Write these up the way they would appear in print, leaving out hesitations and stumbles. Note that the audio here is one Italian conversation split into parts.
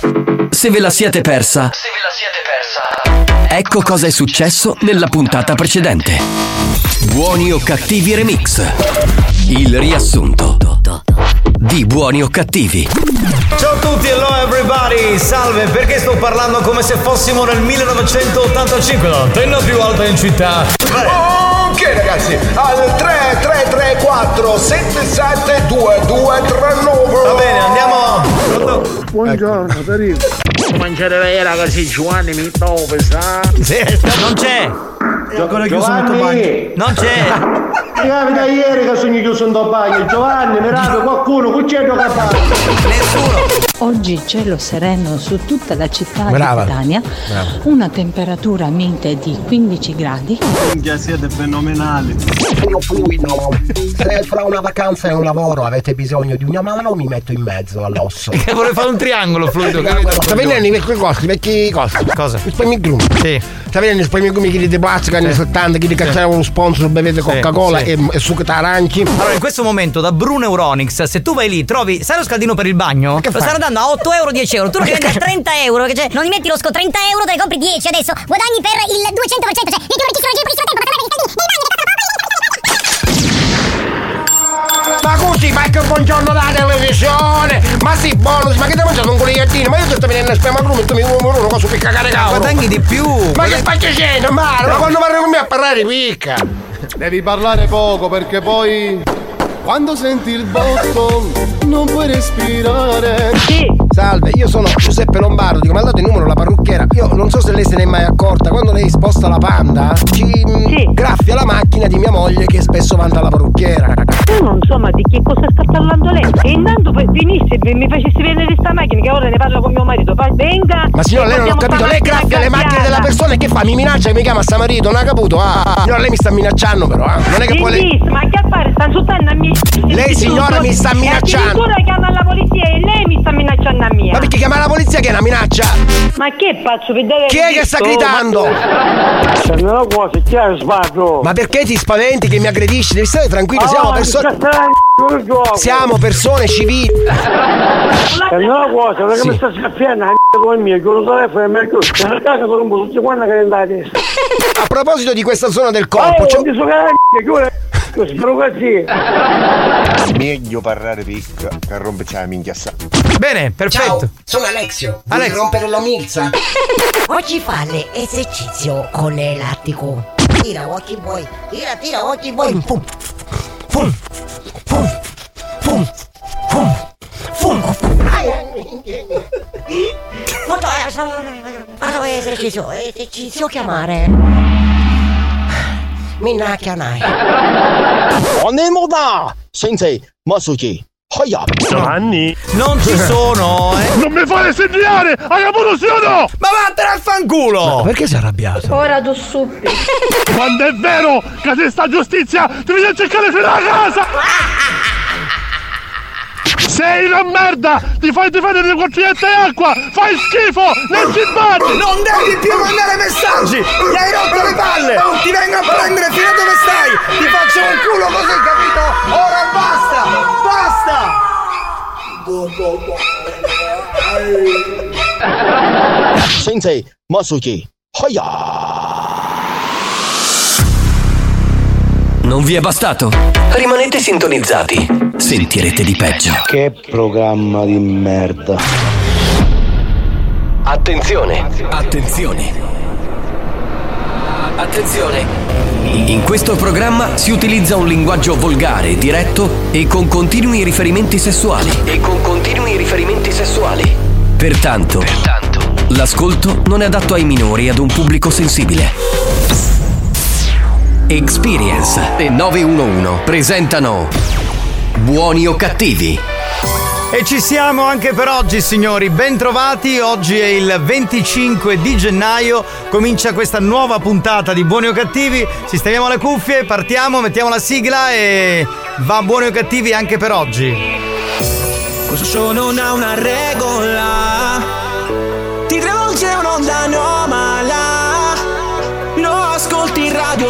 Se ve la siete persa, ecco cosa è successo nella puntata precedente. Buoni o cattivi remix. Il riassunto di Buoni o cattivi. Ciao a tutti, hello everybody, salve, perché sto parlando come se fossimo nel 1985, l'antenna più alta in città. Ok ragazzi, al 3334 77 2239. Va bene, andiamo. Buongiorno, Tarino. Mangiare lei ragazzi, Giovanni mi dove sa? Non c'è. Ancora chiuso Giovanni! Non c'è. Mi capita ieri che sogno chiuso in bagno. Giovanni, mi raga, qualcuno, cuccietto capace. Nessuno. Oggi cielo sereno su tutta la città Brava. di Catania. Brava. Una temperatura mite di 15 gradi. Minchia, siete fenomenali. Io fluido. Se fra una vacanza e un lavoro avete bisogno di una mano, mi metto in mezzo all'osso. Che vorrei fare un triangolo fluido, capito? Sta venendo i vecchi costi. Cosa? I spagnugrumi. Sì. Sta venendo i spagnugrumi che di plastica anni 70, che di cacciavano lo sponsor, bevete Coca-Cola sì. e succo d'aranci. Allora, in questo momento da Bruno Euronics, se tu vai lì, trovi, sai lo scaldino per il bagno? Che Lo fai? stanno dando a 8 euro, 10 euro. Tu lo vendi a 30 euro. Che non gli metti lo sconto 30 euro, te ne compri 10 adesso. Guadagni per il 200%. Cioè, io ti registro pochissimo tempo per trovare dei Ma così, ma che buongiorno da televisione! Ma sì, bonus, ma che ti hai mangiato un conigliettino? Ma io ti sto venendo a spemagrume e tu mi vuoi una cosa per cagare cavolo! Guadagni di più. Ma che spaccicino, ma quando parli con me a parlare picca! Devi parlare poco perché poi quando senti il botto non puoi respirare. Salve, io sono Giuseppe Lombardo, dico, mi ha dato il numero la parrucchiera. Io non so se lei se n'è mai accorta, quando lei sposta la Panda, ci graffia la macchina di mia moglie che spesso vanta la parrucchiera. Io non so, ma di che cosa sta parlando lei? E intanto venisse e mi facessi vedere sta macchina, che ora ne parlo con mio marito. Venga! Ma signora, lei non ho capito, lei graffia le macchine della persona e che fa? Mi minaccia e mi chiama sta marito, non ha caputo? Signora, lei mi sta minacciando però, non è che poi lei... Ma che fare? Stanno insultando a me. Lei signora mi sta minacciando. Addirittura chiama la polizia e lei mi sta minacciando a me. Ma perché chiama la polizia che è una minaccia? Ma che pazzo per dare? Chi è che sta gridando? Una cosa, chi è sbaglio? Ma perché ti spaventi che mi aggredisci? Devi stare tranquillo, siamo persone civili. È una cosa, perché Sì. mi sta scappiando la come mia, che lo telefono e mi ha chiuso. Nella casa sono un po' tutti quanti che andate a destra. A proposito di questa zona del corpo, c'è... Ti so che spero così. Meglio parlare picca che romperci la minchia sa. Bene, perfetto. sono Alexio. Vuoi rompere la milza? Oggi fa l'esercizio con l'elattico. Tira occhi vuoi. Tira occhi vuoi. Fum, fum, fum, fum, fum, fum. Faccio esercizio chiamare. Minacchia nai. Onemoda! Sensei, Masuki, Haya! Giovanni. Non ci sono, Non mi fare segnare! Hai avuto sì o no? Ma vattene al fanculo! Perché sei arrabbiato? Ora tu suppi. Quando è vero che se sta giustizia ti viene a cercare fino alla casa! Sei una merda! Ti fai difendere di cuccinette e acqua! Fai schifo! Non ci batti! Non devi più mandare messaggi! Mi hai rotto le palle! Ti vengo a prendere fino a dove stai! Ti faccio un culo così, capito? Ora basta! Basta! Sensei, Masuki, Haya! Non vi è bastato? Rimanete sintonizzati. Sentirete di peggio. Che programma di merda. Attenzione! Attenzione! Attenzione! In questo programma si utilizza un linguaggio volgare, diretto e con continui riferimenti sessuali. Pertanto, l'ascolto non è adatto ai minori e ad un pubblico sensibile. Experience e 911 presentano Buoni o cattivi? E ci siamo anche per oggi, signori, ben trovati. Oggi è il 25 di gennaio, comincia questa nuova puntata di Buoni o Cattivi. Sistemiamo le cuffie, partiamo, mettiamo la sigla e va Buoni o Cattivi anche per oggi. Questo show non ha una regola, ti travolge un'onda anomala, lo ascolti in radio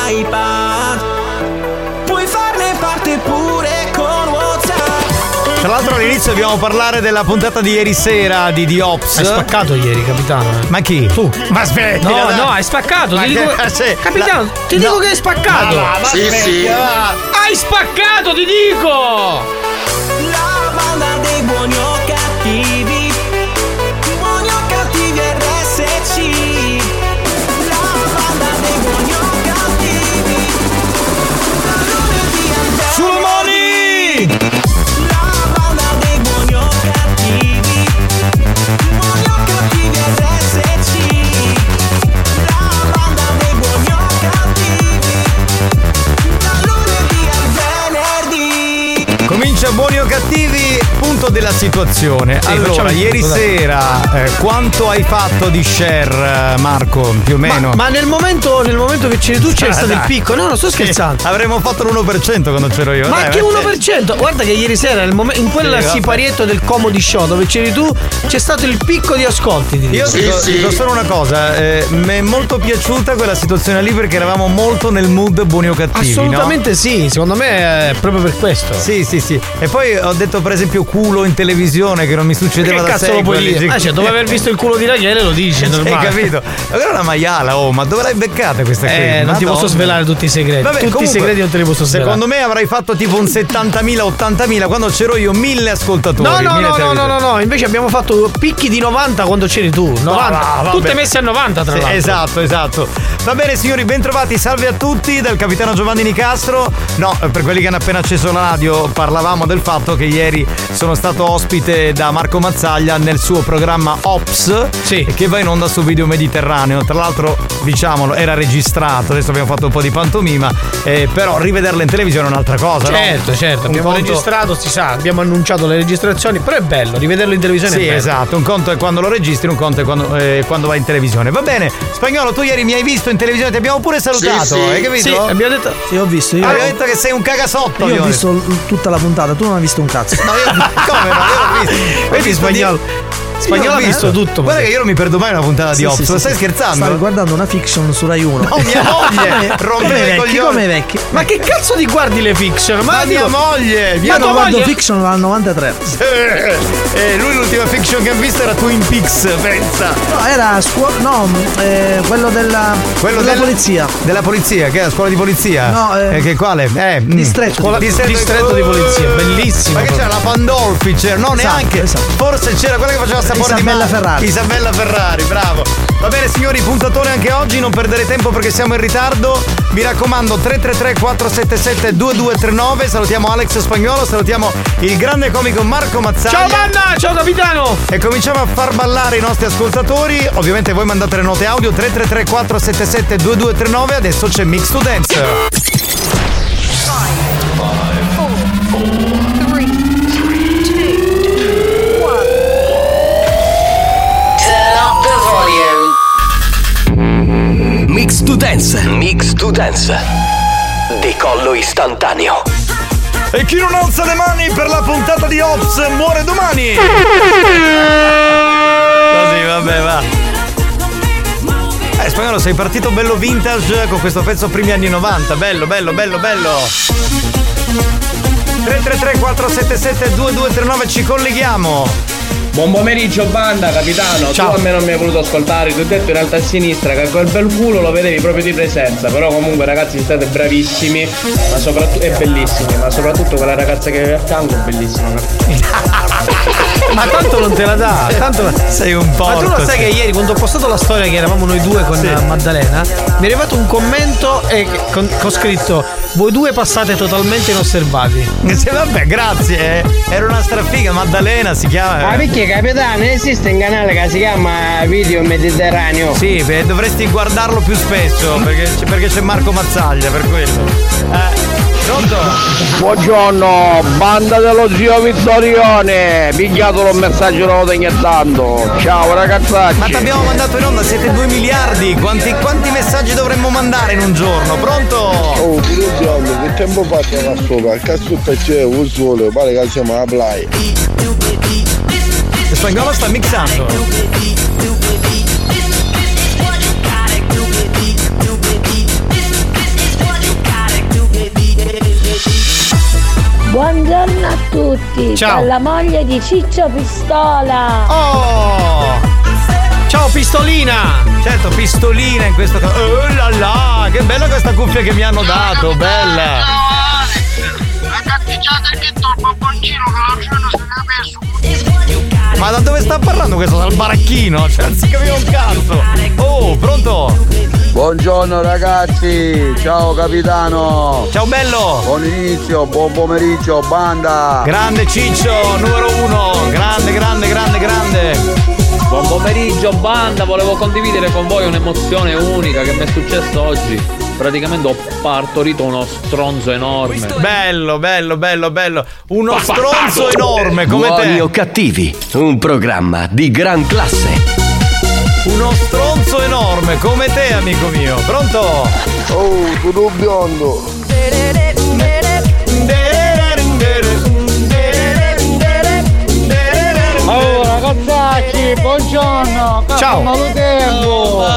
sull'iPad, puoi farne parte pure con WhatsApp. Tra l'altro all'inizio dobbiamo parlare della puntata di ieri sera di Ops. Hai spaccato ieri, capitano. Ma chi? Tu. Ma aspetta. No, hai spaccato. Ti dico, capitano, ti dico che hai spaccato. Sì. Hai spaccato, ti dico. La banda dei buoni o cattivi. Buoni o cattivi RSC. La banda dei buoni o cattivi. Da lunedì al Sulle mani! La banda dei buoni o cattivi. Buoni o cattivi RSC. La banda dei buoni o cattivi. Da lunedì al venerdì. Comincia Buoni o Cattivi, punto della situazione. Allora, ieri sera quanto hai fatto di share, Marco? Più o meno? Ma nel momento che c'eri tu c'è stato il picco. No, non sto scherzando. Avremmo fatto l'1% quando c'ero io. Ma che 1%? Guarda che ieri sera in quel siparietto del Comedy Show dove c'eri tu c'è stato il picco di ascolti. Io dico solo una cosa, mi è molto piaciuta quella situazione lì perché eravamo molto nel mood Buoni o Cattivi. Assolutamente no? Sì, secondo me è proprio per questo. Sì. E poi ho detto per esempio culo in televisione che non mi succedeva da sempre. Che cazzo lo puoi dire? Cioè, dopo aver visto il culo di Rachele lo dice, normale. Hai capito? Ma era una maiala, ma dove l'hai beccata questa qui? Non ti posso svelare tutti i segreti. Vabbè, tutti comunque, i segreti non te li posso svelare. Secondo me avrai fatto tipo un 70.000, 80.000 quando c'ero io, 1000 ascoltatori. No, invece abbiamo fatto picchi di 90 quando c'eri tu. 90. Tutte messe a 90 tra l'altro. Esatto. Va bene signori, bentrovati, salve a tutti dal capitano Giovanni Nicastro. No, per quelli che hanno appena acceso la radio, parlavamo del fatto che ieri sono stato ospite da Marco Mazzaglia nel suo programma Ops, che va in onda su Video Mediterraneo. Tra l'altro, diciamolo, era registrato, adesso abbiamo fatto un po' di pantomima, però rivederla in televisione è un'altra cosa. Certo, abbiamo registrato, si sa, abbiamo annunciato le registrazioni, però è bello rivederlo in televisione. Sì, esatto, un conto è quando lo registri, un conto è quando vai in televisione. Va bene, Spagnolo, tu ieri mi hai visto in televisione, ti abbiamo pure salutato, hai capito? Sì, abbiamo detto. Sì, ho visto. Abbiamo detto che sei un cagasotto. Io ho visto tutta la puntata, tu non hai visto un cazzo. No, come no? Io l'ho visto. Vedi Spagnolo ha visto tutto. Guarda che io non mi perdo mai una puntata di Ops. Stai scherzando? Stai guardando una fiction su Rai 1. No, mia moglie rompeva i coglioni. Come vecchi? Ma che cazzo ti guardi le fiction? Ma mia moglie. Io non guardo fiction dal 93. Lui l'ultima fiction che ha visto era Twin Peaks, pensa. No, era quello della polizia. Della polizia, che è la scuola di polizia? No, che quale? Distretto di polizia, bellissimo. Ma che c'era la Pandolfi? C'era, no, neanche. Forse c'era quella che faceva sapore Isabella Ferrari. Isabella Ferrari, bravo. Va bene signori, puntatone anche oggi, non perdere tempo perché siamo in ritardo. Mi raccomando, 333-477-2239. Salutiamo Alex Spagnolo, salutiamo il grande comico Marco Mazzaglia. Ciao banda, ciao capitano. E cominciamo a far ballare i nostri ascoltatori. Ovviamente voi mandate le note audio 333-477-2239. Adesso c'è Mix to Dance. Mix to Dance. Decollo istantaneo. E chi non alza le mani per la puntata di Ops muore domani. Così, vabbè, va. Spagnolo, sei partito bello vintage con questo pezzo primi anni 90. Bello. 333-477-2239, ci colleghiamo. Buon pomeriggio banda, capitano. Ciao. Tu a me non mi hai voluto ascoltare, ti ho detto in alto a sinistra che quel bel culo lo vedevi proprio di presenza. Però comunque ragazzi siete bravissimi, ma soprattutto è bellissimi, ma soprattutto quella ragazza che avevi a fianco è bellissima. Ma tanto non te la dà, sei un porco. Ma tu lo sai che ieri quando ho postato la storia che eravamo noi due con Maddalena, mi è arrivato un commento con scritto: voi due passate totalmente inosservati. Vabbè, grazie. Era una strafiga, Maddalena si chiama. Ah, perché capitano esiste un canale che si chiama Video Mediterraneo? Sì, dovresti guardarlo più spesso perché c'è Marco Mazzaglia, per quello. Pronto? Buongiorno, banda dello zio Vittorione. Pigliatelo un messaggio, non lo tegnettando. Ciao ragazzacci. Ma ti abbiamo mandato in onda, siete 2 miliardi. Quanti messaggi dovremmo mandare in un giorno? Pronto? Oh, che tempo fatto la sopra? Cazzo c'è un sole, pare che siamo a playa. Il Spagnolo sta mixando. Buongiorno a tutti. Ciao. Dalla moglie di Ciccio Pistola. Oh! Ciao Pistolina! Certo, Pistolina in questo caso. Oh là là, che bella questa cuffia che mi hanno dato, bella! Ma da dove sta parlando questo? Dal baracchino? Cioè, non si capiva un cazzo! Oh, pronto? Buongiorno ragazzi, ciao capitano. Ciao bello. Buon inizio, buon pomeriggio, banda. Grande Ciccio, numero 1. Grande. Buon pomeriggio banda, volevo condividere con voi un'emozione unica che mi è successa oggi. Praticamente ho partorito uno stronzo enorme. Bello. Uno stronzo enorme come Buoni te. o cattivi, un programma di gran classe. Uno stronzo enorme come te, amico mio. Pronto? Oh, tutto biondo. Oh ragazzacci, buongiorno. Ciao. Tempo.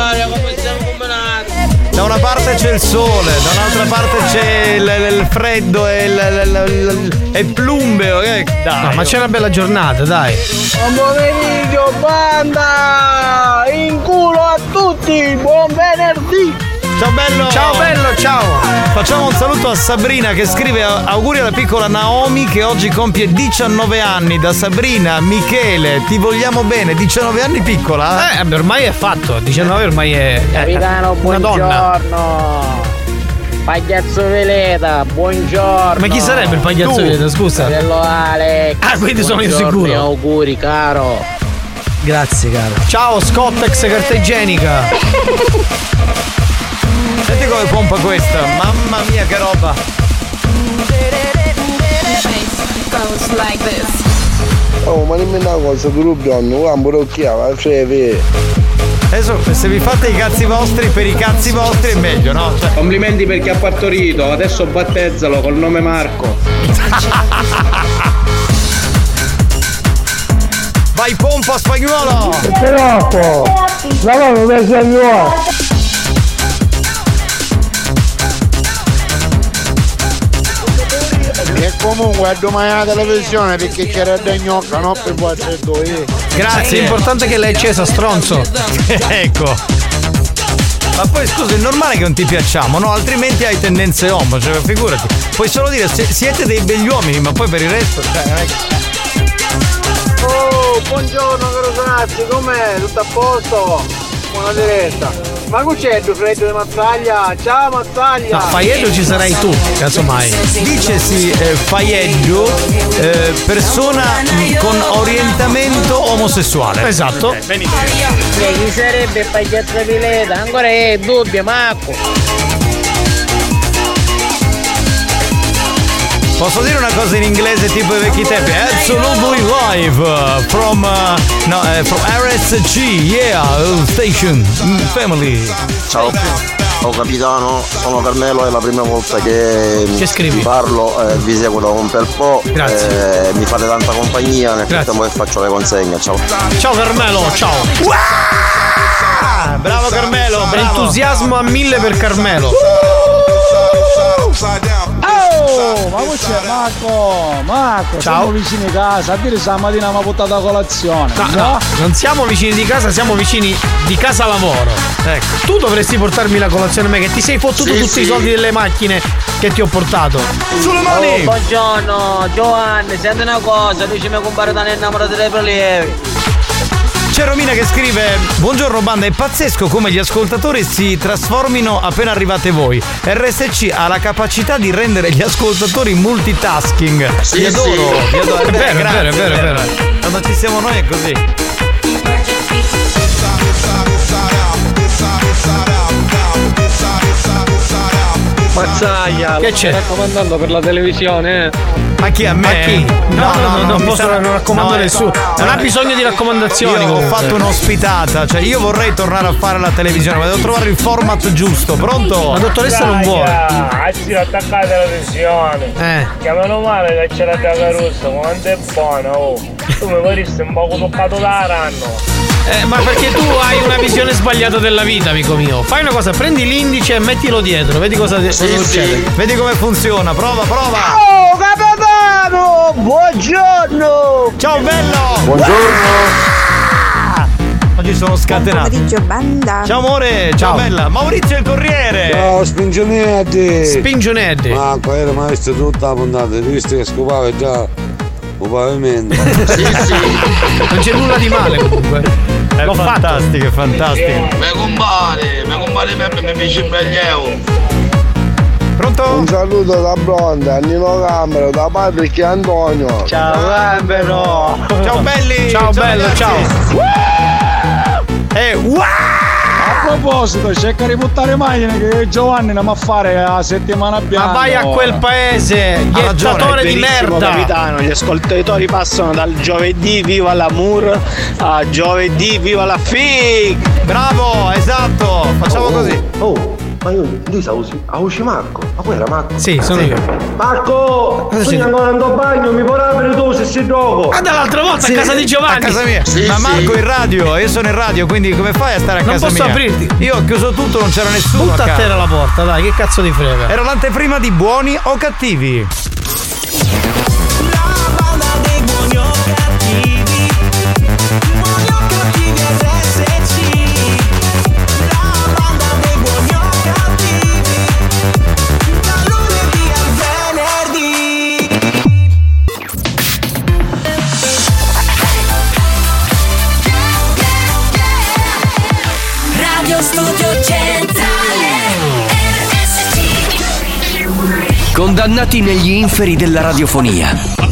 Da una parte c'è il sole, da un'altra parte c'è il freddo e il plumbeo. Dai. No, ma c'è una bella giornata, dai. Buon pomeriggio, banda! In culo a tutti, buon venerdì! Ciao bello! Ciao bello, ciao! Facciamo un saluto a Sabrina che scrive auguri alla piccola Naomi che oggi compie 19 anni. Da Sabrina, Michele, ti vogliamo bene. 19 anni piccola? Ormai è fatto. 19 ormai è Capitano, una donna. buongiorno! Pagliazzo Veleta, buongiorno! Ma chi sarebbe il pagliazzo Veleta, scusa? Fratello Alex! Ah, quindi sono io buongiorno sicuro. e auguri, caro! Grazie, caro. Ciao Scottex carta igienica. Senti come pompa questa, mamma mia che roba! Oh, ma dimmi una cosa, tu biondo, quando rocchiava, Adesso se vi fate i cazzi vostri per i cazzi vostri è meglio, no? Cioè... Complimenti per chi ha partorito, adesso battezzalo col nome Marco. Vai pompa spagnolo! Però, lavamo per Sagnolo! E comunque a domani alla televisione perché c'era da gnocca, no? Per voi Grazie. L'importante è che l'hai accesa, stronzo. Ecco. Ma poi scusa, è normale che non ti piacciamo, no? Altrimenti hai tendenze homo, cioè figurati. Puoi solo dire siete dei begli uomini, ma poi per il resto, cioè, non è che... Oh, buongiorno caro ragazzi, com'è? Tutto a posto? Buona diretta. Ma che c'è il freddo di Mazzaglia? Ciao Mazzaglia! No, Faiello ci sarai tu, casomai. Dicesi Faiello, persona con orientamento omosessuale. Esatto. Chi sarebbe Pagliazzo Vileta? Ancora è dubbio, Marco! Posso dire una cosa in inglese tipo i vecchi tempi? Absolutely live from RSC, yeah, station, family. Ciao. Ciao capitano, sono Carmelo, è la prima volta che scrivi? Parlo, vi seguo da un bel po'. Grazie. Mi fate tanta compagnia nel frattempo che faccio le consegne. Ciao. Ciao Carmelo, ciao. Bravo Carmelo, bravo. Entusiasmo a 1000 per Carmelo. Oh, ma c'è Marco, ciao. Siamo vicini a casa, a dire stamattina mi ha portato a colazione. No, non siamo vicini di casa, siamo vicini di casa lavoro. Ecco. Tu dovresti portarmi la colazione a me, che ti sei fottuto tutti i soldi delle macchine che ti ho portato. Sulle mani! Oh, buongiorno, Giovanni, senti una cosa, dici mi compare da innamorato dei prelievi. C'è Romina che scrive: buongiorno banda, è pazzesco come gli ascoltatori si trasformino appena arrivate voi. RSC ha la capacità di rendere gli ascoltatori multitasking. Vi adoro. È vero, è vero. Quando ci siamo noi è così. Mazzaglia, che c'è? Mi raccomandando per la televisione. Ma chi a me? Ma chi? No, non posso, sarà... non raccomando nessuno. Non ha bisogno di raccomandazioni. Io comunque. ho fatto un'ospitata, cioè io vorrei tornare a fare la televisione, ma devo trovare il format giusto. Pronto? La dottoressa non vuole. Oggi attaccate la televisione. Chiamano male che c'è la Caruso, quanto è buona, oh. Tu mi vorresti un po' toccato da ranno. Ma perché tu hai una visione sbagliata della vita, amico mio. Fai una cosa, prendi l'indice e mettilo dietro, vedi cosa succede. Vedi come funziona, prova. Oh, capitano! capitano, buongiorno. Ciao bello. Buongiorno. Oggi sono scatenato. Buon pomeriggio, banda. Ciao amore, ciao bella. Maurizio il Corriere. Ciao Spingionetti. Spingionetti. Ma qua era maestro tutta la puntata, visto che scopava già un pavimento. Sì. Non c'è nulla di male comunque. È fantastico, è fantastico. Mi compare mi fece un bello. Pronto? Un saluto da Bronda, Nino Camero, da Patrick e Antonio. Ciao Gambero. Ciao belli. Ciao bello, ragazzi. ciao. A proposito, cerca di buttare macchine che Giovanni andiamo a fare la settimana bianca. Ma vai a quel paese, iettatore di merda. Capitano, gli ascoltatori passano dal giovedì viva l'amour a giovedì viva la fig. Bravo, esatto. Facciamo così. Ma io lì stavo a usci Marco. Ma poi era Marco? Sì, sono io. Marco! Sono ancora in bagno, mi puoi aprire tu se sei gioco? Ah, dall'altra volta a casa di Giovanni. A casa mia. Ma Marco in radio, io sono in radio, quindi come fai a stare a casa mia? Non posso aprirti. Io ho chiuso tutto, non c'era nessuno. Butta a terra la porta, dai, che cazzo di frega. Era l'anteprima di Buoni o Cattivi. Studio Centrale RSC. Condannati negli inferi della radiofonia.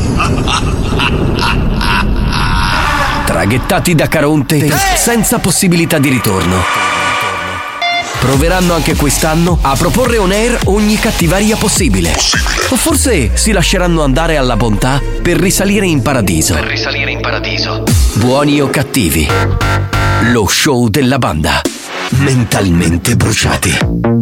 Traghettati da Caronte senza possibilità di ritorno. Proveranno anche quest'anno a proporre on air ogni cattiveria possibile. O forse si lasceranno andare alla bontà per risalire in paradiso. Buoni o cattivi. Lo show della banda. Mentalmente bruciati.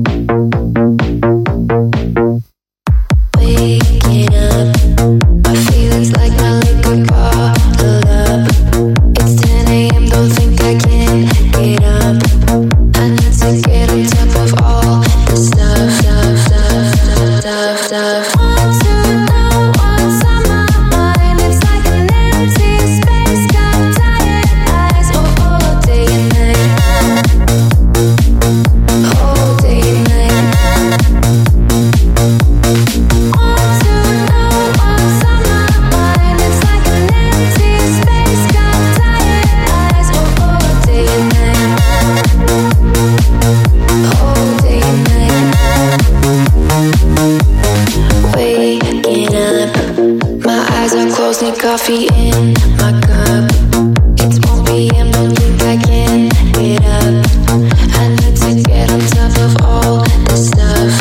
Coffee in my cup. It's 1 p.m. Don't think I can get up. I need to get on top of all the stuff.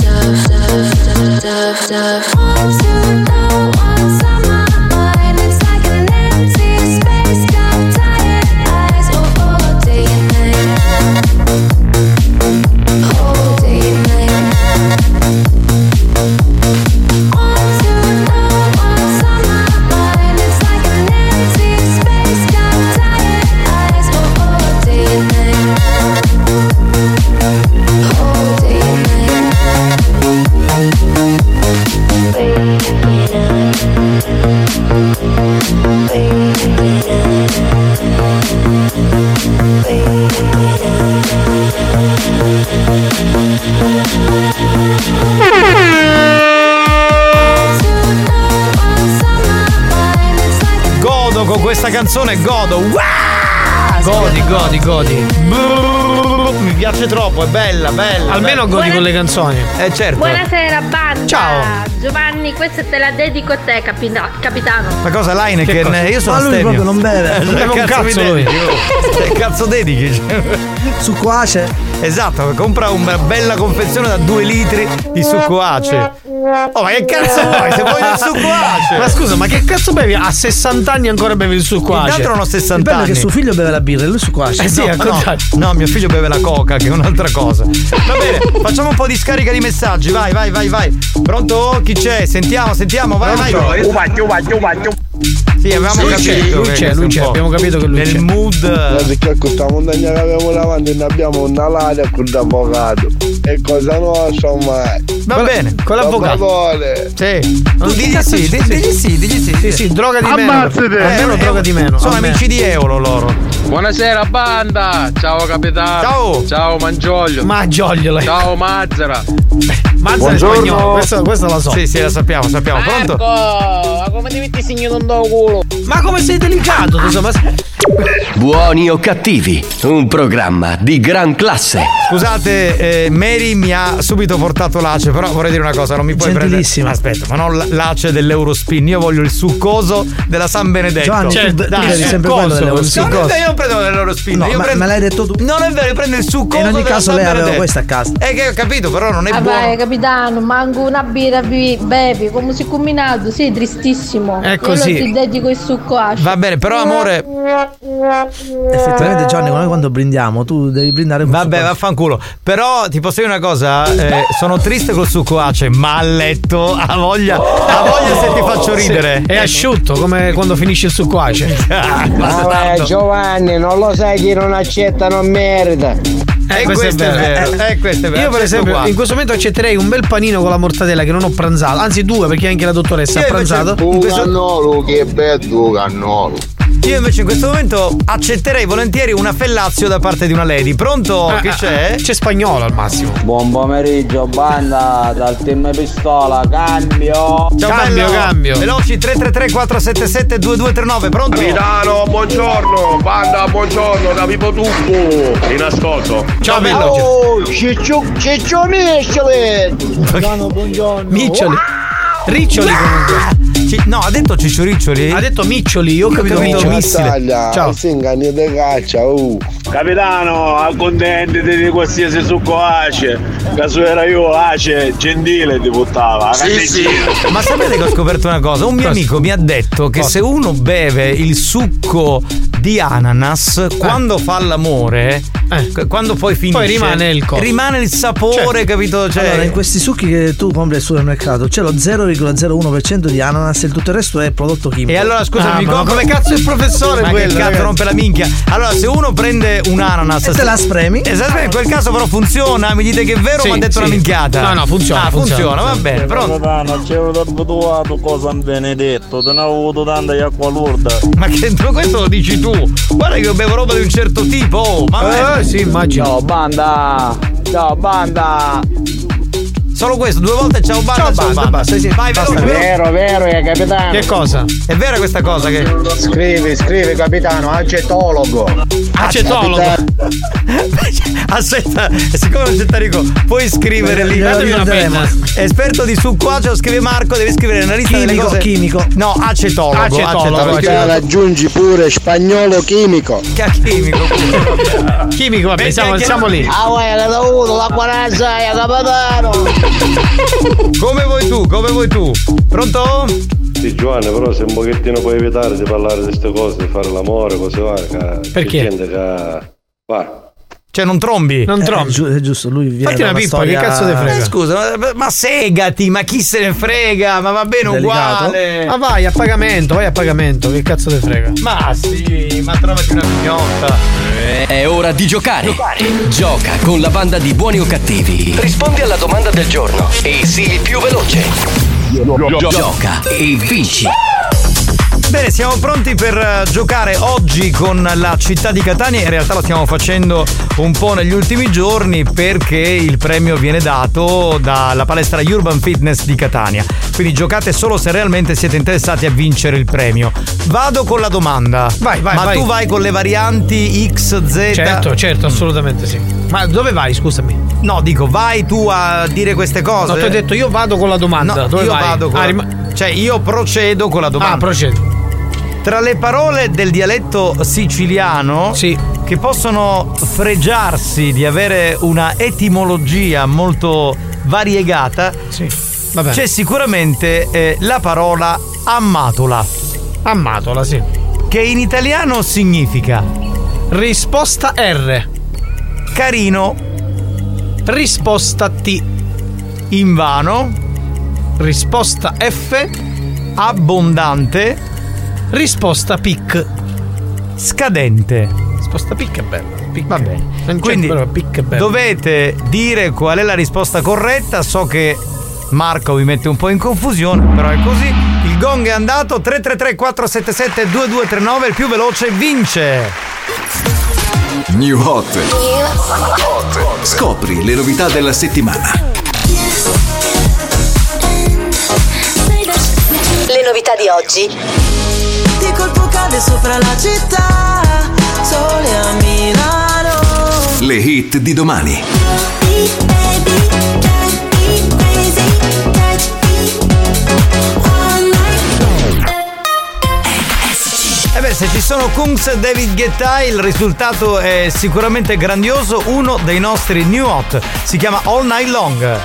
Want to know what's on my mind. It's like an empty space. Got tired eyes all day and night. All day and night. Want to know what's on my mind. It's like an empty space. Got tired eyes all day and night. All day and night. Godo con questa canzone, godo. Godi. Mi piace troppo, è bella. Almeno godi con le canzoni. Certo. Buonasera banda. Ciao. Giovanni, questa te la dedico a te, capitano. Ma cosa, l'Heineken? Che cosa? Io sono Ma lui astemio. proprio non beve. Non beve un cazzo lui. Che cazzo dedichi? Succo ace. Esatto, compra una bella confezione da 2 litri di succo ace. Oh, ma che cazzo vuoi? Se vuoi il succo ace. Ma scusa, ma che cazzo bevi? A 60 anni ancora bevi il succo ace? Intanto non ho 60 Il bello è anni. che suo figlio beve la birra e lui succo ace. Sì, al contrario. No, mio figlio beve la coca, che è un'altra cosa. Va bene, facciamo un po' di scarica di messaggi. Vai. Pronto? Chi c'è? Sentiamo, vai. Sì, avevamo capito. Lui c'è, abbiamo capito che lui c'è. Nel mood. Perché questa montagna che abbiamo davanti ne abbiamo una laurea con l'avvocato. E cosa nostra ormai. Va bene, con l'avvocato. Sì. Tu digli sì. Sì, droga di Ammazzate. meno. Almeno droga di meno. Sono amici di Eolo loro. Buonasera banda. Ciao capitano. Ciao Mangioglio. Ciao Mazzara. Mazzara è spagnolo. Questa la so. Sì, la sappiamo. Pronto? Ma come ti metti segno un culo? Ma come sei delicato? Buoni o cattivi, un programma di gran classe. Scusate, Mary mi ha subito portato l'ACE, però vorrei dire una cosa, non mi puoi prendere. Aspetta, ma non l'ACE dell'Eurospin, io voglio il succoso della San Benedetto. Giovanni, tu devi sempre quello dell'Eurospin. Io non prendo dell'Eurospin. No, me l'hai detto tu. Non è vero, io prendo il succoso. In ogni caso lei aveva questa a casa. Che ho capito, però non è buono. Vai, capitano, manco una birra, bevi, come si è combinato, sei tristissimo. È così. Io ti dedico il succo acido. Va bene, però amore. Effettivamente Gianni, noi quando brindiamo tu devi brindare con vabbè, vaffanculo. Però ti posso dire una cosa, sono triste col succo ace, ma a letto ha voglia se ti faccio ridere. È asciutto come quando finisce il succo ace. Giovanni, non lo sai chi non accetta non merita. Questo è vero. Io per esempio in questo momento accetterei un bel panino con la mortadella che non ho pranzato, anzi due, perché anche la dottoressa ha pranzato. Un cannolo, che bello cannolo. Io invece in questo momento accetterei volentieri una fellazio da parte di una lady. Pronto? Che c'è? C'è spagnolo al massimo. Buon pomeriggio, banda dal team Pistola, cambio. Ciao, cambio. Veloci 333-477-2239. Pronto? Capitano, buongiorno. Banda, buongiorno. Da Pippo Tuppo. In ascolto. Ciao bello. Oh, Ciccio Miccioli. Buongiorno. Miccioli. Riccioli comunque. No, ha detto Ciccioriccioli? Ha detto Miccioli, io ho capito Miccioli. Ciao. Singanni di caccia. Capitano, accontentiti di qualsiasi succo ace. Caso era io ace, gentile ti buttava. Sì. Ma sapete che ho scoperto una cosa? Un mio amico mi ha detto che se uno beve il succo di ananas quando fa l'amore, quando poi finisce, poi rimane il corpo, rimane il sapore, capito? Cioè, allora, in questi succhi che tu compri al supermercato c'è lo 0,01% di ananas e tutto il resto è prodotto chimico. E allora scusami, ma come cazzo è il professore ma quello? Che cazzo rompe la minchia? Allora, se uno prende un ananas e te la spremi, in quel caso però funziona. Mi dite che è vero o mi ha detto una minchiata? No, funziona. Funziona, va bene. Pronto? Non c'ero abituato cosa Benedetto, te ne ho avuto tanta acqua lurda. Ma che questo lo dici tu? Guarda che io bevo roba di un certo tipo. Sì, immagino. Ciao banda. Solo questo, 2 volte ciao banda. Basta, sì. Vai, Vero, capitano. Che cosa? È vera questa cosa che. Scrivi capitano, acetologo. Aspetta, siccome non c'è Tarico, puoi scrivere lì. Datemi una penna. Esperto di succo aceo, scrive Marco, devi scrivere una lista delle cose. Chimico. No, acetologo. Aggiungi pure spagnolo chimico. Chimico, vabbè, siamo lì. L'ho avuto la 46, capitano. Come vuoi tu? Pronto? Sì, Giovanni, però se un pochettino puoi evitare di parlare di queste cose, di fare l'amore, cose varie. Perché? C'è gente che va. Cioè non trombi? È giusto, lui viene. Fatti una pippa, storia... che cazzo te frega? Scusa, ma segati, ma chi se ne frega? Ma va bene uguale. Ma vai a pagamento, che cazzo te frega? Ma sì, ma trovati una pignotta. È ora di giocare. Gioca con la banda di Buoni o Cattivi. Rispondi alla domanda del giorno e sii il più veloce. Gioca e vinci. Bene, siamo pronti per giocare oggi con la città di Catania. In realtà lo stiamo facendo un po' negli ultimi giorni perché il premio viene dato dalla palestra Urban Fitness di Catania. Quindi giocate solo se realmente siete interessati a vincere il premio. Vado con la domanda. Vai. Tu vai con le varianti X, Z? Certo, assolutamente sì. Ma dove vai, scusami? No, dico, vai tu a dire queste cose. No, ti ho detto io vado con la domanda. No, dove io vai? vado con cioè io procedo con la domanda. Procedo. Tra le parole del dialetto siciliano che possono fregiarsi di avere una etimologia molto variegata, c'è sicuramente la parola ammatola. Ammatola, sì. Che in italiano significa risposta R. Carino. Risposta T. Invano. Risposta F. Abbondante. Risposta pic. Scadente. Risposta pic è bella. Pic. Va bene. Non c'è Quindi però pic è bella. dovete dire qual è la risposta corretta. So che Marco vi mette un po' in confusione, però è così. Il gong è andato. 333 477 2239. Il più veloce vince. New Hot. Scopri le novità della settimana. Le novità di oggi. Di colpo cade sopra la città, sole a Milano. Le hit di domani. Se ci sono Kungs e David Guetta, il risultato è sicuramente grandioso. Uno dei nostri New Hot si chiama All Night Long.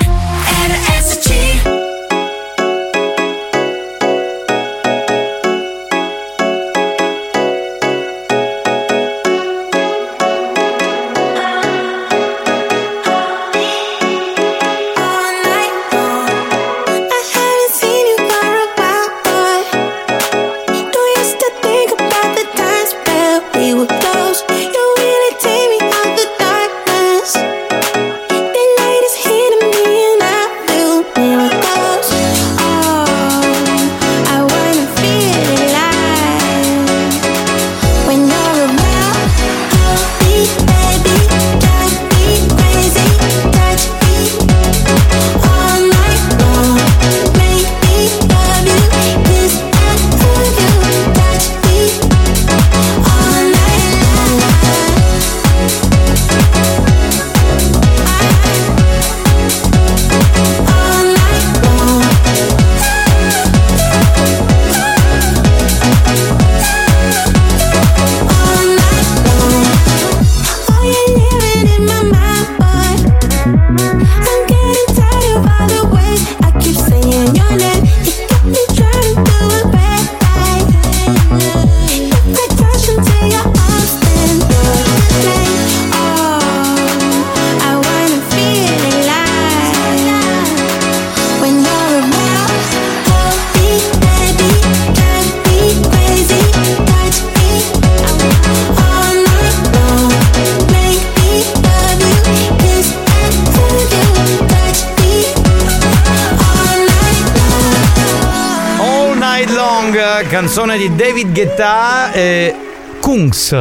Canzone di David Guetta e Kungs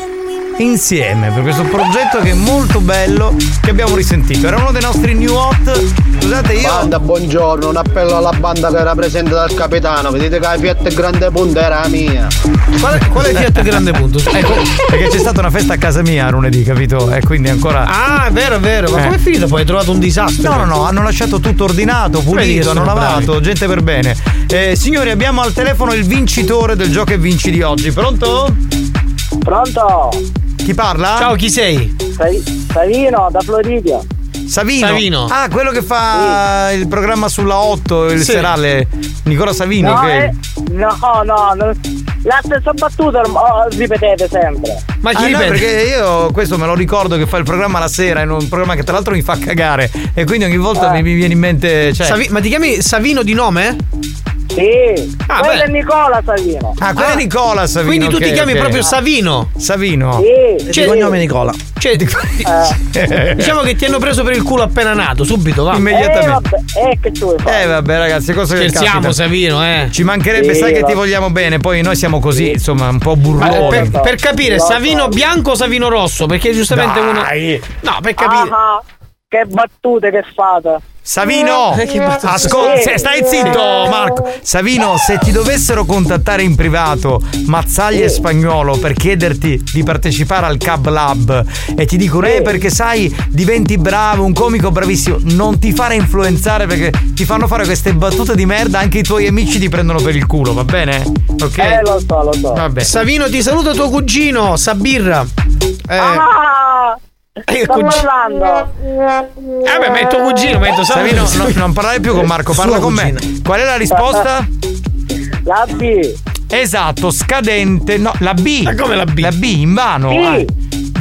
insieme per questo progetto che è molto bello, che abbiamo risentito. Era uno dei nostri New Hot. Scusate, io. Banda, buongiorno, un appello alla banda che era presente dal capitano. Vedete che la Fiat Grande Punto era mia. Quale Fiat Grande Punto? Ecco, perché c'è stata una festa a casa mia lunedì, capito? E quindi ancora. Ah, è vero. Ma com'è finito? Poi hai trovato un disastro? No, hanno lasciato tutto ordinato, pulito, hanno lavato, bravi. Gente per bene. Signori, abbiamo al telefono il vincitore del Gioco e Vinci di oggi. Pronto? Pronto? Chi parla? Ciao, chi sei? Savino da Floridia. Savino. Ah, quello che fa il programma sulla 8, il serale. Nicola Savino. No, no. La stessa battuta ripetete sempre. Ma chi ripete? Perché io questo me lo ricordo che fa il programma la sera, è un programma che tra l'altro mi fa cagare. E quindi ogni volta mi viene in mente. Ma ti chiami Savino di nome? Sì, quello è Nicola Savino. Ah, quello è Nicola Savino. Quindi tu ti chiami proprio Savino? Savino. Sì. Il cognome Nicola. Diciamo che ti hanno preso per il culo appena nato, subito, va. Immediatamente. Che tu vuoi fare? Vabbè, ragazzi, cosa che scherziamo, Savino, Ci mancherebbe, sai che ti vogliamo bene, poi noi siamo così, insomma, un po' burloni. Per capire, Savino bianco o Savino rosso? Perché giustamente uno. No, per capire. Che battute che fate. Savino, ascolta, stai zitto Marco. Savino, se ti dovessero contattare in privato Mazzaglia e Spagnolo per chiederti di partecipare al Cab Lab e ti dicono perché sai diventi bravo, un comico bravissimo, non ti fare influenzare perché ti fanno fare queste battute di merda, anche i tuoi amici ti prendono per il culo, va bene? Ok? Lo so. Vabbè. Savino, ti saluta tuo cugino Sabirra. Sto parlando. Vabbè, ma è tuo cugino, Savino, non parlare più con Marco, parla con me. Qual è la risposta? La B. Esatto, scadente. No, la B. Ma come la B? La B, invano.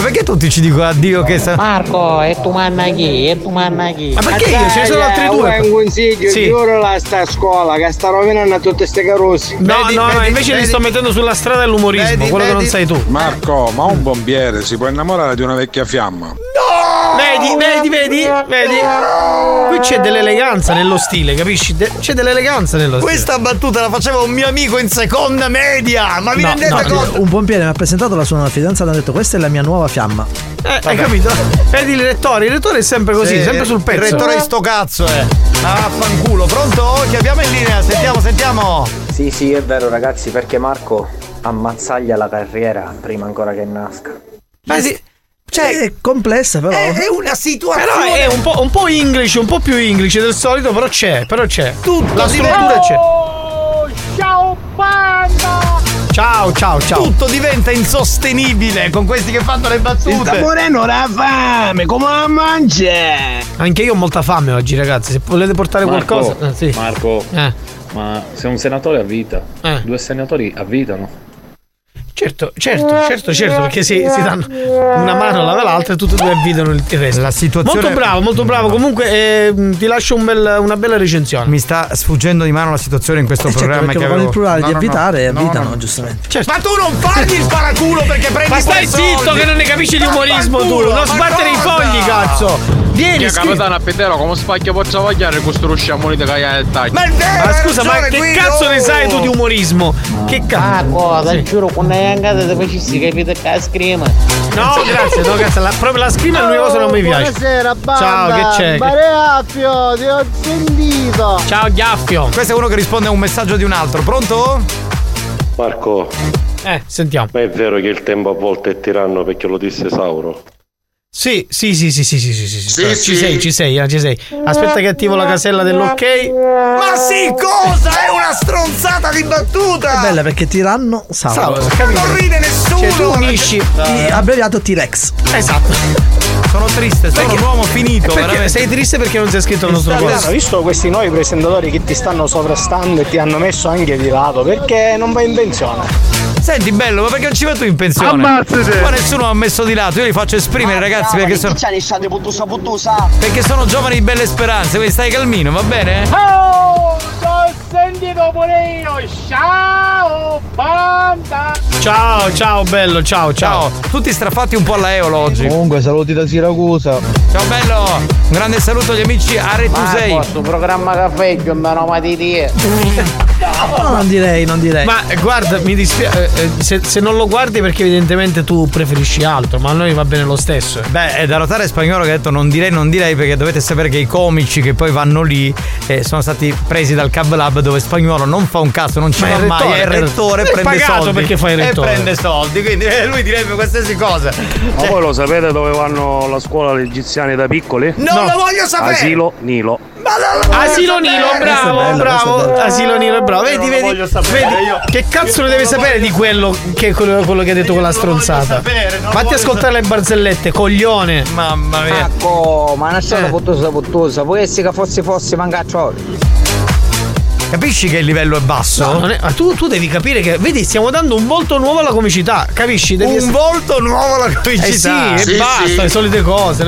Ma perché tutti ci dicono addio che Marco, e tu manna chi? E tu manna chi? Ma perché io? Ce ne sono altri due. Un consiglio, Sì. giuro la sta a scuola che sta rovinando tutte queste carrozze. No, invece li sto mettendo sulla strada dell'umorismo, quello che non sai tu. Marco, ma un pompiere si può innamorare di una vecchia fiamma? Vedi? Qui c'è dell'eleganza nello stile, capisci? C'è dell'eleganza nello stile. Questa battuta la faceva un mio amico in seconda media. Ma vi rendete conto? Un pompiere mi ha presentato la sua nuova fidanzata e ha detto questa è la mia nuova fiamma. Hai capito? Vedi il rettore è sempre così, Sì, sempre sul pezzo. Il rettore di sto cazzo fanculo. Pronto? Chi abbiamo in linea? Sentiamo. Sì, è vero ragazzi, perché Marco ammazzaglia la carriera prima ancora che nasca. Ma sì. Cioè, è complessa però. È una situazione. Però è un po' English, un po' più English del solito, però c'è. Tutto la struttura c'è. Ciao banda! Ciao. Tutto diventa insostenibile con questi che fanno le battute. Sta morendo la fame, come la mangia? Anche io ho molta fame oggi, ragazzi. Se volete portare qualcosa. Sì. Marco, ma sei un senatore a vita. 2 senatori a vita, no? Certo, perché si danno una mano alla l'altra e tutti e due avvidano il resto. La situazione molto bravo. Comunque ti lascio una bella recensione. Mi sta sfuggendo di mano la situazione in questo programma, certo, che con avevo. il plurale di avvitare avvitano, giustamente. Certo. Ma tu non fagli il paraculo perché prendi. Ma stai zitto che non ne capisci di umorismo tu. Non sbattere i fogli, cazzo. Vieni, capitano Appetero, come spacchio può travagliare questo rusciamo di cagare il taglio. Ma è vero! Ma scusa, ma che cazzo ne sai tu di umorismo? Che cazzo? Ti giuro, quando hai andata te facessi capire che la scrima. No, grazie, proprio la scrima è l'unica cosa che non mi piace. Buonasera, banda. Ciao, che c'è? Bareaffio, ti ho sentito. Ciao, Ghiaffio. Questo è uno che risponde a un messaggio di un altro. Pronto? Marco. Sentiamo. Ma è vero che il tempo a volte è tiranno, perché lo disse Sauro? Sì. Ci sei. Aspetta che attivo la casella dell'ok. Ma sì, cosa? È una stronzata di battuta! È bella perché tiranno Sauro. Non ride nessuno! Cioè, tu unisci abbreviato T-Rex. Esatto. Sono triste, sono un uomo finito. Perché sei triste perché non sei scritto al nostro posto. Hanno visto questi nuovi presentatori che ti stanno sovrastando e ti hanno messo anche di lato perché non vai in pensione. Senti bello, ma perché non ci vai tu in pensione? Ammazzate! Ma nessuno mi ha messo di lato, io li faccio esprimere ragazzi perché sono. Perché sono giovani di belle speranze, quindi stai calmino, va bene? Oh! L'ho sentito pure io! Ciao banda! Ciao bello, ciao. Tutti strafatti un po' alla Eolo oggi. Comunque saluti da Siracusa. Ciao bello, un grande saluto agli amici Aretusei. Questo programma caffè che mi hanno No, non direi. Ma guarda, mi dispiace se non lo guardi perché evidentemente tu preferisci altro, ma a noi va bene lo stesso. Beh, è da notare Spagnolo che ha detto non direi perché dovete sapere che i comici che poi vanno lì sono stati presi dal Cab Lab dove Spagnolo non fa un cazzo, non ci va mai, è il rettore, prende pagato soldi perché fai il rettore e prende soldi, quindi lui direbbe qualsiasi cosa. Ma voi lo sapete dove vanno alla scuola gli egiziani da piccoli? Non lo voglio sapere! Asilo Nilo. Asilo Nilo, bravo. Asilo Nilo, bravo. Vedi. Che cazzo ne deve sapere di quello che ha detto con la stronzata? Fatti ascoltare le barzellette, coglione. Mamma mia. Ecco, ma non sono puttosa. Può essere che fosse mangiacciolo. Capisci che il livello è basso? No, ma tu devi capire che, vedi, stiamo dando un volto nuovo alla comicità, capisci? Volto nuovo alla comicità. Sì, e basta, sì. Le solite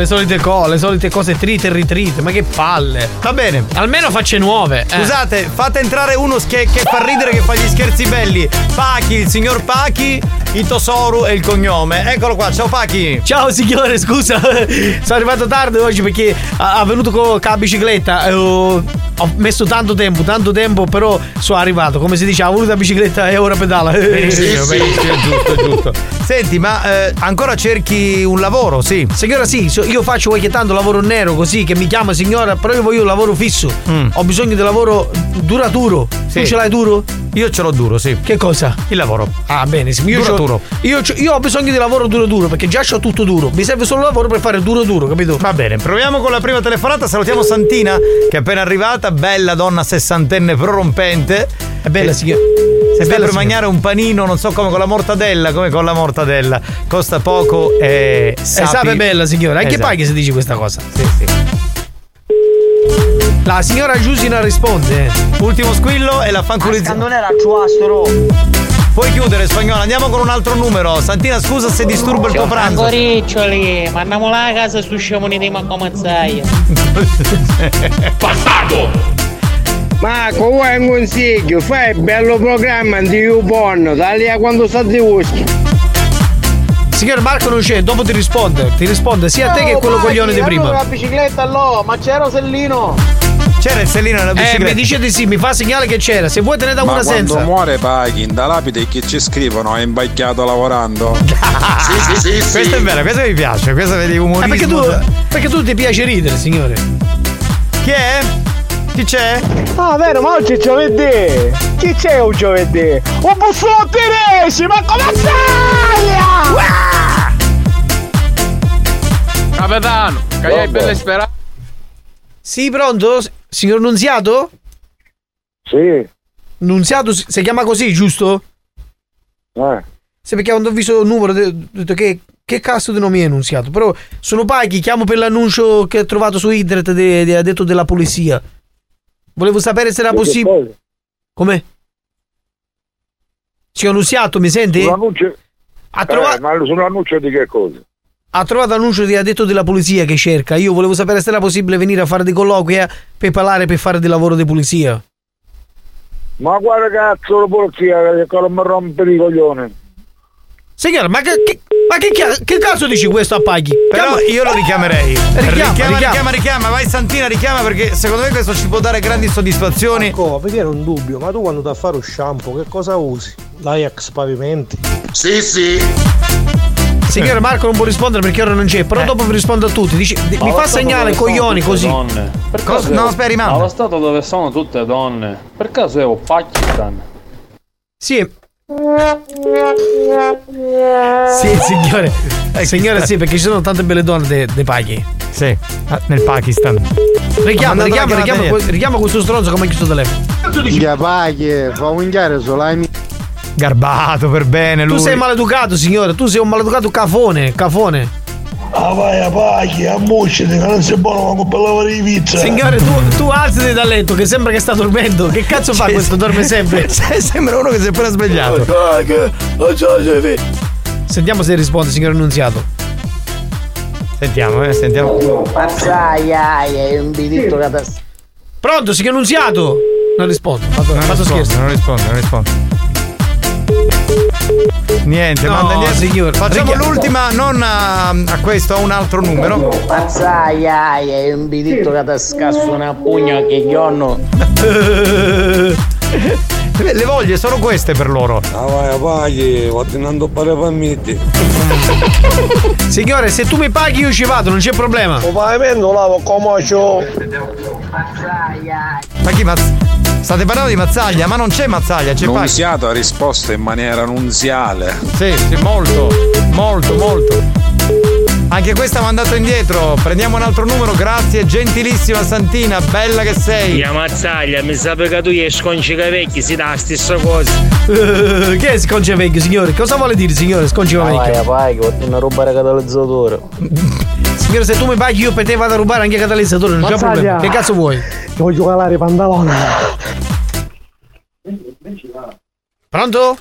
cose trite e ritrite, ma che palle. Va bene. Almeno facce nuove. Scusate, fate entrare uno che fa ridere, che fa gli scherzi belli. Pachi, il signor Pachi, Itosoru e il cognome. Eccolo qua, ciao Pachi. Ciao signore, scusa. Sono arrivato tardi oggi perché ha venuto con la bicicletta. Ho messo tanto tempo, però sono arrivato. Come si dice, ha voluto la bicicletta e ora pedala. Sì, giusto. Senti, ma ancora cerchi un lavoro, sì? Signora, sì, io faccio qualche tanto lavoro nero così che mi chiama signora, però io voglio un lavoro fisso. Ho bisogno di lavoro duraturo. Sì. Tu ce l'hai duro? Io ce l'ho duro, sì. Che cosa? Il lavoro. Ah, bene, duraturo. Io ho bisogno di lavoro duro perché già c'ho tutto duro. Mi serve solo lavoro per fare duro, capito? Va bene, proviamo con la prima telefonata. Salutiamo Santina, che è appena arrivata. Bella donna sessantenne prorompente. È bella, signora. Se per mangiare un panino, non so come, con la mortadella, come con la mortadella. Costa poco e sape bella, signora. Anche paghi se dici questa cosa. Sì. La signora Giusina risponde. Ultimo squillo e la fanculizzazione. Non era ciuastro. Puoi chiudere, Spagnola, andiamo con un altro numero. Santina, scusa se disturbo il tuo pranzo. Riccioli, ma andiamo là a casa su sciamoni di Maccomazzaia. Bastardo! Marco, vuoi un consiglio? Fai un bello programma di YouPorn, da lì a quando sta di uschi. Signor Marco non c'è, dopo ti risponde sia a te che quello coglione di prima. La bicicletta allora, ma c'era Sellino? C'era il sellino nella bicicletta. Mi dice di sì, mi fa segnale che c'era. Se vuoi te ne da una senza. Quando muore paghi, in da lapide che ci scrivono è imbacchiato lavorando. sì. Questa è bella, questa mi piace, questa vedi umorismo. Perché tu ti piace ridere, signore. Chi è? Chi c'è? Ah, vero, ma oggi è giovedì. Chi c'è un giovedì? Un buffo Teresi, ma come saglia! Capitano, che hai belle speranze. Sì, pronto? Signor Nunziato? Sì. Nunziato si chiama così, giusto? Sì, perché quando ho visto il numero ho detto che cazzo di nome è Nunziato? Però sono Paghi, chiamo per l'annuncio che ho trovato su internet ha detto della polizia. Volevo sapere se era possibile. Come? Signor Nunziato, mi senti? Sull'annuncio. Ma sull'annuncio di che cosa? Ha trovato l'annuncio che ha detto della polizia che cerca. Io volevo sapere se era possibile venire a fare dei colloqui per parlare, per fare del lavoro di polizia. Ma guarda cazzo la polizia che non mi rompe i coglioni. Signora, ma che cazzo dici questo a Paghi? Però io lo richiamerei. Richiama, vai Santina, richiama perché secondo me questo ci può dare grandi soddisfazioni. Marco, perché era un dubbio, ma tu quando ti a fare lo shampoo che cosa usi? L'Ajax Pavimenti? Sì. Signore Marco non può rispondere perché ora non c'è, però dopo vi rispondo a tutti. Dice, mi fa segnale coglioni così. Donne. No, aspetta, rimanda. Allo stato dove sono tutte donne. Per caso è un Pakistan? Sì. Sì, signore. Signore, sì, perché ci sono tante belle donne dei Paghi. Sì, nel Pakistan. Richiama questo stronzo come ha chiuso il telefono. Minchia Paghi, fa unghare solami. Garbato per bene lui. Tu sei maleducato, signore, tu sei un maleducato cafone. Ah vai a Paghi, a musciti, che non sei buono ma per lavare di pizza. Signore, tu alzati dal letto che sembra che sta dormendo. Che cazzo fa questo? Dorme sempre. Sembra uno che si è appena svegliato. Sentiamo se risponde, signor Annunziato. Sentiamo. Mazzaia, è un biditto che Pronto, signor Annunziato? Non risponde. Fatto scherzo. Non risponde. Niente, manda niente. Signor. Facciamo l'ultima, non a questo, a un altro numero. Mazzaia, è un biditto che ti scasso una pugna che io no. Le voglie sono queste per loro. Ah vai a Paghi, ordinando pare palmiti. Signore, se tu mi paghi io ci vado, non c'è problema. O pavimento lavo come ciò. Ma chi state parlando di Mazzaglia? Ma non c'è Mazzaglia, c'è Nunziato ha risposto in maniera nunziale. Sì, molto. Anche questa mi ha mandato indietro. Prendiamo un altro numero, grazie, gentilissima Santina, bella che sei. Mia Mazzaglia, mi sa che tu gli sconcica vecchi, si dà la stessa cosa. Che è sconcia vecchio, signore? Cosa vuole dire, signore, sconcia vecchio? Vai, ho una roba da catalizzatore. Signore, se tu mi paghi io per te vado a rubare anche catalizzatore, non c'è problema. Che cazzo vuoi? Voglio calare i pantaloni. Pronto?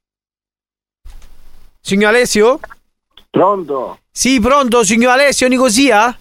Signor Alessio? Pronto? Sì, pronto, signor Alessio Nicosia?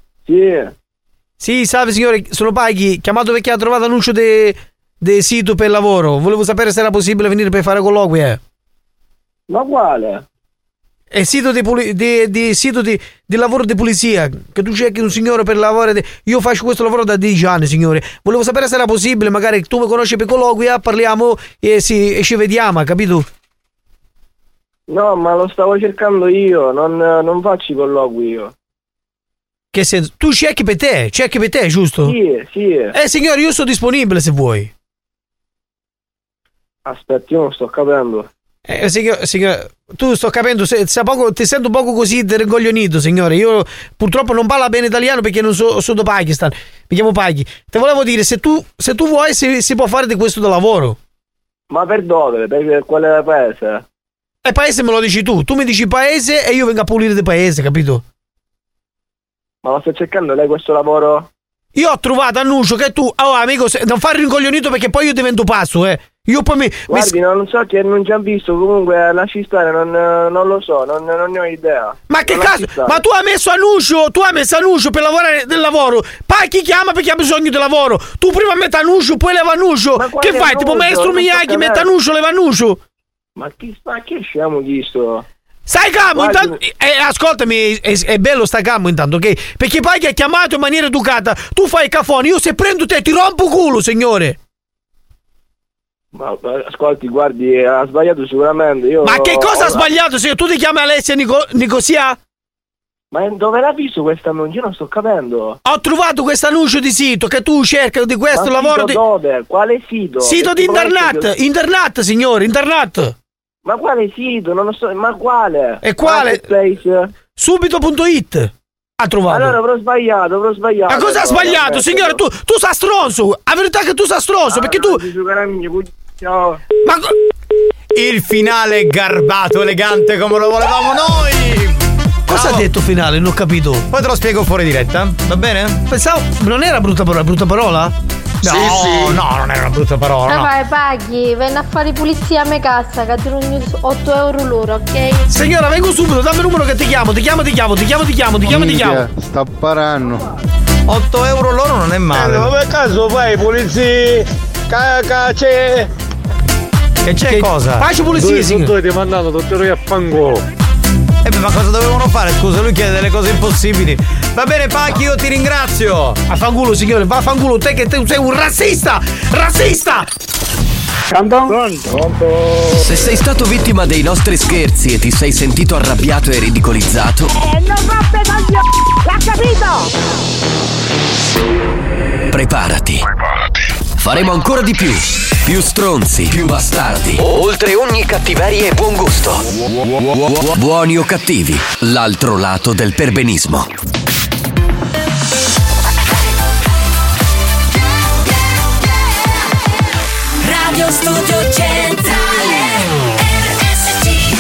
Sì, salve signore, sono Paghi, chiamato perché ha trovato annuncio del sito per lavoro. Volevo sapere se era possibile venire per fare colloqui. Ma quale? È il sito di lavoro di polizia. Che tu cerchi un signore per lavorare. Io faccio questo lavoro da 10 anni, signore. Volevo sapere se era possibile. Magari tu mi conosci per colloqui, parliamo e ci vediamo, capito? No, ma lo stavo cercando io. Non faccio i colloqui io. Che senso? Tu cerchi per te, giusto? Sì. Signore, io sono disponibile se vuoi. Aspetti, io non sto capendo. Signore, tu sto capendo, ti sento poco così dergoglionito, signore. Io purtroppo non parlo bene italiano perché non sono da Pakistan. Mi chiamo Paghi. Te volevo dire, se tu vuoi si può fare di questo da lavoro. Ma per dove? Per quale paese? Paese me lo dici tu. Tu mi dici paese e io vengo a pulire di paese, capito? Ma lo stai cercando lei questo lavoro? Io ho trovato annuncio che tu, amico, non fare rincoglionito perché poi io divento pazzo, Io Io poi Guardi, non so che non ci hanno visto, comunque lasci stare, non lo so, non ne ho idea. Ma che cazzo? Ma tu hai messo annuncio per lavorare del lavoro. Poi chi chiama perché ha bisogno di lavoro? Tu prima metti annuncio, poi leva annuncio. Che fai? Tipo maestro Miyagi, metti annuncio, leva annuncio. Ma che scemo chi sto? Stai calmo, intanto. Ascoltami, è bello sta calmo intanto, ok? Perché poi che ha chiamato in maniera educata, tu fai il cafone, io se prendo te ti rompo culo, signore. Ma ascolti, guardi, ha sbagliato sicuramente. Ma che cosa ha sbagliato? Se tu ti chiami Alessia Nicosia? Ma dove l'ha visto questo annuncio? Io non sto capendo. Ho trovato questo annuncio di sito che tu cerchi di questo lavoro. Dove? Quale sito? Sito di internet. Internet, signore, internet. Ma quale sito? Non lo so, ma quale? E quale? Subito.it. Ha trovato. Allora avrò sbagliato. Ma cosa ha sbagliato, signore? Tu sei stronzo. La verità è che tu sei stronzo, perché tu. Ciao. Ma il finale garbato, elegante come lo volevamo noi. Cosa ha detto finale? Non ho capito. Poi te lo spiego fuori diretta, va bene? Pensavo. Non era brutta parola? No, sì. No, non era una brutta parola. No. Vai, paghi, venni a fare pulizia a me cassa, che ti 8 euro l'ora, ok? Signora, vengo subito, dammi il numero che ti chiamo. Sta parando. 8 euro l'ora non è male. Ma per caso fai pulizia? C'è. Che c'è cosa? Faccio pulizia, signore. Ti ho mandato tutti a fango. Ma cosa dovevano fare? Scusa, lui chiede delle cose impossibili. Va bene, Pacchi, io ti ringrazio. A fanculo, signore, va a fanculo, te che sei un razzista! Se sei stato vittima dei nostri scherzi e ti sei sentito arrabbiato e ridicolizzato, non roppe coglioni! L'ha capito! preparati. Faremo ancora di più. Più stronzi, più bastardi. Oltre ogni cattiveria e buon gusto. Buoni o cattivi, l'altro lato del perbenismo. Radio Studio Centrale RSC.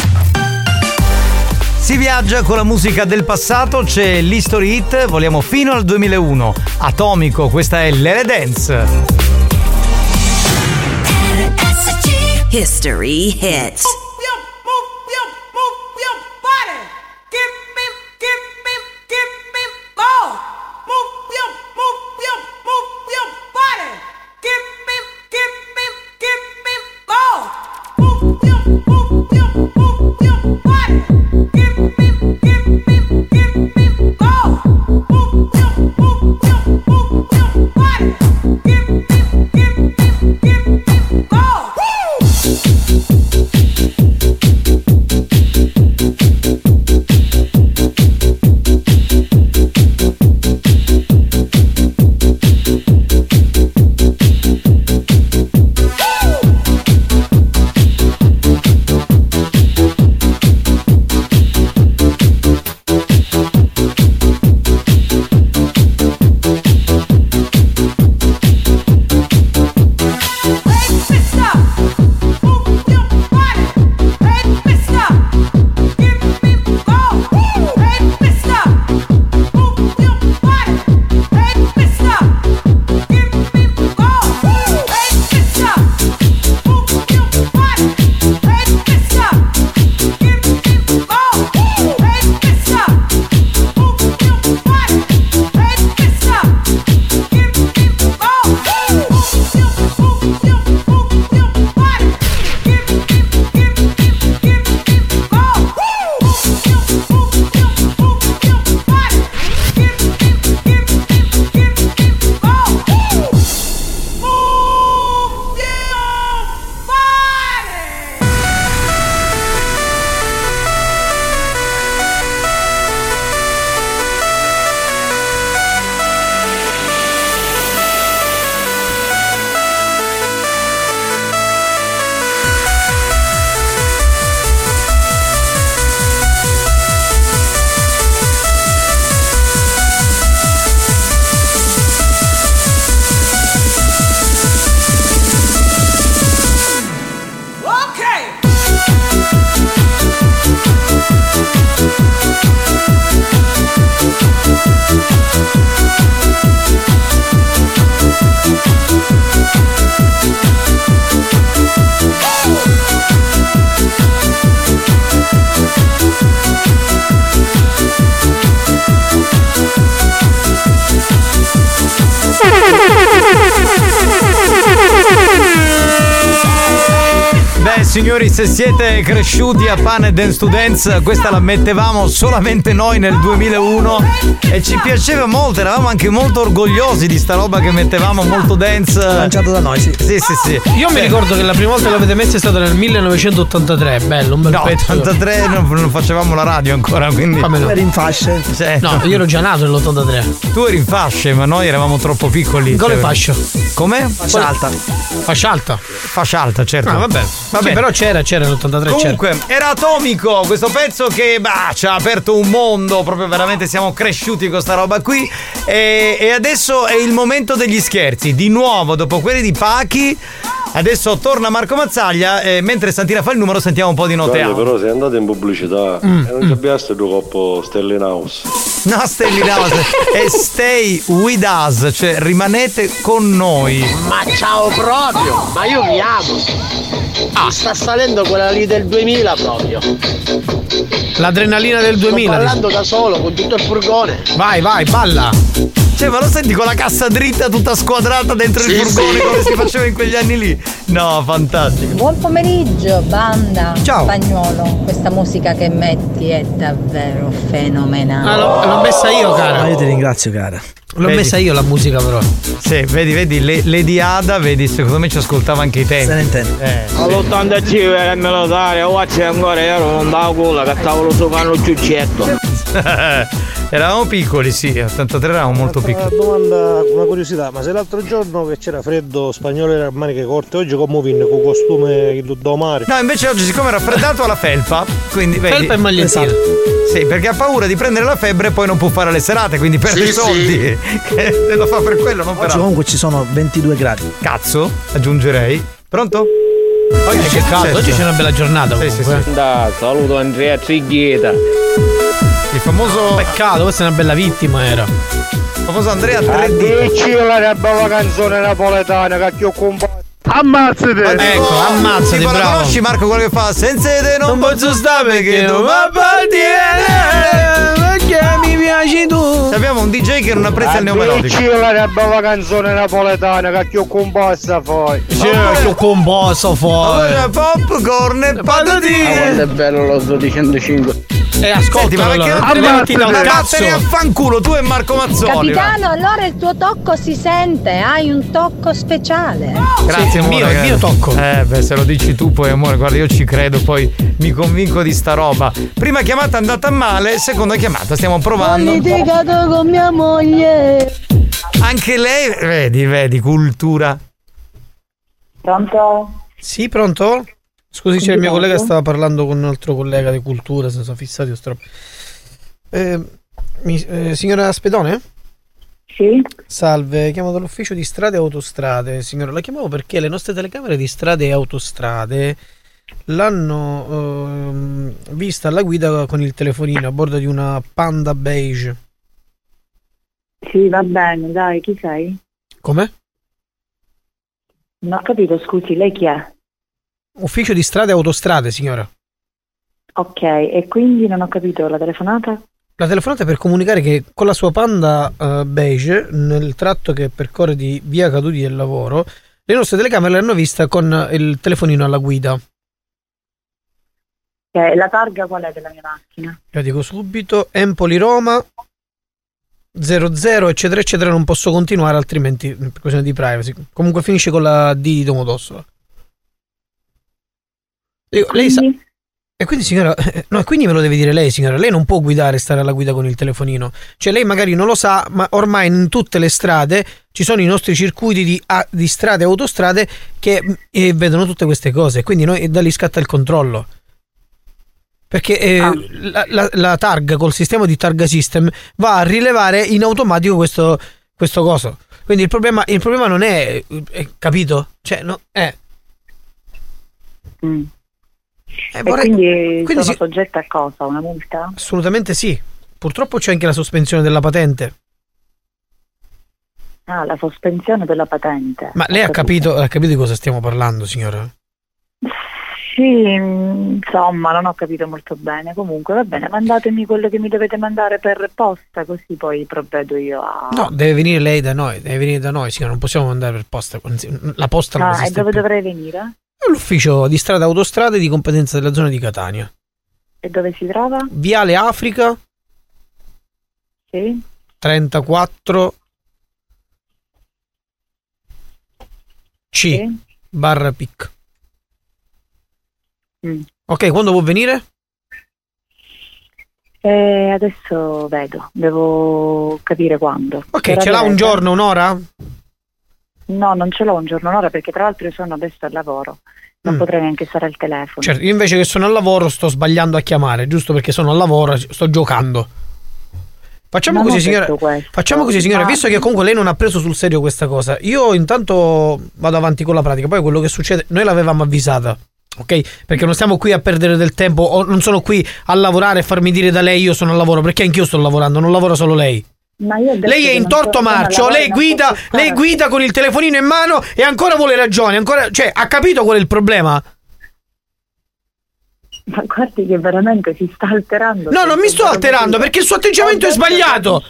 Si viaggia con la musica del passato, c'è l'History Hit, vogliamo fino al 2001. Atomico, questa è Lele Dance. History Hits. signori, se siete cresciuti a pane e dance to dance, questa la mettevamo solamente noi nel 2001 e ci piaceva molto, eravamo anche molto orgogliosi di sta roba che mettevamo, molto dance. Lanciato da noi, sì. Sì. Io mi ricordo che la prima volta che l'avete messa è stata nel 1983, bello, un bel pezzo. 83 non facevamo la radio ancora, quindi. Tu eri in fasce? No, io ero già nato nell'83. Tu eri in fasce, ma noi eravamo troppo piccoli. Quale fascia? Come? Fascia alta. Fascia alta, certo. Ah, vabbè. Sì, però c'era nell'83. Comunque, era Atomico, questo pezzo che ci ha aperto un mondo, proprio veramente siamo cresciuti con sta roba qui. E adesso è il momento degli scherzi. Di nuovo, dopo quelli di Pachi, adesso torna Marco Mazzaglia e mentre Santina fa il numero sentiamo un po' di note. Però sei andato in pubblicità e non ci abbiamo sto coppo Stelling House. No, Stelling House è Stay With Us, cioè rimanete con noi. Ma ciao proprio, ma io mi amo. Mi sta salendo quella lì del 2000 proprio. L'adrenalina del 2000. Sto ballando da solo con tutto il furgone. Vai, balla. Cioè, ma lo senti con la cassa dritta tutta squadrata dentro il furgone come si faceva in quegli anni lì? No, fantastico. Buon pomeriggio, banda. Ciao. Spagnolo. Questa musica che metti è davvero fenomenale. L'ho messa io, cara. Io ti ringrazio, cara. L'ho messa io la musica, però. Sì, vedi, Lady Ada, vedi, secondo me ci ascoltava anche i tempi. Se ne intende. All'85 era il melodario, oggi ancora io non davo culla, che stavo sopra il giuccetto. Eravamo piccoli, sì, a 83 eravamo molto piccoli. Domanda, una curiosità, ma se l'altro giorno che c'era freddo Spagnolo era a maniche corte, oggi come vinne con costume da mare? No, invece oggi siccome è raffreddato ha la felpa, quindi vedi. Felpa e magliettina. Sì, perché ha paura di prendere la febbre e poi non può fare le serate, quindi perde i soldi. Che lo fa per quello, non per altro. Comunque ci sono 22 gradi. Cazzo, aggiungerei. Pronto? Oggi c'è caldo, oggi c'è una bella giornata. Sì. Saluto Andrea Trighieta. Il famoso. Peccato, questa è una bella vittima, era. Il famoso Andrea 3D. Dici la bella canzone napoletana che ti ho comprato. Ammazzate! Ecco, ammazzati, tipo, bravo. La conosci Marco quello che fa? Senza te non posso stare perché non va a perché mi piaci tu. Abbiamo un DJ che non apprezza il neomelodico. Dici la bella canzone napoletana che ti ho composta poi. Che ho composto fuori. Popcorn e patatine. Quanto è bello lo 205. Ascolta, senti, ma perché non te levanti da un cazzo? Vattene a fanculo, tu e Marco Mazzoli. Capitano, allora il tuo tocco si sente, hai un tocco speciale. Grazie, amore. Il mio tocco. Se lo dici tu poi, amore, guarda, io ci credo, poi mi convinco di sta roba. Prima chiamata è andata male, seconda chiamata, stiamo provando. Ho litigato con mia moglie. Anche lei, vedi, cultura. Pronto? Sì, pronto? Scusi, c'è il mio collega stava parlando con un altro collega di cultura, si sono fissati signora Spedone? Sì. Salve, chiamo dall'ufficio di strade e autostrade. Signora, la chiamavo perché le nostre telecamere di strade e autostrade l'hanno vista alla guida con il telefonino a bordo di una Panda beige. Sì, va bene, dai, chi sei? Come? Non ho capito, scusi, lei chi è? Ufficio di strade e autostrade, signora. Ok, e quindi non ho capito la telefonata? La telefonata è per comunicare che con la sua Panda beige, nel tratto che percorre di via Caduti del Lavoro, le nostre telecamere l'hanno vista con il telefonino alla guida. La targa qual è della mia macchina? La dico subito, Empoli Roma 00 eccetera eccetera, non posso continuare altrimenti per questione di privacy. Comunque finisce con la D di Domodossola. Lei sa. E quindi signora, no, quindi me lo deve dire lei, signora. Lei non può guidare e stare alla guida con il telefonino. Cioè lei magari non lo sa, ma ormai in tutte le strade ci sono i nostri circuiti di strade e autostrade che vedono tutte queste cose. Quindi noi da lì scatta il controllo. Perché la targa col sistema di targa system va a rilevare in automatico questo coso. Quindi il problema non è capito? Cioè no, è. Quindi sono soggetta a cosa? Una multa? Assolutamente sì. Purtroppo c'è anche la sospensione della patente. Ah, la sospensione della patente. Ma lei ha capito di cosa stiamo parlando, signora? Sì, insomma, non ho capito molto bene. Comunque, va bene, mandatemi quello che mi dovete mandare per posta, così poi provvedo io a... No, deve venire lei da noi, signora, non possiamo mandare per posta. La posta non esiste e dove più. dovrei venire? È l'ufficio di strada autostrade di competenza della zona di Catania. E dove si trova? Viale Africa. Sì. 34 C Sì. barra PIC. Mm. Ok, quando può venire? Adesso vedo, devo capire quando. Ok, ce l'ha un giorno, un'ora? No, non ce l'ho un giorno, un'ora, perché tra l'altro io sono adesso al lavoro. Non potrei neanche stare al telefono. Certo, io invece che sono al lavoro sto sbagliando a chiamare, giusto perché sono al lavoro, sto giocando. Facciamo così, signora, visto che comunque lei non ha preso sul serio questa cosa, io intanto vado avanti con la pratica, poi quello che succede, noi l'avevamo avvisata, ok? Perché non stiamo qui a perdere del tempo, o non sono qui a lavorare e farmi dire da lei io sono al lavoro, perché anch'io sto lavorando, non lavora solo lei. Ma io lei è in torto marcio, lei guida con il telefonino in mano e ancora vuole ragione, ancora, cioè, ha capito qual è il problema? Ma guardi che veramente si sta alterando. No, non mi sto alterando perché il suo atteggiamento è sbagliato.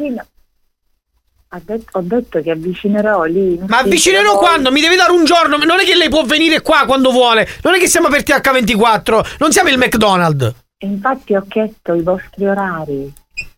Ho detto che avvicinerò lì. Ma avvicinerò quando? Mi deve dare un giorno. Non è che lei può venire qua quando vuole. Non è che siamo aperti H24. Non siamo il McDonald's. E infatti ho chiesto i vostri orari.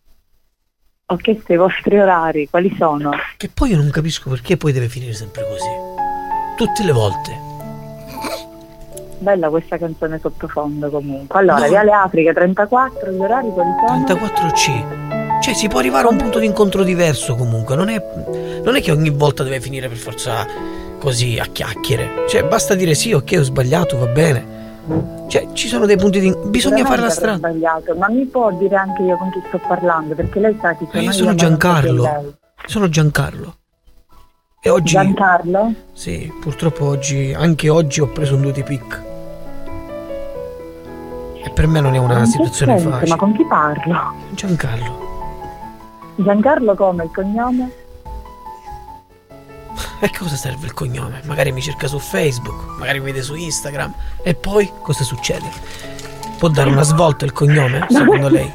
Quali sono? Che poi io non capisco perché poi deve finire sempre così. Tutte le volte. Bella questa canzone sottofondo comunque. Allora, Viale Africa 34, gli orari quali sono? 34C. Cioè si può arrivare a un punto di incontro diverso comunque. Non è che ogni volta deve finire per forza così a chiacchiere. Cioè basta dire sì, ok, ho sbagliato, va bene. Cioè ci sono dei punti di... Bisogna fare la strada. Sbagliato, ma mi può dire anche io con chi sto parlando? Perché lei sa che io sono Giancarlo. Sono Giancarlo. E oggi... Giancarlo? Sì, purtroppo anche oggi ho preso un 2 PIC. E per me non è una situazione facile. Ma con chi parlo? Giancarlo come? Il cognome? E cosa serve il cognome? Magari mi cerca su Facebook, magari mi vede su Instagram. E poi cosa succede? Può dare una svolta il cognome, secondo lei?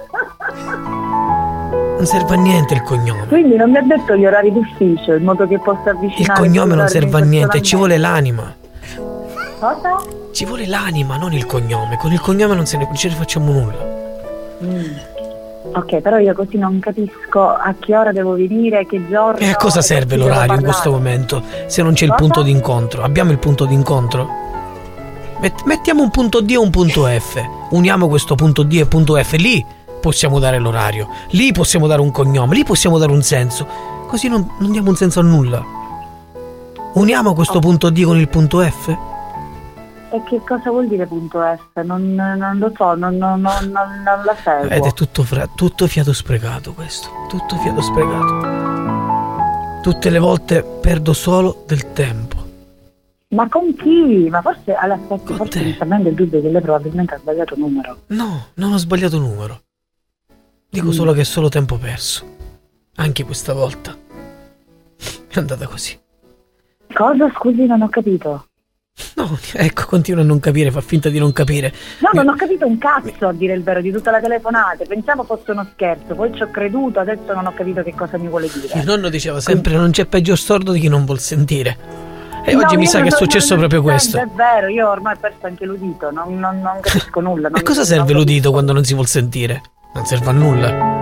Non serve a niente il cognome. Quindi non mi ha detto gli orari d'ufficio, in modo che possa avvicinare. Il cognome non serve a niente, ci vuole l'anima. Cosa? Ci vuole l'anima, non il cognome. Con il cognome non ce ne facciamo nulla. Ok, però io così non capisco a che ora devo venire, che giorno. E a cosa serve l'orario in questo momento? Se non c'è il punto d'incontro. Abbiamo il punto d'incontro? Mettiamo un punto D e un punto F. Uniamo questo punto D e punto F. Lì possiamo dare l'orario. Lì possiamo dare un cognome. Lì possiamo dare un senso. Così non diamo un senso a nulla. Uniamo questo punto D con il punto F. E che cosa vuol dire punto F? Non lo so, non la seguo. Ed è tutto fiato sprecato questo. Tutto fiato sprecato. Tutte le volte perdo solo del tempo. Ma con chi? Ma forse all'aspetto, forse mi sta venendo il dubbio che lei probabilmente ha sbagliato numero. No, non ho sbagliato numero. Dico solo che è solo tempo perso. Anche questa volta. È andata così. Cosa? Scusi, non ho capito. No, ecco, continua a non capire, fa finta di non capire. No, non ho capito un cazzo, a dire il vero, di tutta la telefonata. Pensavo fosse uno scherzo, poi ci ho creduto, adesso non ho capito che cosa mi vuole dire. Il nonno diceva sempre non c'è peggior sordo di chi non vuol sentire. E oggi mi sa che è successo proprio questo. È vero, io ormai ho perso anche l'udito, non capisco nulla. A cosa serve l'udito quando non si vuol sentire? Non serve a nulla.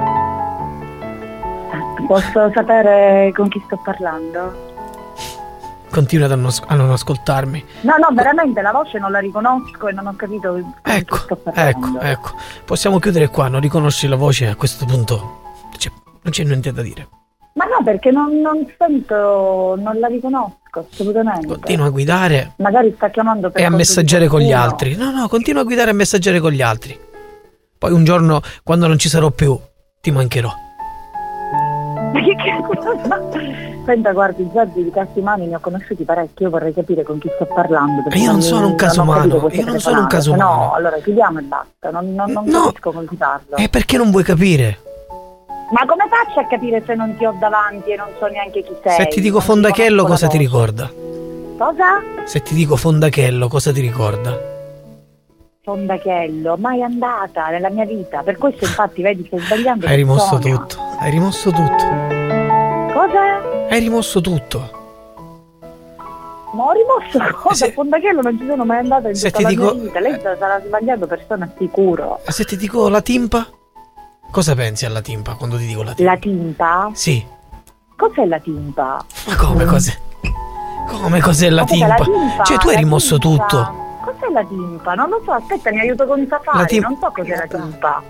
Posso sapere con chi sto parlando? Continua a non ascoltarmi. No, veramente la voce non la riconosco e non ho capito. Ecco. Possiamo chiudere qua, non riconosci la voce a questo punto. Non c'è niente da dire. Ma no, perché non sento, non la riconosco assolutamente. Continua a guidare. Magari sta chiamando per e a messaggiare con gli altri. No, continua a guidare e a messaggiare con gli altri. Poi un giorno, quando non ci sarò più, ti mancherò. Ma che cazzo? Senta, guardi, già di casi umani ne ho conosciuti parecchi, io vorrei capire con chi sto parlando. Io non sono un caso umano. No, allora chiudiamo e basta, non capisco con chi parlo. E perché non vuoi capire? Ma come faccio a capire se non ti ho davanti e non so neanche chi sei? Se ti dico Fondachello, cosa ti ricorda? Cosa? Se ti dico Fondachello, cosa ti ricorda? Fondachello, mai andata nella mia vita. Per questo infatti, vedi, stai sbagliando. Hai rimosso tutto. Cosa? Hai rimosso tutto. Ma ho rimosso cosa? A Fontachello non ci sono mai andata in tutta la mia vita. Lei sarà sbagliato, persona sicuro. Se ti dico la timpa? Cosa pensi alla timpa quando ti dico la timpa? La timpa? Sì. Cos'è la timpa? Ma come cos'è? Come cos'è la timpa? Cioè tu hai rimosso tutto. Cos'è la timpa? Non lo so, aspetta, mi aiuto con Safari, non so cos'è la timpa.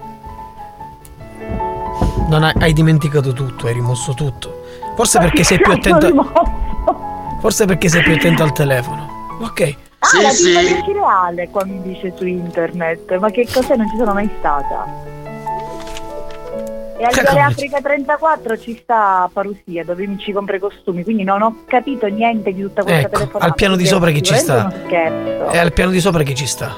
Non hai dimenticato tutto, hai rimosso tutto. Forse perché sei più attento. Forse perché sei più attento al telefono. Ok. La timpa del cereale qua mi dice su internet. Ma che cos'è? Non ci sono mai stata. E al Viale Africa 34 ci sta Parusia, dove mi ci compra i costumi, quindi non ho capito niente di tutta questa telefonata. Al piano di sopra chi ci sta? Scherzo. E al piano di sopra chi ci sta?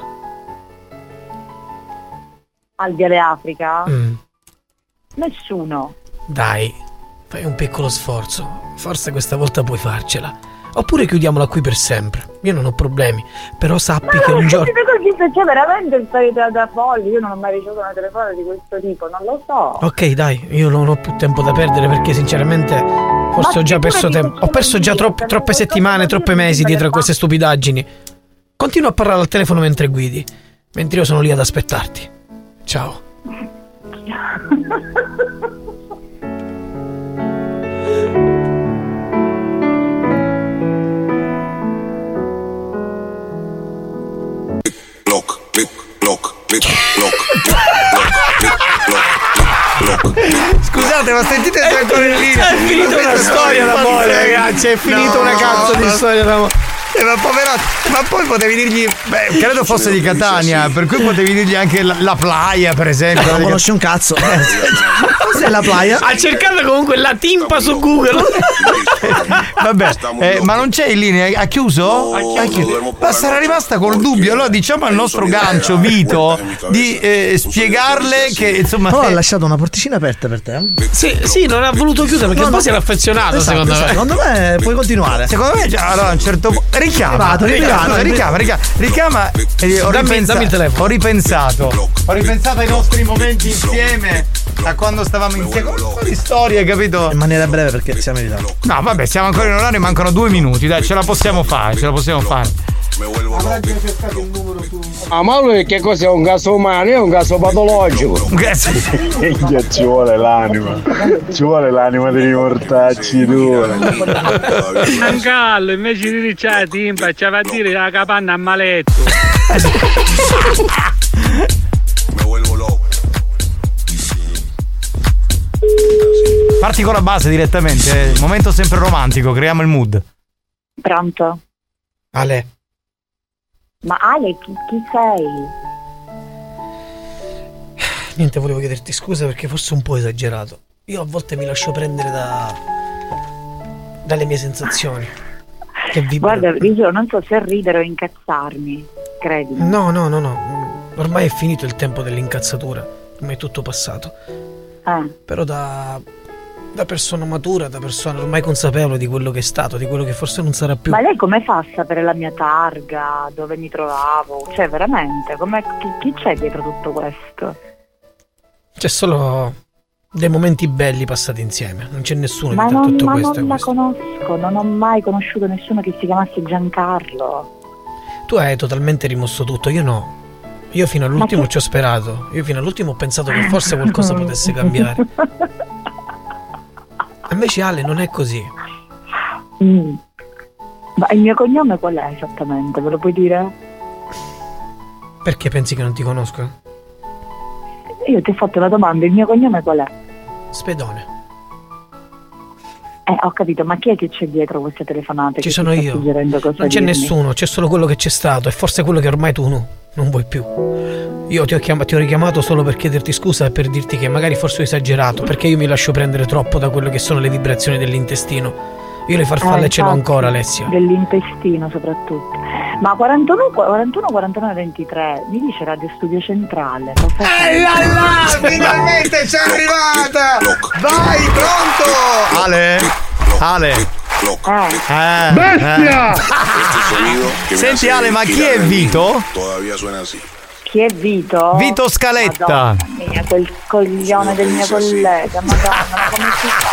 Al Viale Africa? Nessuno. Dai, fai un piccolo sforzo. Forse questa volta puoi farcela. Oppure chiudiamola qui per sempre. Io non ho problemi. Però sappi che un giorno. C'è veramente storie da folli. Io non ho mai ricevuto una telefonata di questo tipo, non lo so. Ok, dai, io non ho più tempo da perdere perché sinceramente forse ho già perso tempo. Ho perso già troppe settimane, troppe mesi dietro a queste stupidaggini. Continua a parlare al telefono mentre guidi, mentre io sono lì ad aspettarti. Ciao. Scusate, ma sentite se ancora in linea. È finita una storia d'amore, ragazzi. È finita una cazzo di storia d'amore. Ma poverato, ma poi potevi dirgli, credo fosse di Catania, per cui potevi dirgli anche la playa, per esempio. Non conosci un cazzo. Cos'è la playa? Ha cercato comunque la timpa su Google. Vabbè, ma non c'è in linea, ha chiuso? Ha chiuso. Ma sarà rimasta col dubbio. Allora diciamo al nostro gancio Vito di spiegarle che insomma. Però ha lasciato una porticina aperta per te. Sì, non ha voluto chiudere perché un po' si era affezionato, secondo me. Secondo me puoi continuare. Secondo me già, allora a un certo punto. Richiama e dammi il telefono. Ho ripensato ai nostri momenti insieme, a quando stavamo insieme, con un po' di storie, capito? In maniera breve perché siamo in ritardo. No, vabbè, siamo ancora in orario, mancano 2 minuti, dai, ce la possiamo fare. Avrà già cercato il numero su. Ah, ma lui che cos'è? Un caso umano? È un caso patologico. Ci vuole l'anima di rimortacci tu. Angallo, invece di dire la timpa, ci va a dire la capanna a maletto. Parti con la base direttamente, momento sempre romantico, creiamo il mood. Pronto? Ale. Ma Ale, chi sei? Niente, volevo chiederti scusa perché forse un po' esagerato. Io a volte mi lascio prendere dalle mie sensazioni. Guarda, io non so se ridere o incazzarmi, credimi. No. Ormai è finito il tempo dell'incazzatura. Ormai è tutto passato. Però da persona matura, da persona ormai consapevole di quello che è stato, di quello che forse non sarà più. Ma lei come fa a sapere la mia targa, dove mi trovavo? Cioè veramente, chi c'è dietro tutto questo? C'è solo dei momenti belli passati insieme, non c'è nessuno dietro tutto questo. Ma non la conosco, non ho mai conosciuto nessuno che si chiamasse Giancarlo. Tu hai totalmente rimosso tutto, io no. Io fino all'ultimo ci ho sperato, io fino all'ultimo ho pensato che forse qualcosa potesse cambiare. Invece Ale non è così. Ma il mio cognome qual è esattamente? Me lo puoi dire? Perché pensi che non ti conosco? Io ti ho fatto una domanda, il mio cognome qual è? Spedone. Ho capito, ma chi è che c'è dietro queste telefonate? Ci sono io. Non c'è nessuno, c'è solo quello che c'è stato e forse quello che ormai tu non vuoi più. Io ti ho richiamato solo per chiederti scusa e per dirti che magari forse ho esagerato, perché io mi lascio prendere troppo da quello che sono le vibrazioni dell'intestino. Io le farfalle ce l'ho ancora, Alessia. Dell'intestino soprattutto. Ma 41 49 23 mi dice Radio Studio Centrale. Finalmente c'è arrivata! Vai, pronto! Ale. Bestia! Senti Ale, ma chi è Vito? Todavía suena así. Chi è Vito? Vito Scaletta. Madonna mia, quel coglione del mio collega. Madonna, ma come si fa?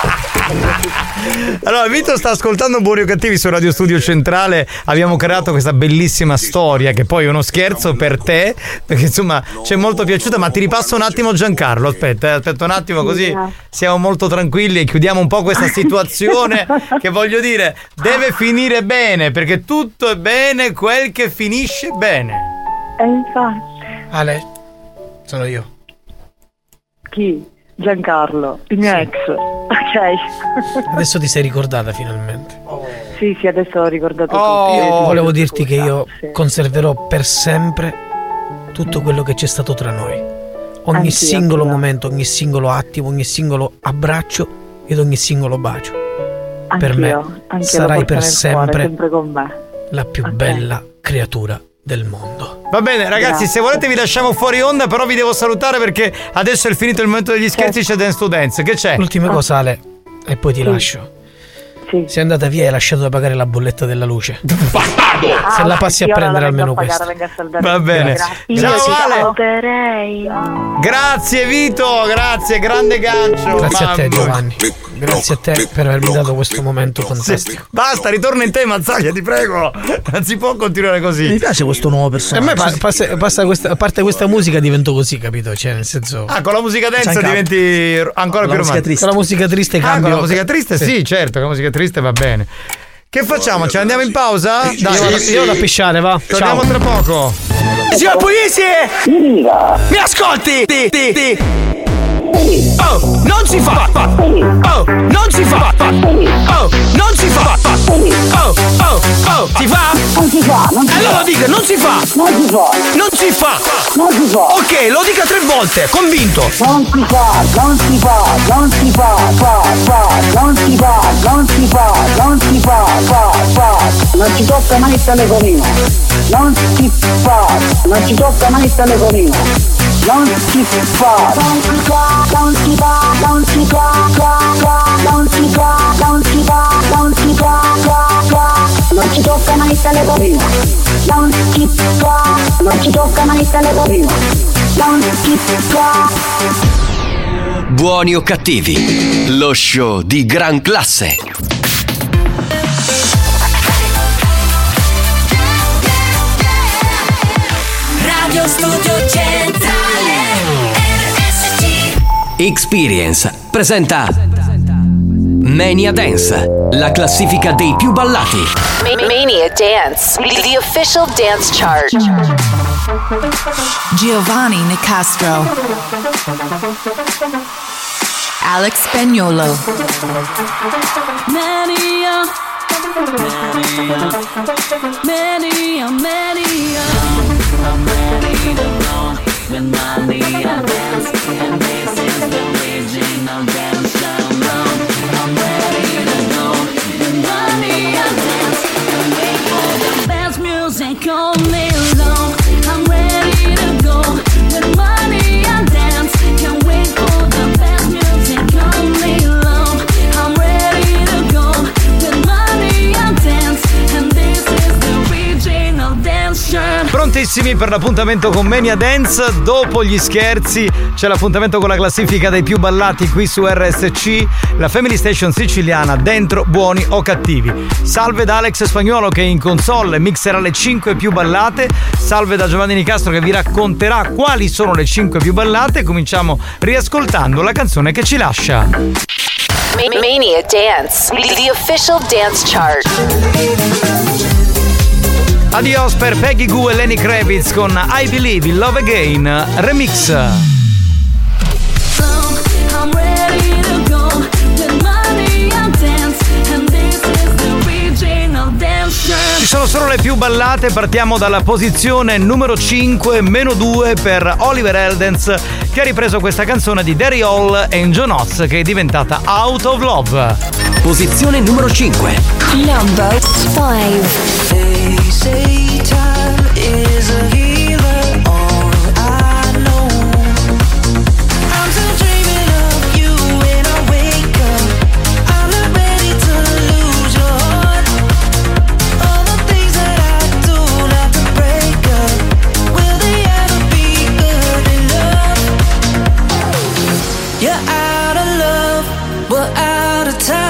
Allora, Vito sta ascoltando Buoni o Cattivi su Radio Studio Centrale. Abbiamo creato questa bellissima storia che poi è uno scherzo per te, perché insomma ci è molto piaciuta. Ma ti ripasso un attimo Giancarlo, aspetta un attimo, così siamo molto tranquilli e chiudiamo un po' questa situazione che, voglio dire, deve finire bene, perché tutto è bene quel che finisce bene. E infatti. Ale, sono io. Chi? Giancarlo, il mio ex. Ok. Adesso ti sei ricordata finalmente. Sì, adesso ho ricordato tutto. Volevo dirti che io conserverò per sempre tutto quello che c'è stato tra noi. Ogni singolo momento, ogni singolo attimo, ogni singolo abbraccio ed ogni singolo bacio. Per me sarai per sempre con me. La più bella creatura del mondo. Va bene ragazzi, se volete vi lasciamo fuori onda, però vi devo salutare perché adesso è finito il momento degli scherzi, c'è Dance to Dance. Che c'è? L'ultima cosa, Ale, e poi ti lascio. Sei andata via e hai lasciato da pagare la bolletta della luce. Bastardo! Se la passi a prendere almeno questo. Va bene. Ciao Ale. Grazie Vito, grazie, grande gancio. Grazie a te Giovanni. Grazie a te per avermi dato questo momento fantastico. Basta, ritorna in te Mazzaglia, ti prego. Non si può continuare così. Mi piace questo nuovo personaggio. A me a parte questa musica divento così, capito? Cioè nel senso. Con la musica dance diventi ancora più romantico. Con la musica triste cambio. Con la musica triste sì, certo, con la musica triste va bene. Che facciamo? Ce andiamo in pausa? Dai, io vado a pisciare, va. Torniamo tra poco. Signor Puglisi! Mi ascolti? Oh, non si fa! Oh, non si fa! Oh, non si fa! Oh, si fa? Non si fa! Allora dica, non si fa! Non si fa! Non si fa! Non si fa! Ok, lo dica 3 volte, convinto! Non si fa! Non si fa! Non si fa! Non si fa! Non si fa! Non si fa! Non ci tocca mai il telefonino! Non si fa! Non ci tocca mai il telefonino! Non si fa! Non si fa! Non si fa! Non si fa! Non si fa! Non si fa! Non si fa! Non ci tocca mai il telefonino! Non si fa! Non ci tocca mai il telefonino! Non si fa! Buoni o Cattivi, lo show di gran classe. Radio Studio Centrale RSC. Experience presenta Mania Dance, la classifica dei più ballati. Mania Dance, the official dance chart. Giovanni Nicastro, Alex Spagnolo, Mania I'm ready to go with Mania Dance, and this is the original dance shalom. I'm ready to go with Mania Dance, and wait for the best music all day long. I'm ready to go with Mania Dance, can't wait for the best music all day long. I'm ready to go with Mania Dance, and this is the original dance shalom. Prontissimi per l'appuntamento con Mania Dance. Dopo gli scherzi c'è l'appuntamento con la classifica dei più ballati qui su RSC, la Family Station siciliana, dentro Buoni o Cattivi. Salve da Alex Spagnolo che in console mixerà le 5 più ballate. Salve da Giovanni Nicastro che vi racconterà quali sono le 5 più ballate. Cominciamo riascoltando la canzone che ci lascia. Mania Dance, the official dance chart. Adios per Peggy Goo e Lenny Kravitz con I Believe in Love Again Remix. I'm ready to go with Mania Dance, and this is the original dance. Ci sono solo le più ballate, partiamo dalla posizione numero 5, meno 2 per Oliver Heldens, che ha ripreso questa canzone di Derry Hall e John Oates che è diventata Out of Love. Posizione numero 5. Number 5. They say time is a healer, all I know. I'm still dreaming of you when I wake up. I'm not ready to lose your heart. All the things that I do not to break up, will they ever be good enough? You're out of love, we're out of time.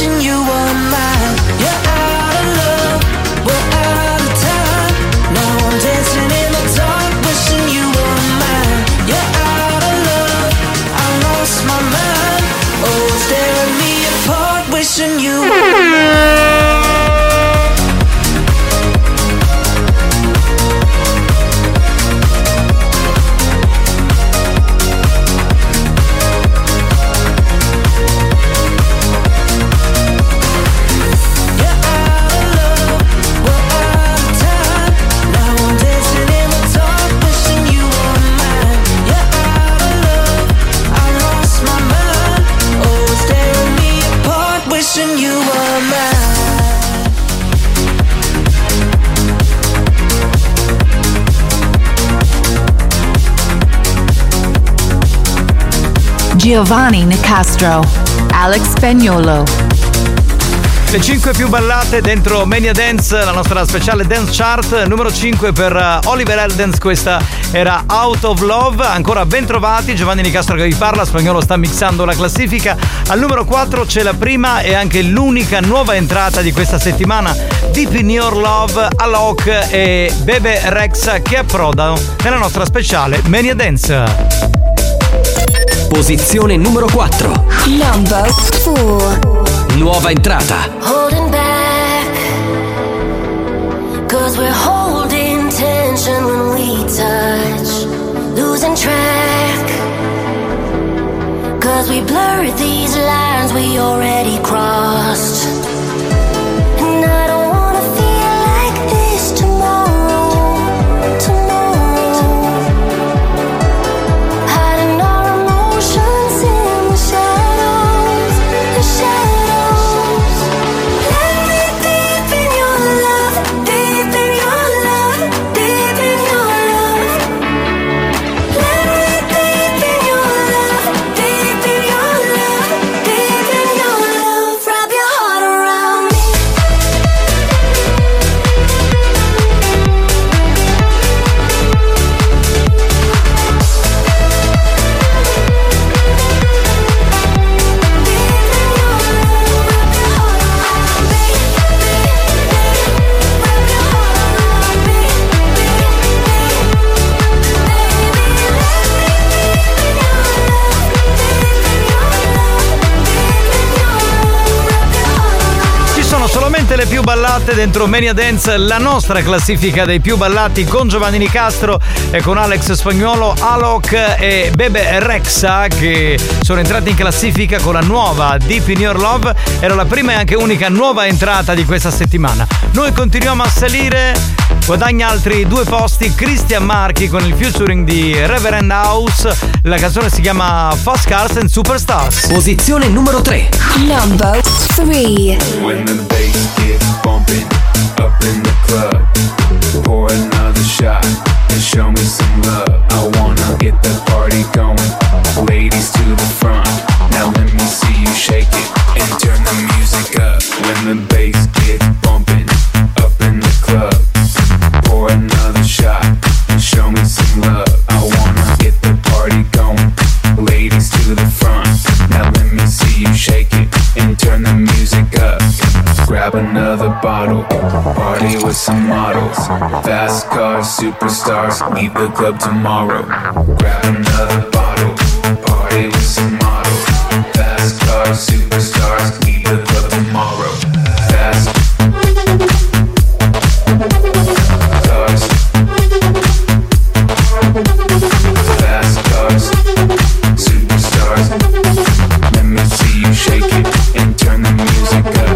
wishing you were mine. You're out of love, we're out of time. Now I'm dancing in the dark, wishing you were mine. You're out of love, I lost my mind. Oh, it's tearing me apart, wishing you were mine. Giovanni Nicastro, Alex Spagnuolo. Le 5 più ballate dentro Mania Dance, la nostra speciale dance chart. Numero 5 per Oliver Heldens, questa era Out of Love. Ancora ben trovati, Giovanni Nicastro che vi parla, Spagnuolo sta mixando la classifica. Al numero 4 c'è la prima e anche l'unica nuova entrata di questa settimana, Deep in Your Love, Alok e Bebe Rexha, che approdano nella nostra speciale Mania Dance. Posizione numero 4. Number 4. Nuova entrata. Holding back, 'cause we're holding tension when we touch. Losing track, 'cause we blurred these lines we already crossed. And I don't wanna feel like this tomorrow, tomorrow. Hiding our emotions in the shadows, the shadows. Le più ballate dentro Mania Dance, la nostra classifica dei più ballati con Giovanni Nicastro e con Alex Spagnuolo, Alok e Bebe Rexha, che sono entrati in classifica con la nuova Deep in Your Love. Era la prima e anche unica nuova entrata di questa settimana. Noi continuiamo a salire, guadagna altri 2 posti Christian Marchi con il featuring di Reverend House. La canzone si chiama Fast Cars and Superstars. Posizione numero 3. Number 3. When the bass gets bumping up in the club, pour another shot and show me some love. I wanna get the party going, ladies to the front. Now let me see you shake it and turn the music up. When the bass gets bumping up in the club, pour another shot and show me some love. I wanna get the party going, ladies to the front. Now let me see you shake it and turn the music up. Grab another bottle, party with some models. Fast cars, superstars, leave the club tomorrow. Grab another bottle, party with some models. Fast cars, superstars, leave the club tomorrow. Fast cars, fast cars, superstars. Let me see you shake it and turn the music up.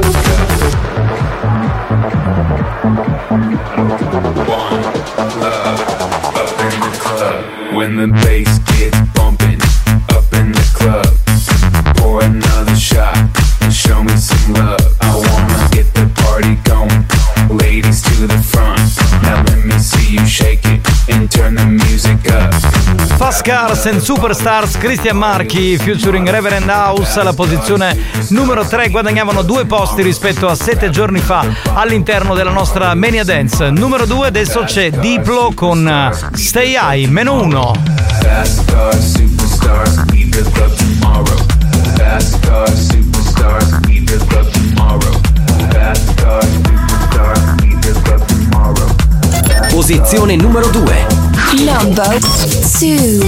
One love up in the club. When the bass gets bumping up in the club, pour another shot and show me some love. I wanna get the party going, ladies to the front. Now let me see you shake it and turn the music up. Fast Cars and Superstars, Christian Marchi featuring Reverend House alla posizione numero 3. Guadagnavano 2 posti rispetto a 7 giorni fa all'interno della nostra Mania Dance. Numero 2 adesso c'è Diplo con Stay High, meno 1. Fast cars, superstars, leave the club tomorrow. Fast cars, superstars, leave meet the club tomorrow. Fast car, superstar, meet the club tomorrow. Posizione numero 2. Number 2.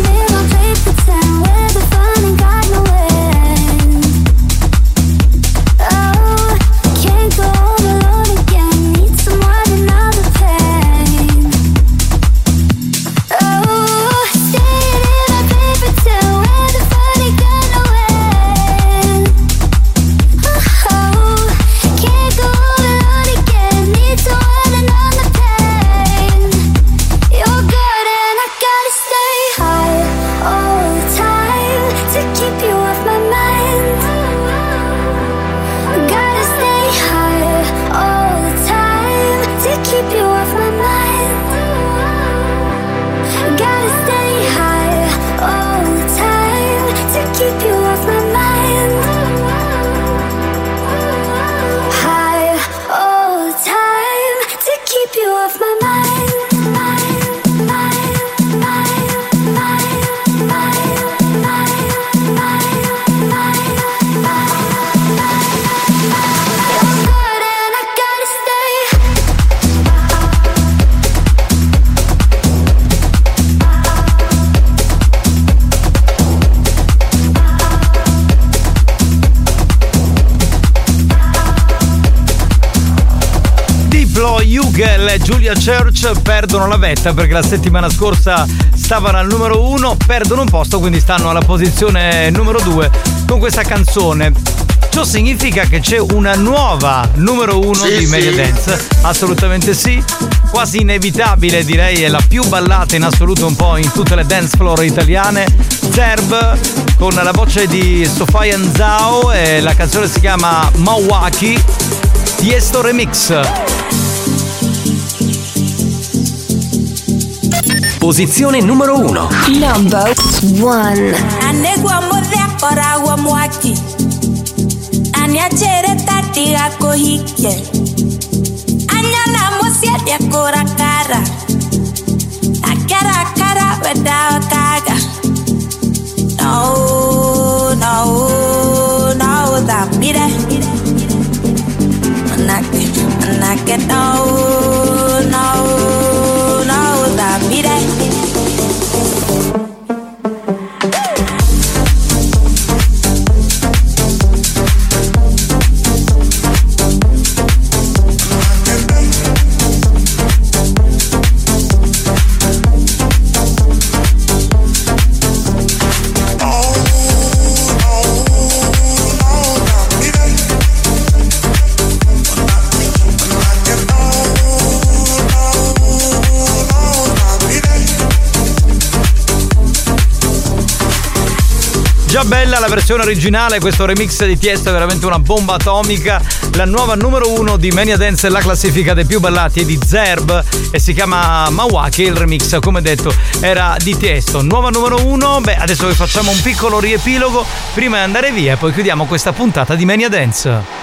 e Julia Church perdono la vetta perché la settimana scorsa stavano al numero 1, perdono un posto, quindi stanno alla posizione numero 2 con questa canzone. Ciò significa che c'è una nuova numero 1 di Media Dance? Assolutamente sì, quasi inevitabile, direi, è la più ballata in assoluto un po' in tutte le dance floor italiane. Zerb con la voce di Sofia Nzao e la canzone si chiama Milwaukee, Tiesto Remix. Posizione numero 1. Number 1. Anegwa modea koragwa mwaki Aniachere tatiga kohike Anyana mosia dia korakara Akara kara weda kaga No, no, no, da mire Manake, no, no, no, da mire Già bella la versione originale, questo remix di Tiesto è veramente una bomba atomica. La nuova numero 1 di Mania Dance, la classifica dei più ballati è di Zerb e si chiama Milwaukee. Il remix, come detto, era di Tiesto. Nuova numero 1, beh, adesso vi facciamo un piccolo riepilogo prima di andare via e poi chiudiamo questa puntata di Mania Dance.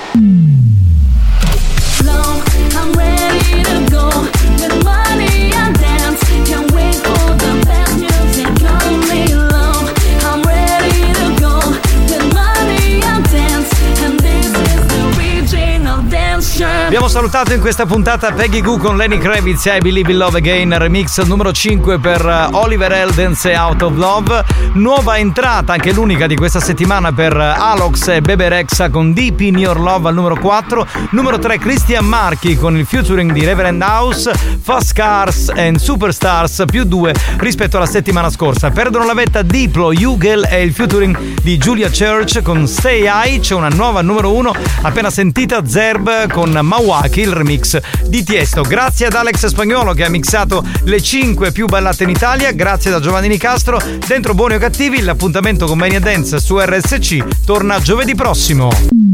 Abbiamo salutato in questa puntata Peggy Goo con Lenny Kravitz e I Believe in Love Again, remix numero 5 per Oliver Heldens e Out of Love. Nuova entrata, anche l'unica di questa settimana, per Alox e Bebe Rexha con Deep in Your Love al numero 4. Numero 3 Christian Marchi con il featuring di Reverend House, Fast Cars and Superstars, più 2 rispetto alla settimana scorsa. Perdono la vetta Diplo, Hugel e il featuring di Julia Church con Stay High. C'è una nuova numero 1 appena sentita, Zerb con Milwaukee, il remix di Tiesto. Grazie ad Alex Spagnuolo che ha mixato le 5 più ballate in Italia. Grazie da Giovanni Nicastro. Dentro Buoni o Cattivi, l'appuntamento con Mania Dance su RSC torna giovedì prossimo.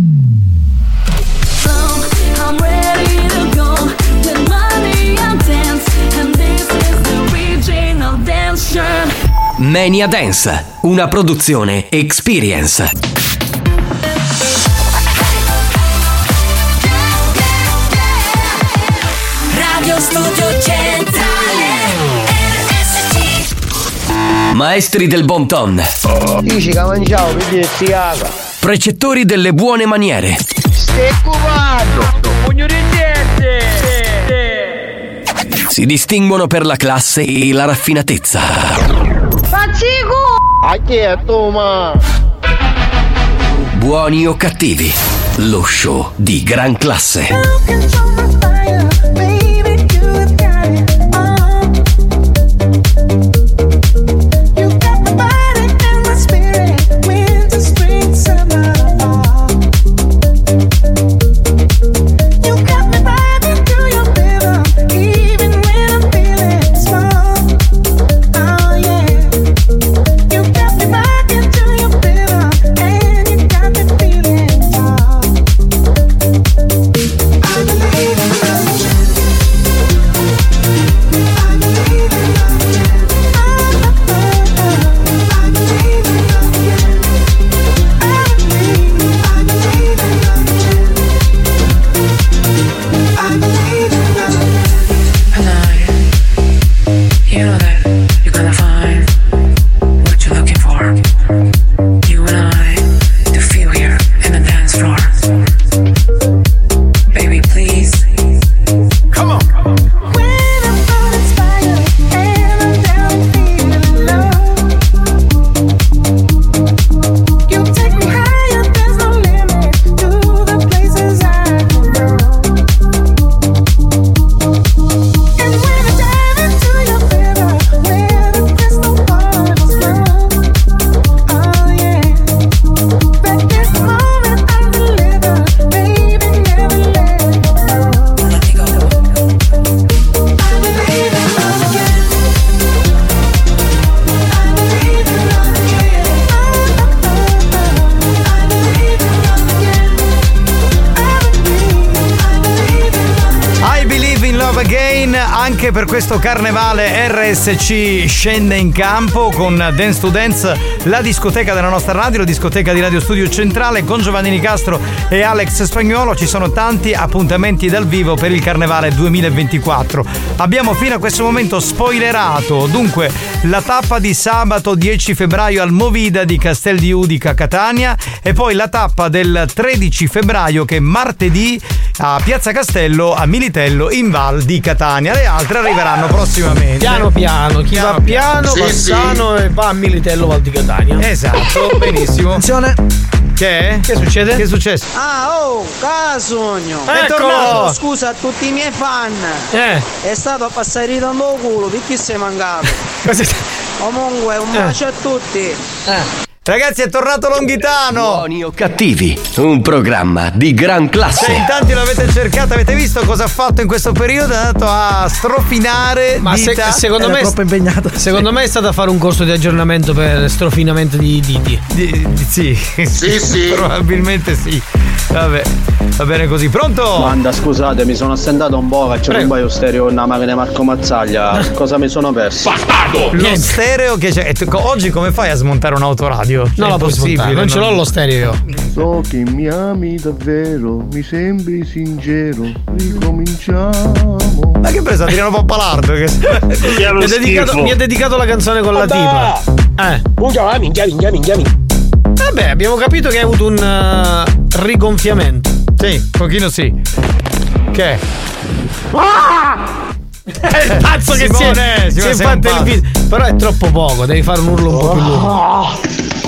Mania Dance, una produzione Experience. Studio Centrale RSC. Maestri del bon ton. Dici che mangiavo per dirti caga. Precettori delle buone maniere. Si distinguono per la classe e la raffinatezza. Buoni o cattivi, lo show di gran classe. Anche per questo carnevale RSC scende in campo con Dance to Dance, la discoteca della nostra radio, la discoteca di Radio Studio Centrale con Giovanni Nicastro e Alex Spagnuolo. Ci sono tanti appuntamenti dal vivo per il carnevale 2024. Abbiamo fino a questo momento spoilerato dunque la tappa di sabato 10 febbraio al Movida di Castel di Udica Catania e poi la tappa del 13 febbraio che è martedì a Piazza Castello a Militello in Val di Catania. Le altre arriveranno prossimamente. Piano piano, chi va piano va sano e va a Militello Val di Catania. Esatto, benissimo. Attenzione. Che succede? Che è successo? Sogno. È tornato. Scusa a tutti i miei fan. È stato a passare il culo, perché sei mancato? Comunque un bacio a tutti. Ragazzi, è tornato Longhitano. Buoni o cattivi, un programma di gran classe. Se in tanti l'avete cercato, avete visto cosa ha fatto in questo periodo? È andato a strofinare dita. Secondo me troppo impegnato. Secondo me è stato a fare un corso di aggiornamento per strofinamento di diti. Sì, probabilmente sì. Vabbè, va bene così. Pronto? Manda, scusate, mi sono assentato un po', c'è un paio stereo una macchina di Marco Mazzaglia. Cosa mi sono perso? Bastardo! Lo stereo che c'è. Oggi come fai a smontare un autoradio? Non la posso smontare, non ce l'ho lo stereo io. So che mi ami davvero, mi sembri sincero, ricominciamo. Ma che presa Adriano Pappalardo? Mi ha dedicato la canzone con la tipa. Vabbè, abbiamo capito che hai avuto un rigonfiamento. Sì, un pochino sì. Che è? È il pazzo che si è fatto il video. Però è troppo poco, devi fare un urlo un po' più lungo.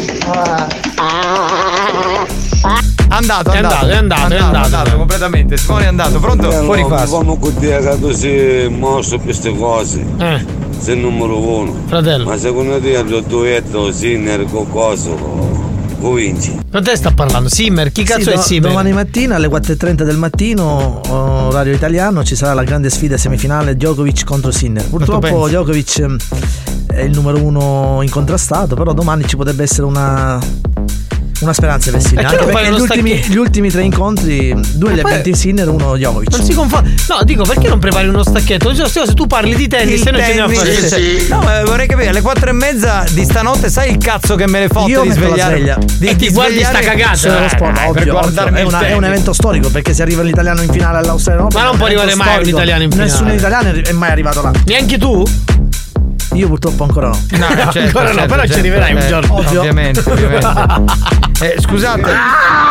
È andato completamente. Simone è andato, pronto? Fuori fase. Comunque ti ha dato si mosso per queste cose. Sei il numero uno. Fratello. Ma secondo te il duetto Sinner con coso vinci? Ma te sta parlando? Simmer? Chi cazzo è Simmer? Domani mattina alle 4:30 del mattino, orario italiano, ci sarà la grande sfida semifinale Djokovic contro Sinner. Purtroppo Djokovic è il numero uno incontrastato, però domani ci potrebbe essere una speranza per Sinner. Anche perché gli ultimi 3 incontri, 2 li ha vinti Sinner, 1 Djokovic. Non si confonde. No, dico, perché non prepari uno stacchetto? Se tu parli di tennis, se noi ci andiamo a fare. No, ma vorrei capire, alle 4:30 di stanotte sai il cazzo che me ne fotte io di svegliare? La e ti guardi sta cagata. È un evento storico, perché se arriva l'italiano in finale all'Australia Open, ma non può arrivare mai un italiano in finale. Nessun italiano è mai arrivato là. Neanche tu? Io purtroppo ancora no. No, certo, ancora no, però ci arriverai un giorno. Ovvio. Ovviamente. Scusate.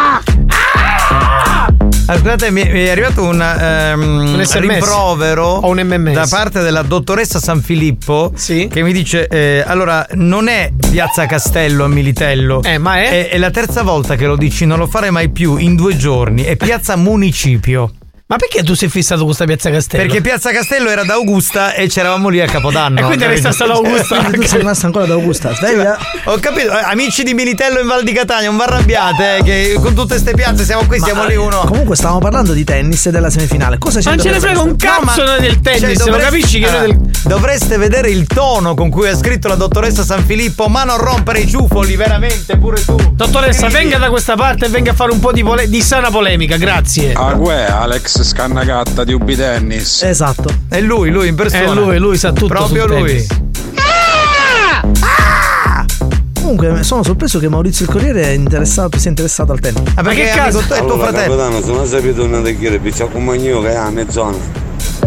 Scusate, mi è arrivato un SMS rimprovero o un MMS da parte della dottoressa Sanfilippo, sì, che mi dice allora non è Piazza Castello a Militello, ma è la terza volta che lo dici, non lo fare mai più in 2 giorni, è Piazza Municipio. Ma perché tu sei fissato con questa Piazza Castello? Perché Piazza Castello era da Augusta e c'eravamo lì a Capodanno. E quindi resta stato Augusta. Tu sei rimasto ancora da Augusta, sveglia. Ho capito, amici di Militello in Val di Catania, non vi arrabbiate, che con tutte ste piazze siamo qui, siamo lì uno. Comunque stavamo parlando di tennis e della semifinale. Cosa c'è? Non ce ne frega un cazzo del tennis, lo capisci che noi dovreste vedere il tono con cui ha scritto la dottoressa Sanfilippo, ma non rompere i ciufoli, veramente, pure tu. Dottoressa, venga da questa parte e venga a fare un po' di sana polemica, grazie. Alex Scannagatta di Ubi Tennis. Esatto. È lui in persona. È lui sa tutto. Proprio lui. Tennis. Comunque sono sorpreso che Maurizio il Corriere sia interessato al tennis. Ma che caso? È tuo fratello. Capitano, se non sapete una da chiedere, piccia come io che è a mezz'ora.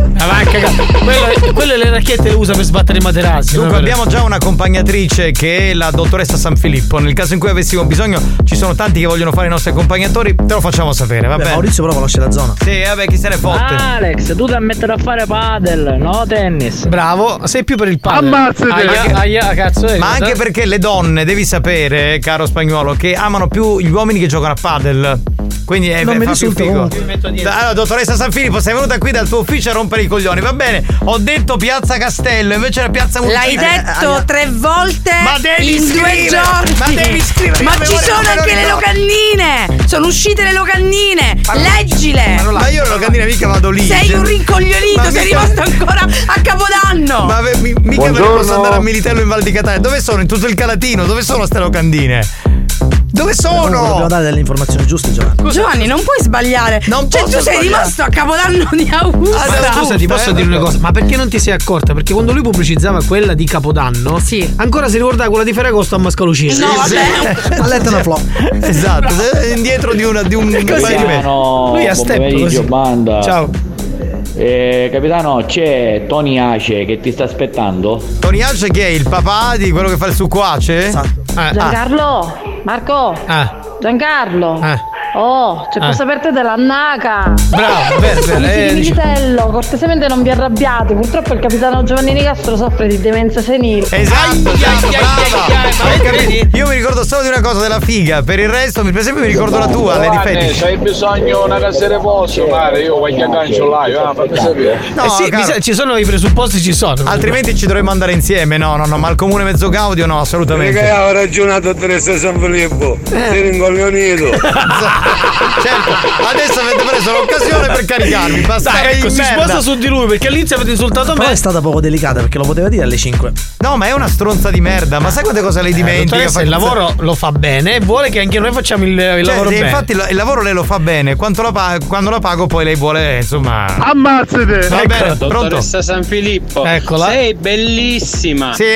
Quelle le racchette le usa per sbattere i materassi. Dunque abbiamo già un'accompagnatrice che è la dottoressa Sanfilippo. Nel caso in cui avessimo bisogno, ci sono tanti che vogliono fare i nostri accompagnatori, te lo facciamo sapere, va bene? Maurizio però conosce la zona. Sì, vabbè, chi se ne fotte. Alex, tu ti mettere a fare padel, no tennis. Bravo, sei più per il padel. Ammazzate. Cazzo, ma anche perché le donne, devi sapere, caro Spagnuolo, che amano più gli uomini che giocano a padel. Quindi non mi fa più figo. Allora, dottoressa Sanfilippo, sei venuta qui dal tuo ufficio a rompere i coglioni, va bene? Ho detto Piazza Castello, invece era Piazza Municipio. L'hai detto 3 volte in 2 giorni. Ma devi scrivere. Ma ci sono anche le locandine. Sono uscite le locandine. Leggile. Ma io le locandine mica vado lì. Sei un rincoglionito, sei rimasto ancora a Capodanno. Ma mica posso andare a Militello in Val di Catania. Dove sono? In tutto il Calatino, dove sono ste locandine? Dove sono? Dobbiamo dare delle informazioni giuste, Giovanni. Giovanni, non puoi sbagliare. Tu sei rimasto a Capodanno di Augusta. Scusa, ti posso dire una cosa? Ma perché non ti sei accorta? Perché quando lui pubblicizzava quella di Capodanno, sì, ancora si ricordava quella di Ferragosto a Mascalucino. No, vabbè. Ha letto una flop. Esatto, indietro di un Capitano, lui a step così. Banda. Ciao. Capitano, c'è Tony Ace che ti sta aspettando? Tony Ace che è il papà di quello che fa il succo Ace? Esatto. Giancarlo, Marco, Giancarlo. Oh, c'è posto aperto dell'annaca. Bravo, bene. Militello, cortesemente non vi arrabbiate. Purtroppo il capitano Giovanni Nicastro soffre di demenza senile. Esatto, io mi ricordo solo di una cosa, della figa. Per il resto, per esempio, mi ricordo la tua, Lady Fetish. Se hai bisogno una casa di posto, mare, io qualche aggancio là, fammi sapere. No, ci sono i presupposti, ci sono. Altrimenti ci dovremmo andare insieme. No, ma al comune mezzo Gaudio no, assolutamente. Perché ho ragionato dottoressa Sanfilippo. Sei rincoglionito. Certo, adesso avete preso l'occasione per caricarmi. Dai, ecco, si sposta su di lui perché all'inizio avete insultato me. Però è stata poco delicata perché lo poteva dire alle 5. No, ma è una stronza di merda. Ma sai quante cose lei dimentica? Il lavoro lo fa bene e vuole che anche noi facciamo il lavoro bene. Infatti il lavoro lei lo fa bene. Quando la pago poi lei vuole, insomma. Ammazzate! Va bene, pronto. Dottoressa Sanfilippo. Eccola. Sei bellissima. Sì,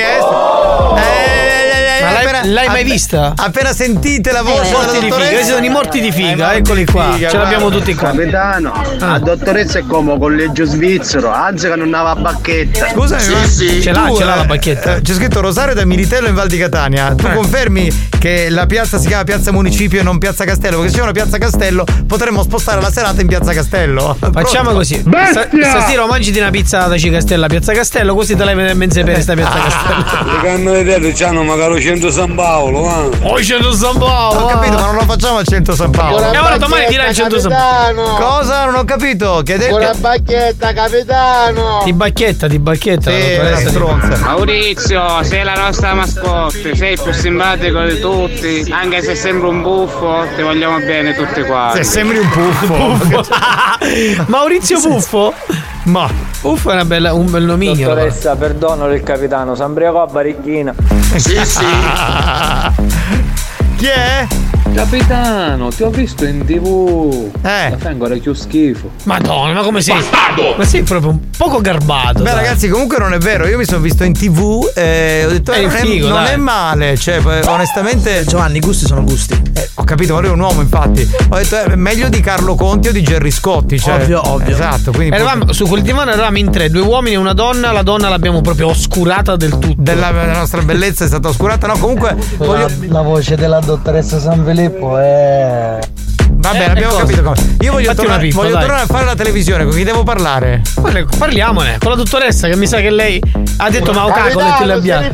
l'hai mai vista? Appena sentite la voce della dottoressa, questi sono i morti di figa, eccoli qua. Ce l'abbiamo tutti qua. Capitano, la dottoressa è come collegio svizzero, anzi che non aveva bacchetta. Scusami, sì. Ce l'ha la bacchetta. C'è scritto Rosario da Militello in Val di Catania. Tu confermi che la piazza si chiama Piazza Municipio e non Piazza Castello? Perché se c'è una Piazza Castello potremmo spostare la serata in Piazza Castello. Facciamo così. Stasera mangi una pizza da Cicastella a Piazza Castello, così te la vedi in sapere sta Piazza Castello. Perché hanno vedete, c'hanno magari 100 San Paolo, Oh, 100 San Paolo! Ho capito, ma non lo facciamo al 100 San Paolo. E ora domani dirà il 100 San Paolo. Cosa? Non ho capito. Che hai detto? Una bacchetta, capitano! Di bacchetta. Sì, una stronza. Maurizio, sei la nostra mascotte, sei il più simpatico di tutti. Anche se sembri un buffo, ti vogliamo bene tutti quanti. Se sembri un buffo. Maurizio Buffo? Ma Buffo è un bel nomignolo. Dottoressa, perdono del capitano, s'ambriacò a barichina. Sì. Chi è? Capitano, ti ho visto in TV. Ma fai ancora più schifo. Madonna, ma come sei? Bastardo! Ma sei proprio un poco garbato. Beh, ragazzi, comunque non è vero. Io mi sono visto in TV e ho detto non è male. Cioè, onestamente. Giovanni, i gusti sono gusti. Ho capito, ma lui è un uomo, infatti. Ho detto è meglio di Carlo Conti o di Gerry Scotti. Cioè, ovvio. Esatto. Quindi su quel divano eravamo in 3, 2 uomini e una donna. La donna l'abbiamo proprio oscurata del tutto. La nostra bellezza è stata oscurata. No, comunque. La voce della dottoressa San Filippo è. Va bene, abbiamo capito come. Io voglio tornare a fare la televisione, con chi devo parlare? Parliamone, con la dottoressa che mi sa che lei ha detto ma cacolo e ti l'abbiamo.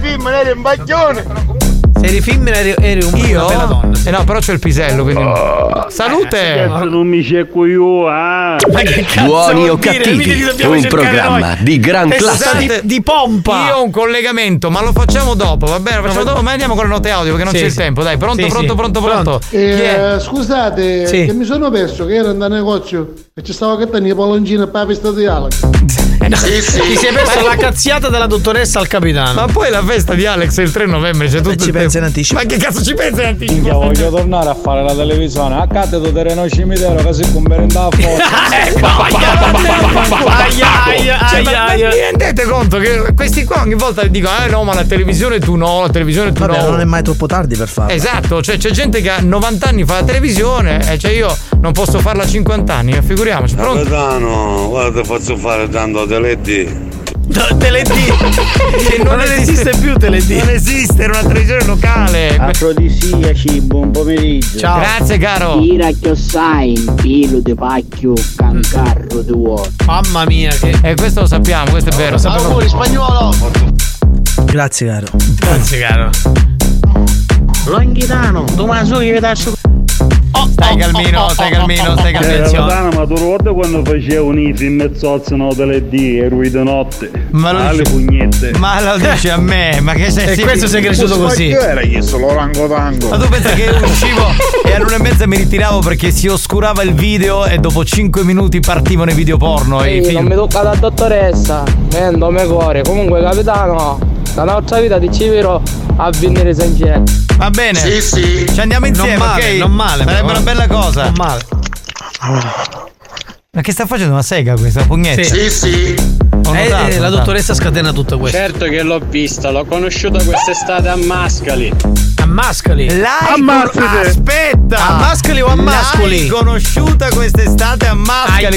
Sei di film eri una bella donna. No, però c'è il pisello, quindi. Salute! Non mi cerco io, Ma che cazzo Buoni o vuol dire? cattivi, Mica ti dobbiamo un cercare programma noi. di gran classe. Di pompa. Io ho un collegamento, ma lo facciamo dopo, va bene? Lo facciamo dopo, ma andiamo con le note audio perché non c'è il tempo. Dai, pronto. Scusate, che mi sono perso che ero andando al negozio e ci stavo cattando i palloncini per la pista di Alex. Ti sei perso la cazziata della dottoressa al capitano. Ma poi la festa di Alex è il 3 novembre, c'è tutto ci pensa in anticipo. Ma che cazzo ci pensa in anticipo? Io voglio tornare a fare la televisione. A Cattedo terreno cimitero che si commerenda a Ma vi rendete conto che questi qua ogni volta dicono no, ma la televisione tu no, la televisione tu Vabbè, no. non è mai troppo tardi per farlo. Esatto, cioè c'è gente che ha 90 anni fa la televisione e cioè io non posso farla a 50 anni, figuriamoci. Capitano, guarda, ti faccio fare tanto Teled. Teled che non esiste più Teled. Non esiste, era una televisione locale. Afrodisiaci, buon pomeriggio. Ciao. Grazie caro. Tira che sai in pilo di pacchio cancarro tuo. Mamma mia che. Questo lo sappiamo, questo è vero. Auguri spagnolo. Grazie caro. Grazie caro. Longhitano, tu ma so che vedassi. Stai calmino. Ma tu ricordi quando facevo i film mezzozzi no Teled e Rui di notte? Ma le pugnette. Ma lo dici a me, ma che sei questo sei cresciuto così. Ma che era io solo rango tango. Ma tu pensa che uscivo e all'1:30 mi ritiravo perché si oscurava il video e dopo 5 minuti partivano i video porno e i film. Non mi tocca la dottoressa, non mi cuore. Comunque capitano, la nostra vita ti ci vero a venire sincero. Va bene. Sì. Ci andiamo insieme, non male, ok? Non male. Sarebbe una bella cosa. Non male. Ma che sta facendo una sega questa pugnetta? Sì. La dottoressa scatena tutto questo. Certo che l'ho vista, l'ho conosciuta quest'estate a Mascali. A Mascali? Aspetta! A Mascali o a Mascoli? L'hai conosciuta quest'estate a Mascali?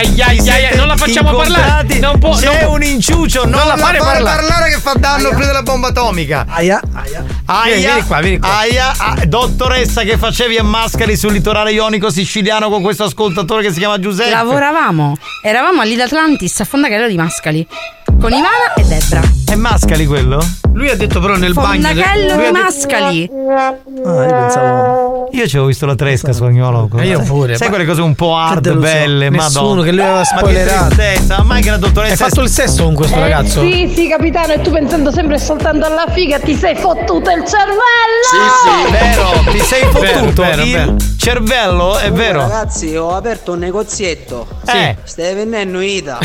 Non la facciamo parlare. Non può. C'è un inciucio, non la fare parlare che fa danno più della bomba atomica. Aia. Vieni qua. Dottoressa, che facevi a Mascali sul litorale ionico siciliano con questo ascoltatore che si chiama Giuseppe? Eravamo all'Ida Atlantis a Fondacarlo di Mascali con Ivana e Debra. È Mascali quello? Lui ha detto però nel bagno. Fondacarlo di Mascali. Io pensavo. Io ci avevo visto la tresca spagnolo. Io pure. Sai quelle cose un po' hard, belle, nessuno che lui aveva spoilerato. Ma mai che la dottoressa hai fatto il sesso con questo ragazzo? Sì, capitano, e tu pensando sempre e soltanto alla figa ti sei fottuto il cervello. Sì. Vero, ti sei fottuto vero. Cervello, è vero. Ragazzi, ho aperto un negozietto. Stai venendo Ida.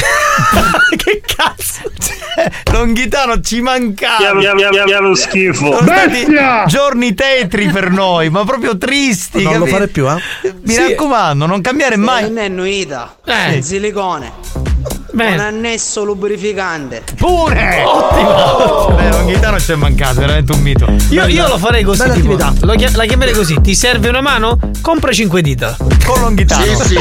Che cazzo? Longhitano, ci mancava. Lo schifo. Sono stati giorni tetri per noi, ma proprio tristi. Non lo fare più, Mi raccomando, non cambiare mai. Stai venendo Ida. Silicone. Un annesso lubrificante. Pure! Ottimo! Longhitano ci è mancato, veramente un mito. Io lo farei così. Tipo, la chiamerei così. Ti serve una mano? Compra 5 dita. Con Longhitano. Sì.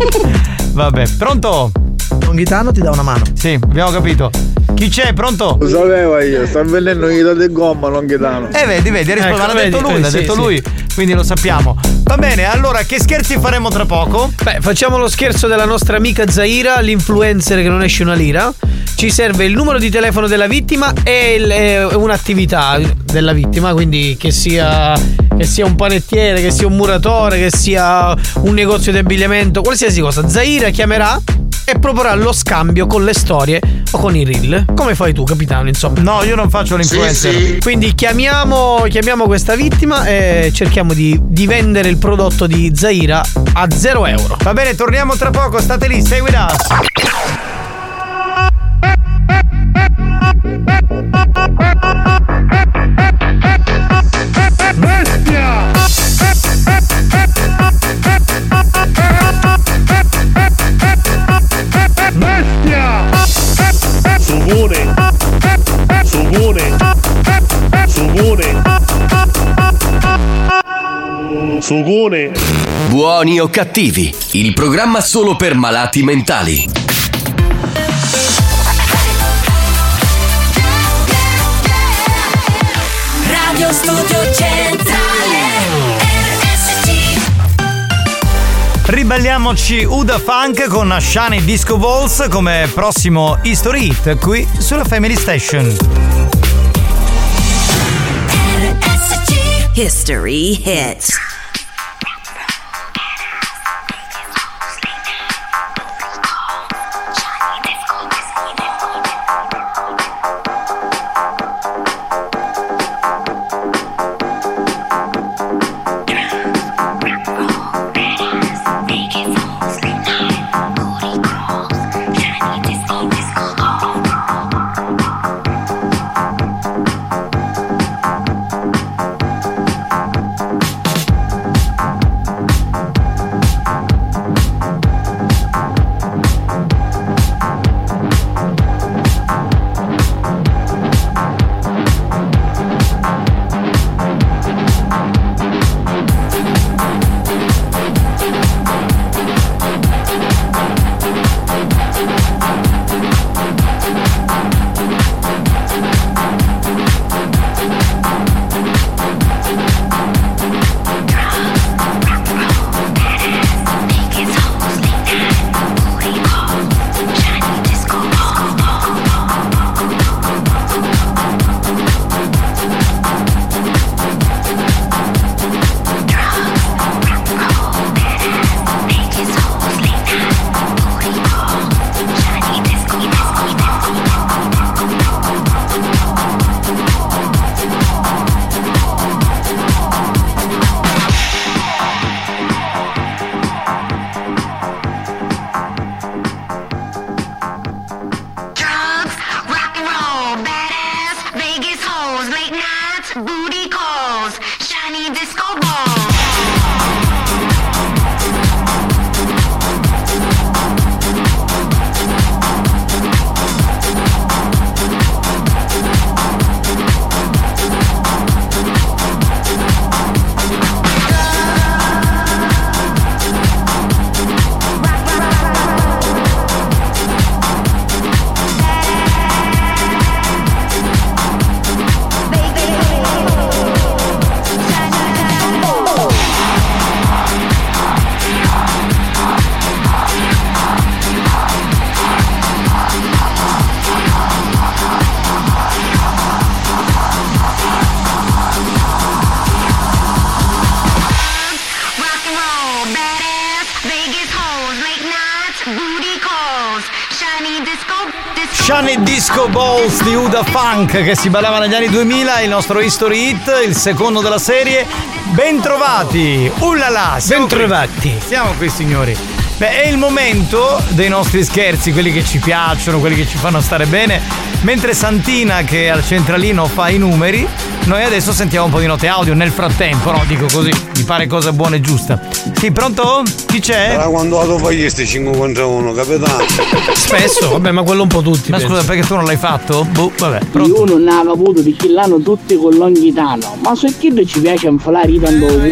Vabbè, pronto? Longhitano ti dà una mano. Sì, abbiamo capito. Chi c'è? Pronto? Lo sapevo io, sta venendo io di gomma Longhitano. Vedi, l'ha detto lui, quindi lo sappiamo. Va bene, allora che scherzi faremo tra poco? Beh, facciamo lo scherzo della nostra amica Zaira, l'influencer che non esce una lira. Ci serve il numero di telefono della vittima e un'attività della vittima, quindi che sia un panettiere, che sia un muratore, che sia un negozio di abbigliamento, qualsiasi cosa. Zaira chiamerà e proporrà lo scambio con le storie o con i reel. Come fai tu, capitano, insomma? No, io non faccio l'influencer. Sì. Quindi chiamiamo questa vittima e cerchiamo di vendere il prodotto di Zaira a 0 euro. Va bene, torniamo tra poco, state lì, stay with us. Bestia! Sugone. Buoni o cattivi, il programma solo per malati mentali. Radio Studio Centrale RSC. Ribelliamoci Uda Funk con Shiny Disco Balls come prossimo History Hit qui sulla Family Station. RSC History Hits. Shiny Disco Balls di Uda Funk che si ballava negli anni 2000, il nostro History Hit, il secondo della serie. Bentrovati! Ullala! Bentrovati! Siamo qui, signori. Beh, è il momento dei nostri scherzi, quelli che ci piacciono, quelli che ci fanno stare bene. Mentre Santina, che al centralino fa i numeri, noi adesso sentiamo un po' di note audio. Nel frattempo, no? Dico così, mi pare cosa buona e giusta. Sì, pronto? Chi c'è? Era quando tu fai questi 5 contro 1, capitano. Spesso, vabbè, ma quello un po' tutti. Ma scusa, perché tu non l'hai fatto? Boh, vabbè. Io non ne avevo avuto perché l'hanno tutti con l'onghitano. Ma se chi ci piace infilare i tandovi?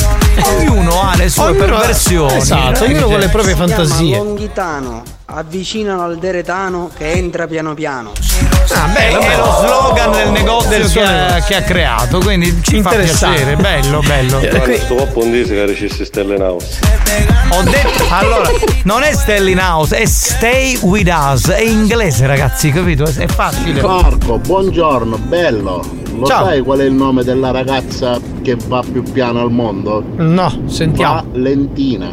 Ognuno ha le sue perversioni. Esatto, ognuno con le proprie fantasie. L'onghitano avvicinano al deretano che entra piano piano. Ah, bello, è lo slogan del negozio che ha creato, quindi ci fa piacere, bello. Questo po' un dice che recessi Stelling House. Ho detto, allora, non è Stelling House, è Stay With Us, è inglese, ragazzi, capito? È facile. Corco, buongiorno, bello. Lo sai qual è il nome della ragazza che va più piano al mondo? No, sentiamo. Valentina.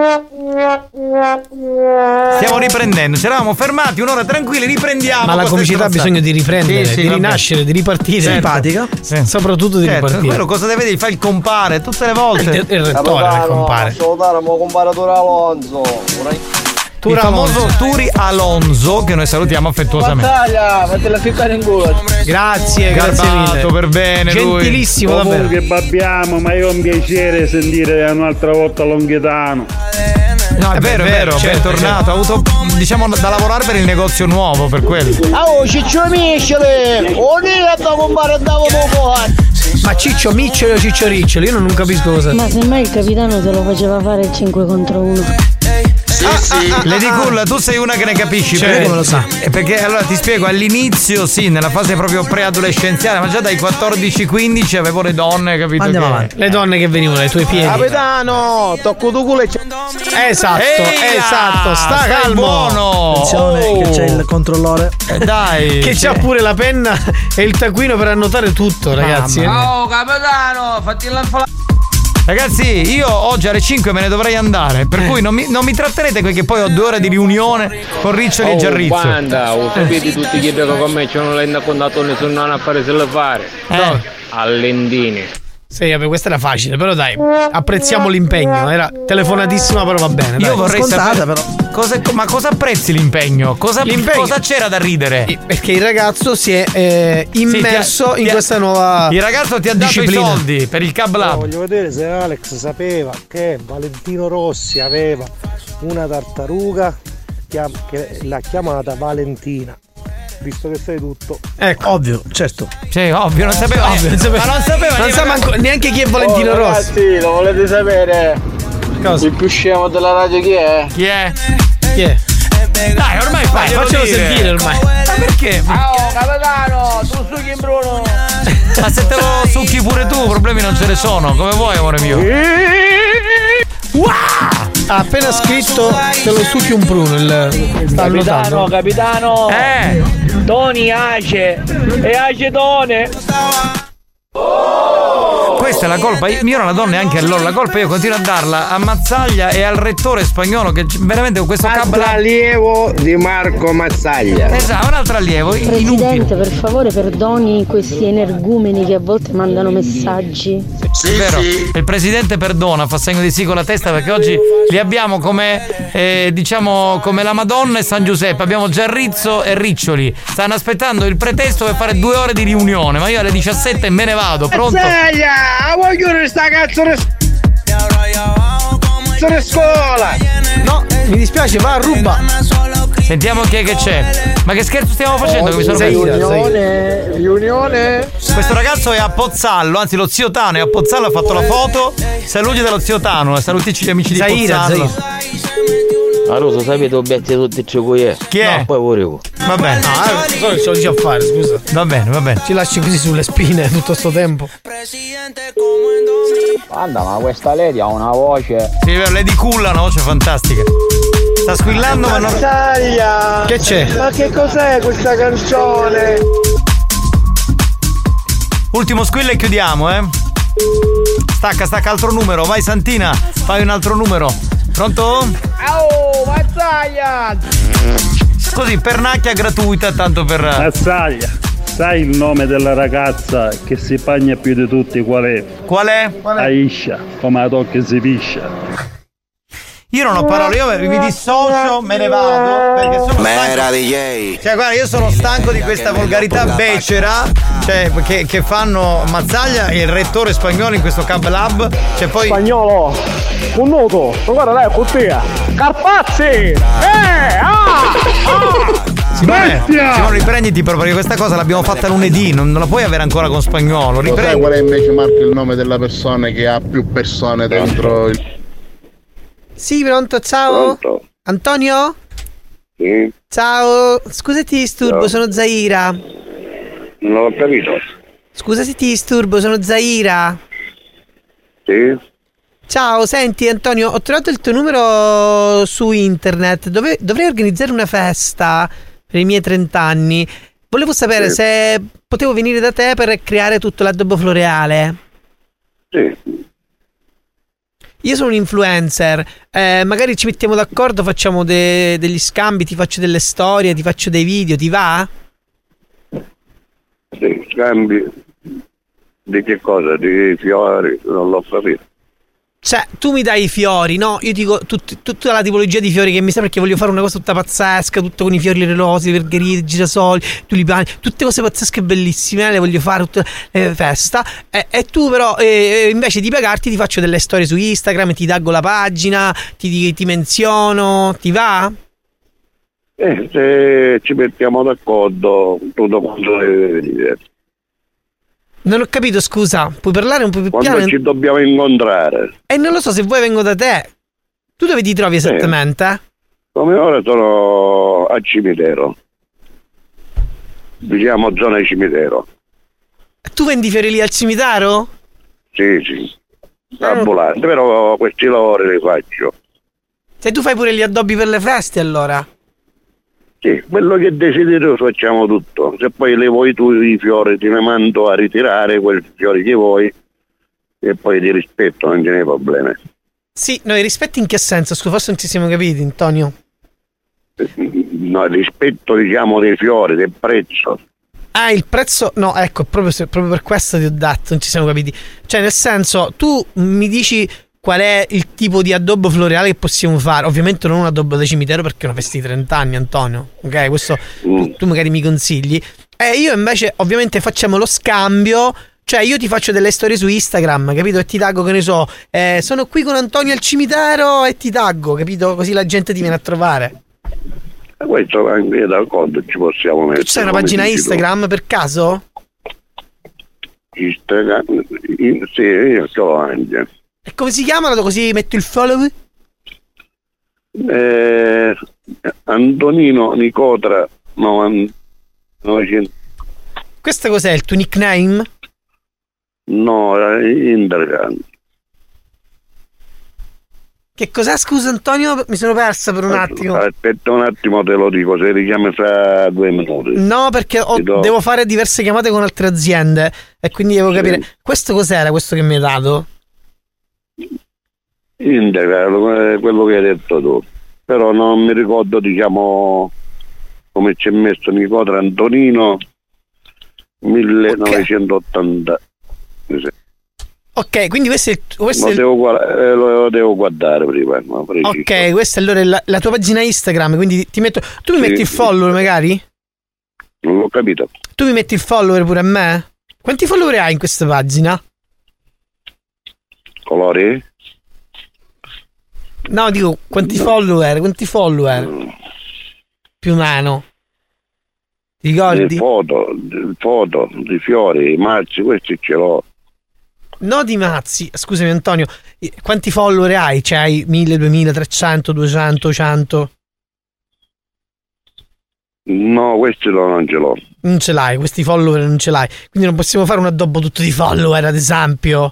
Stiamo riprendendo, ci eravamo fermati un'ora tranquilli, riprendiamo. Ma la comicità ha bisogno di riprendere, di rinascere, di ripartire. Simpatica. Soprattutto di ripartire. Quello cosa deve dire? Fa il compare tutte le volte. Il rettore del compare. Salutare, mo compare Turi Alonso. Il famoso Turi Alonso, che noi salutiamo affettuosamente. Battaglia, fatela ficcare in gola. Grazie mille. Per bene, gentilissimo, lui. davvero. Che babbiamo, ma io ho un piacere sentire un'altra volta Longhitano. No, è vero, bentornato. Ha avuto, diciamo, da lavorare per il negozio nuovo, per quello. Oh, ciccio miscele! Oh, lì da compare andavo poco. Ma Ciccio Miccioli o Ciccio Riccioli? Io non capisco cosa. Ma semmai il capitano te lo faceva fare il 5 contro 1. Sì. Lady Cool, tu sei una che ne capisci, Cioè, come lo sa? Perché allora ti spiego, all'inizio sì, nella fase proprio preadolescenziale, ma già dai 14-15 avevo le donne, capito? Andiamo avanti. Le donne che venivano ai tuoi piedi. Capitano, tocco tu culo e Esatto, sta calmo. Buono. Attenzione che c'è il controllore. Dai. Che c'ha pure la penna e il taccuino per annotare tutto, ragazzi. Oh, capitano, fatti la Ragazzi, io oggi alle 5 me ne dovrei andare, per cui non mi trattenete perché poi ho 2 ore di riunione con Riccioli e Giarrizzo. Guarda, ho capito tutti che con me, non l'hai raccontato nessuno a fare se le fare. No. All'Endini. Sì, vabbè, questa era facile, però dai, apprezziamo l'impegno. Era telefonatissima, però va bene. Io vorrei sapere però. ma cosa apprezzi l'impegno? Cosa c'era da ridere? Perché il ragazzo si è immerso in questa nuova Il ragazzo ti ha dato i soldi per il Cab Lab. Voglio vedere se Alex sapeva che Valentino Rossi aveva una tartaruga che l'ha chiamata Valentina. Visto che sai tutto. Ecco, ovvio, certo. Sì, ovvio, non sapeva. Ma non sapeva non sa neanche chi è Valentino Rossi. Ragazzi, lo volete sapere? Cosa? Il più scemo della radio chi è? Chi è? Chi è? Dai, ormai faccelo sentire ormai. Ma perché? Oh, capitano, tu succhi in Bruno. Ma se te lo succhi pure tu, problemi non ce ne sono. Come vuoi, amore mio? Ha appena scritto te lo succhi un pruno il Capitano. Toni Ace e Acetone. Questa è la colpa, io non la do neanche a loro, la colpa io continuo a darla a Mazzaglia e al rettore spagnolo che veramente con questo altro allievo di Marco Mazzaglia. Esatto, un altro allievo. Presidente, per favore perdoni questi energumeni che a volte mandano messaggi. Sì, vero. Il presidente perdona, fa segno di sì con la testa perché oggi li abbiamo come diciamo come la Madonna e San Giuseppe, abbiamo Giarrizzo e Riccioli, stanno aspettando il pretesto per fare 2 ore di riunione, ma io alle 17 me ne vado, pronto? Voglio sta cazzo di scuola. No, mi dispiace, va a ruba. Sentiamo chi è che c'è. Ma che scherzo stiamo facendo? Che mi sono riunione. Questo ragazzo è a Pozzallo, anzi lo zio Tano è a Pozzallo, ha fatto la foto. Saluti dello zio Tano, salutici gli amici di Pozzallo. Allora, sapete obiettivi tutti cui è? Chi è? No, poi volevo. Va bene. No, ce lo dice a fare, scusa. Va bene. Ci lasci così sulle spine tutto sto tempo. Guarda, ma questa Lady ha una voce. Sì, Lady Cool ha una voce fantastica. Sta squillando ma non. Che c'è? Ma che cos'è questa canzone? Ultimo squill e chiudiamo, Stacca, altro numero. Vai Santina, fai un altro numero. Pronto? Oh, Mazzaglia! Così, pernacchia gratuita, tanto per. Mazzaglia, sai il nome della ragazza che si bagna più di tutti qual è? Qual è? Aisha, come la tocca si piscia. Io non ho parole, io mi dissocio, me ne vado perché sono stanco. Cioè guarda, io sono stanco di questa volgarità becera, cioè che fanno Mazzaglia e il rettore spagnolo in questo Cab Lab. Cioè poi spagnolo, un noto, guarda lei cottia. Carpazzi! Simone, riprenditi però perché questa cosa l'abbiamo fatta lunedì, non la puoi avere ancora con spagnolo. Lo sai qual è invece, Marco, il nome della persona che ha più persone dentro il. Sì, pronto, ciao. Pronto? Antonio? Sì. Ciao, scusa se ti disturbo, Ciao. sono Zaira. Non ho capito. Scusa se ti disturbo, sono Zaira. Sì. Ciao, senti Antonio, ho trovato il tuo numero su internet. Dovrei organizzare una festa per i miei 30 anni. Volevo sapere se potevo venire da te per creare tutto l'addobbo floreale. Sì. Io sono un influencer, magari ci mettiamo d'accordo, facciamo degli scambi, ti faccio delle storie, ti faccio dei video, ti va? Sì, scambi di che cosa? Di fiori? Non l'ho capito. Cioè, tu mi dai i fiori, no? Io dico tutta la tipologia di fiori che mi serve perché voglio fare una cosa tutta pazzesca, tutto con i fiori, le rose, le vergherite, i girasoli, tulipani, tutte cose pazzesche e bellissime, le voglio fare tutta festa. E tu però, invece di pagarti, ti faccio delle storie su Instagram, ti taggo la pagina, ti menziono, ti va? Se ci mettiamo d'accordo, tutto quanto deve venire. Non ho capito, scusa, puoi parlare un po' più piano? Quando ci dobbiamo incontrare? Non lo so, se vuoi vengo da te. Tu dove ti trovi esattamente? Come ora sono al cimitero. Diciamo zona cimitero. Tu vendi fiori lì al cimitero? Sì. Ambulante, però questi lavori li faccio. Se tu fai pure gli addobbi per le feste, allora? Sì, quello che desidero facciamo tutto. Se poi le vuoi tu i fiori, ti ne mando a ritirare quei fiori che vuoi e poi ti rispetto, non ce n'è problema. Sì, noi rispetti in che senso? Scusa, forse non ci siamo capiti, Antonio. No, rispetto diciamo dei fiori, del prezzo. Ah, il prezzo? No, ecco, proprio per questo ti ho detto, non ci siamo capiti. Cioè, nel senso, tu mi dici qual è il tipo di addobbo floreale che possiamo fare. Ovviamente non un addobbo da cimitero perché è una festa di 30 anni, Antonio. Ok, questo tu magari mi consigli. E io invece, ovviamente, facciamo lo scambio. Cioè, io ti faccio delle storie su Instagram, capito? E ti taggo, che ne so, sono qui con Antonio al cimitero e ti taggo, capito? Così la gente ti viene a trovare. Questo anche d'accordo, ci possiamo mettere. Tu c'hai una pagina Instagram per caso? Instagram? Sì, io ce l'ho anche. E come si chiamano? Così metto il follow? Antonino Nicotra 900. Questo cos'è? Il tuo nickname? No, Instagram. Che cos'è, scusa Antonio? Mi sono persa per un attimo. Aspetta un attimo, te lo dico, se richiami fra 2 minuti. No, perché devo fare diverse chiamate con altre aziende e quindi devo capire. Questo cos'era, questo che mi hai dato? Integra, quello che hai detto tu. Però non mi ricordo, diciamo, come c'è messo Nicotra Antonino 1980. Ok, quindi questo è lo devo guardare prima. Ok, questa allora è la tua pagina Instagram, quindi ti metto. Tu mi metti il follower magari? Non l'ho capito. Tu mi metti il follower pure a me? Quanti follower hai in questa pagina? Colori? No, dico, quanti follower? Più o meno. Ti ricordi? Foto di fiori, i mazzi, questi ce l'ho. No, di mazzi. Scusami Antonio, quanti follower hai? Cioè hai 1000, 2000, 300, 200, 100? No, questi non ce l'ho. Non ce l'hai, questi follower non ce l'hai. Quindi non possiamo fare un addobbo tutto di follower, ad esempio?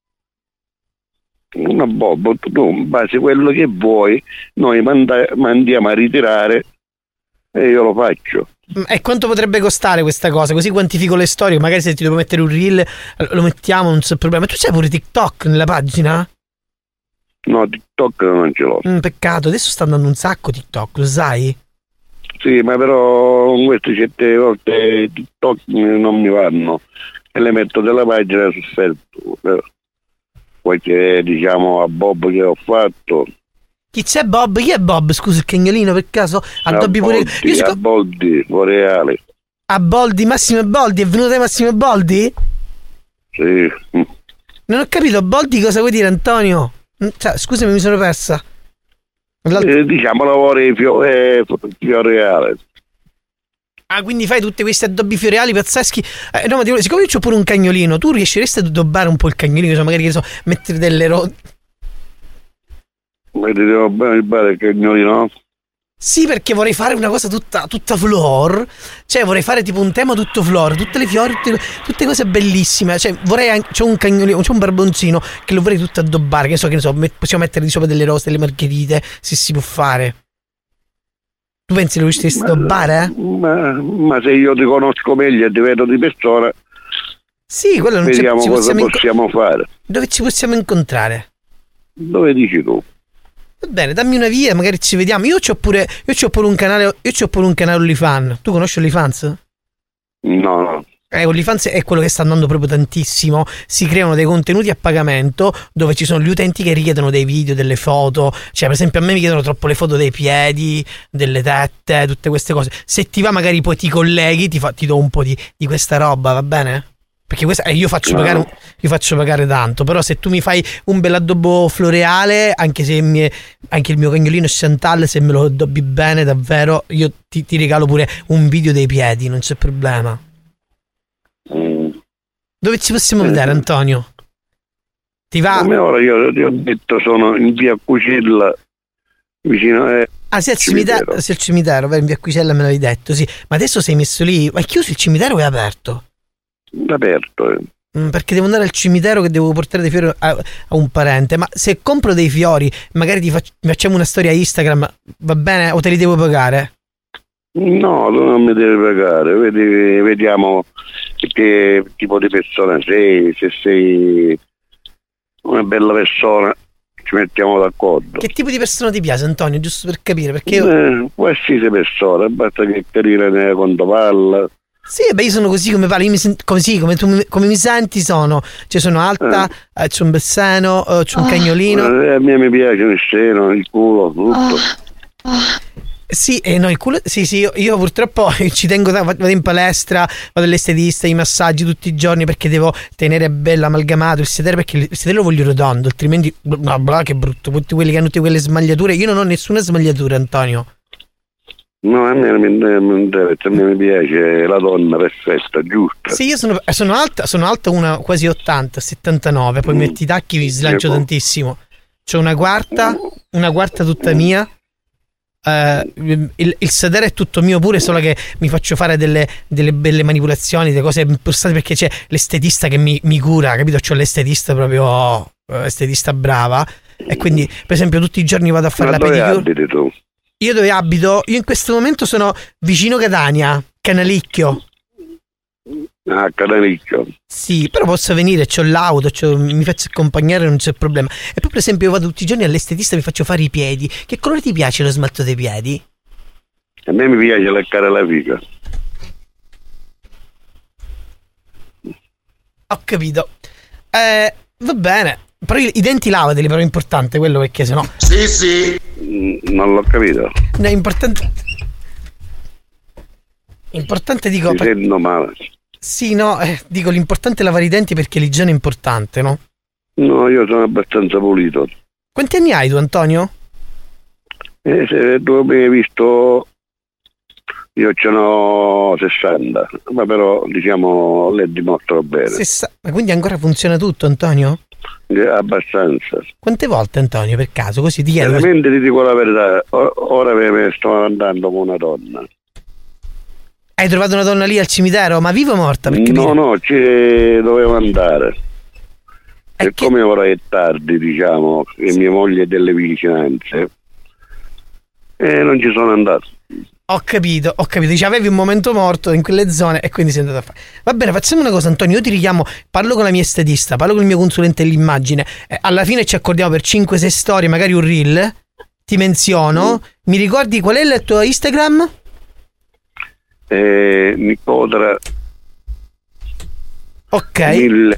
Un addobbo, tu in base a quello che vuoi, noi mandiamo a ritirare e io lo faccio. E quanto potrebbe costare questa cosa? Così quantifico le storie. Magari se ti devo mettere un reel lo mettiamo, non c'è problema. Tu c'hai pure TikTok nella pagina? No, TikTok non ce l'ho. Peccato, adesso sta andando un sacco TikTok, lo sai? Sì, ma però queste certe volte TikTok non mi vanno e le metto della pagina su Facebook. Poi che diciamo a Bob che ho fatto. Chi c'è Bob? Chi è Bob? Scusa, il cagnolino per caso? Addobbi pure. A Boldi, Boreale. A Boldi, Massimo Boldi? È venuto da Massimo Boldi? Sì. Non ho capito, Boldi cosa vuoi dire, Antonio? Cioè, scusami, mi sono persa. Diciamo lavori fioreale. Ah, quindi fai tutti questi addobbi floreali pazzeschi. No, ma siccome io c'ho pure un cagnolino, tu riusciresti ad addobbare un po' il cagnolino? Cioè, magari, che so, mettere delle Ma ti devo bene il cagnolino? Sì, perché vorrei fare una cosa tutta flor. Cioè, vorrei fare tipo un tema tutto flor, tutte le fiori, tutte cose bellissime. Cioè, vorrei anche. C'ho un cagnolino, c'ho un barboncino che lo vorrei tutto addobbare. Che ne so, possiamo mettere di sopra delle rose, delle margherite, se si può fare. Tu pensi lo riusciresti a addobbare? Ma se io ti conosco meglio e ti vedo di persona. Sì, quello non c'è. Vediamo cosa possiamo fare. Dove ci possiamo incontrare? Dove dici tu? Va bene, dammi una via, magari ci vediamo. Io c'ho pure un canale OnlyFans. Tu conosci OnlyFans? No. OnlyFans è quello che sta andando proprio tantissimo. Si creano dei contenuti a pagamento dove ci sono gli utenti che richiedono dei video, delle foto. Cioè, per esempio, a me mi chiedono troppo le foto dei piedi, delle tette, tutte queste cose. Se ti va, magari poi ti colleghi, ti do un po' di questa roba, va bene? Perché questa, io faccio pagare tanto. Però se tu mi fai un bel addobbo floreale, anche il mio cagnolino Chantal, se me lo addobbi bene davvero, io ti regalo pure un video dei piedi, non c'è problema. Dove ci possiamo vedere, Antonio? Ti va? Come ora io ti ho detto sono in via Cucilla, vicino sì, al cimitero. Sì, al cimitero, in via Quicella me l'avevi detto, sì. Ma adesso sei messo lì, ma è chiuso il cimitero o è aperto? Aperto. Perché devo andare al cimitero che devo portare dei fiori a un parente. Ma se compro dei fiori, magari facciamo una storia Instagram, va bene? O te li devo pagare? No, tu non mi devi pagare. Vediamo che tipo di persona sei. Se sei una bella persona ci mettiamo d'accordo. Che tipo di persona ti piace, Antonio? Giusto per capire, perché io... qualsiasi persona, basta che carina ne conto palla. Sì, beh, io sono così come parlo, come mi senti sono. Cioè sono alta, c'ho un bel seno, c'ho un cagnolino. A me mi piace il seno, il culo, tutto. Sì, no, il culo. Sì, io purtroppo ci tengo, vado in palestra, vado all'estetista, i massaggi tutti i giorni perché devo tenere bello amalgamato il sedere, perché il sedere lo voglio rotondo, altrimenti che brutto. Tutti quelli che hanno tutte quelle smagliature, io non ho nessuna smagliatura, Antonio. No, a me non deve, a me mi piace la donna perfetta, giusta. Sì, io sono alta una quasi 80, 79, poi metti i tacchi, vi slancio tantissimo. C'ho una quarta tutta mia. Il sedere è tutto mio pure, solo che mi faccio fare delle belle manipolazioni, delle cose impostate, perché c'è l'estetista che mi cura, capito? C'ho l'estetista proprio, estetista brava, e quindi per esempio tutti i giorni vado a fare la pedicure. Abiti tu? Io dove abito? Io in questo momento sono vicino Catania, Canalicchio. Ah, Canalicchio. Sì, però posso venire, c'ho l'auto, mi faccio accompagnare, non c'è problema. E poi per esempio io vado tutti i giorni all'estetista, mi faccio fare i piedi. Che colore ti piace lo smalto dei piedi? A me mi piace leccare la figa. Ho capito. Va bene. Però i denti lavateli, però è importante quello, perché sennò... Sì. Non l'ho capito. No, è importante... Importante dico... Mi sento male. Sì, no, dico l'importante è lavare i denti, perché l'igiene è importante, no? No, io sono abbastanza pulito. Quanti anni hai tu, Antonio? Se tu mi hai visto, io ce n'ho 60, ma però diciamo le dimostro bene. Ma quindi ancora funziona tutto, Antonio? Abbastanza. Quante volte, Antonio, per caso? Così ti chiedo. Veramente ti dico la verità, ora me sto andando con una donna. Hai trovato una donna lì al cimitero? Ma viva o morta? No, ci dovevo andare. E come ora è tardi, diciamo, e mia moglie è delle vicinanze, e non ci sono andato. Ho capito. Dice, avevi un momento morto in quelle zone e quindi sei andato a fare. Va bene, facciamo una cosa, Antonio. Io ti richiamo, parlo con la mia estetista, parlo con il mio consulente dell'immagine. Alla fine ci accordiamo per 5-6 storie, magari un reel. Ti menziono. Mi ricordi qual è il tuo Instagram? Nicotra. Ok.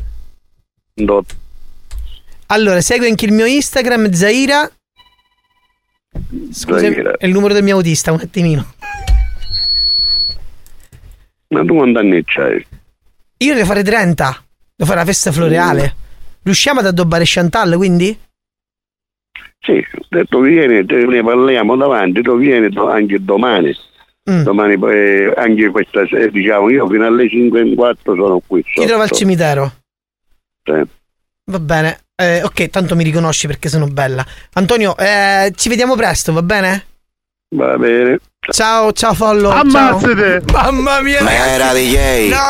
Allora, segui anche il mio Instagram, Zaira. Scusa, è il numero del mio autista, un attimino. Ma tu quanti anni c'hai? Io devo fare 30. Devo fare la festa floreale. Riusciamo ad addobbare Chantal, quindi? Sì, ho detto vieni, ne parliamo davanti, tu vieni anche domani. Domani poi anche questa sera, diciamo, io fino alle 5:15 sono qui. Ti trova al cimitero? Sì. Va bene. Ok, tanto mi riconosci perché sono bella. Antonio, ci vediamo presto, va bene? Va bene. Ciao Follo. Ammazzate. Ciao. Mamma mia. Ma era DJ. No,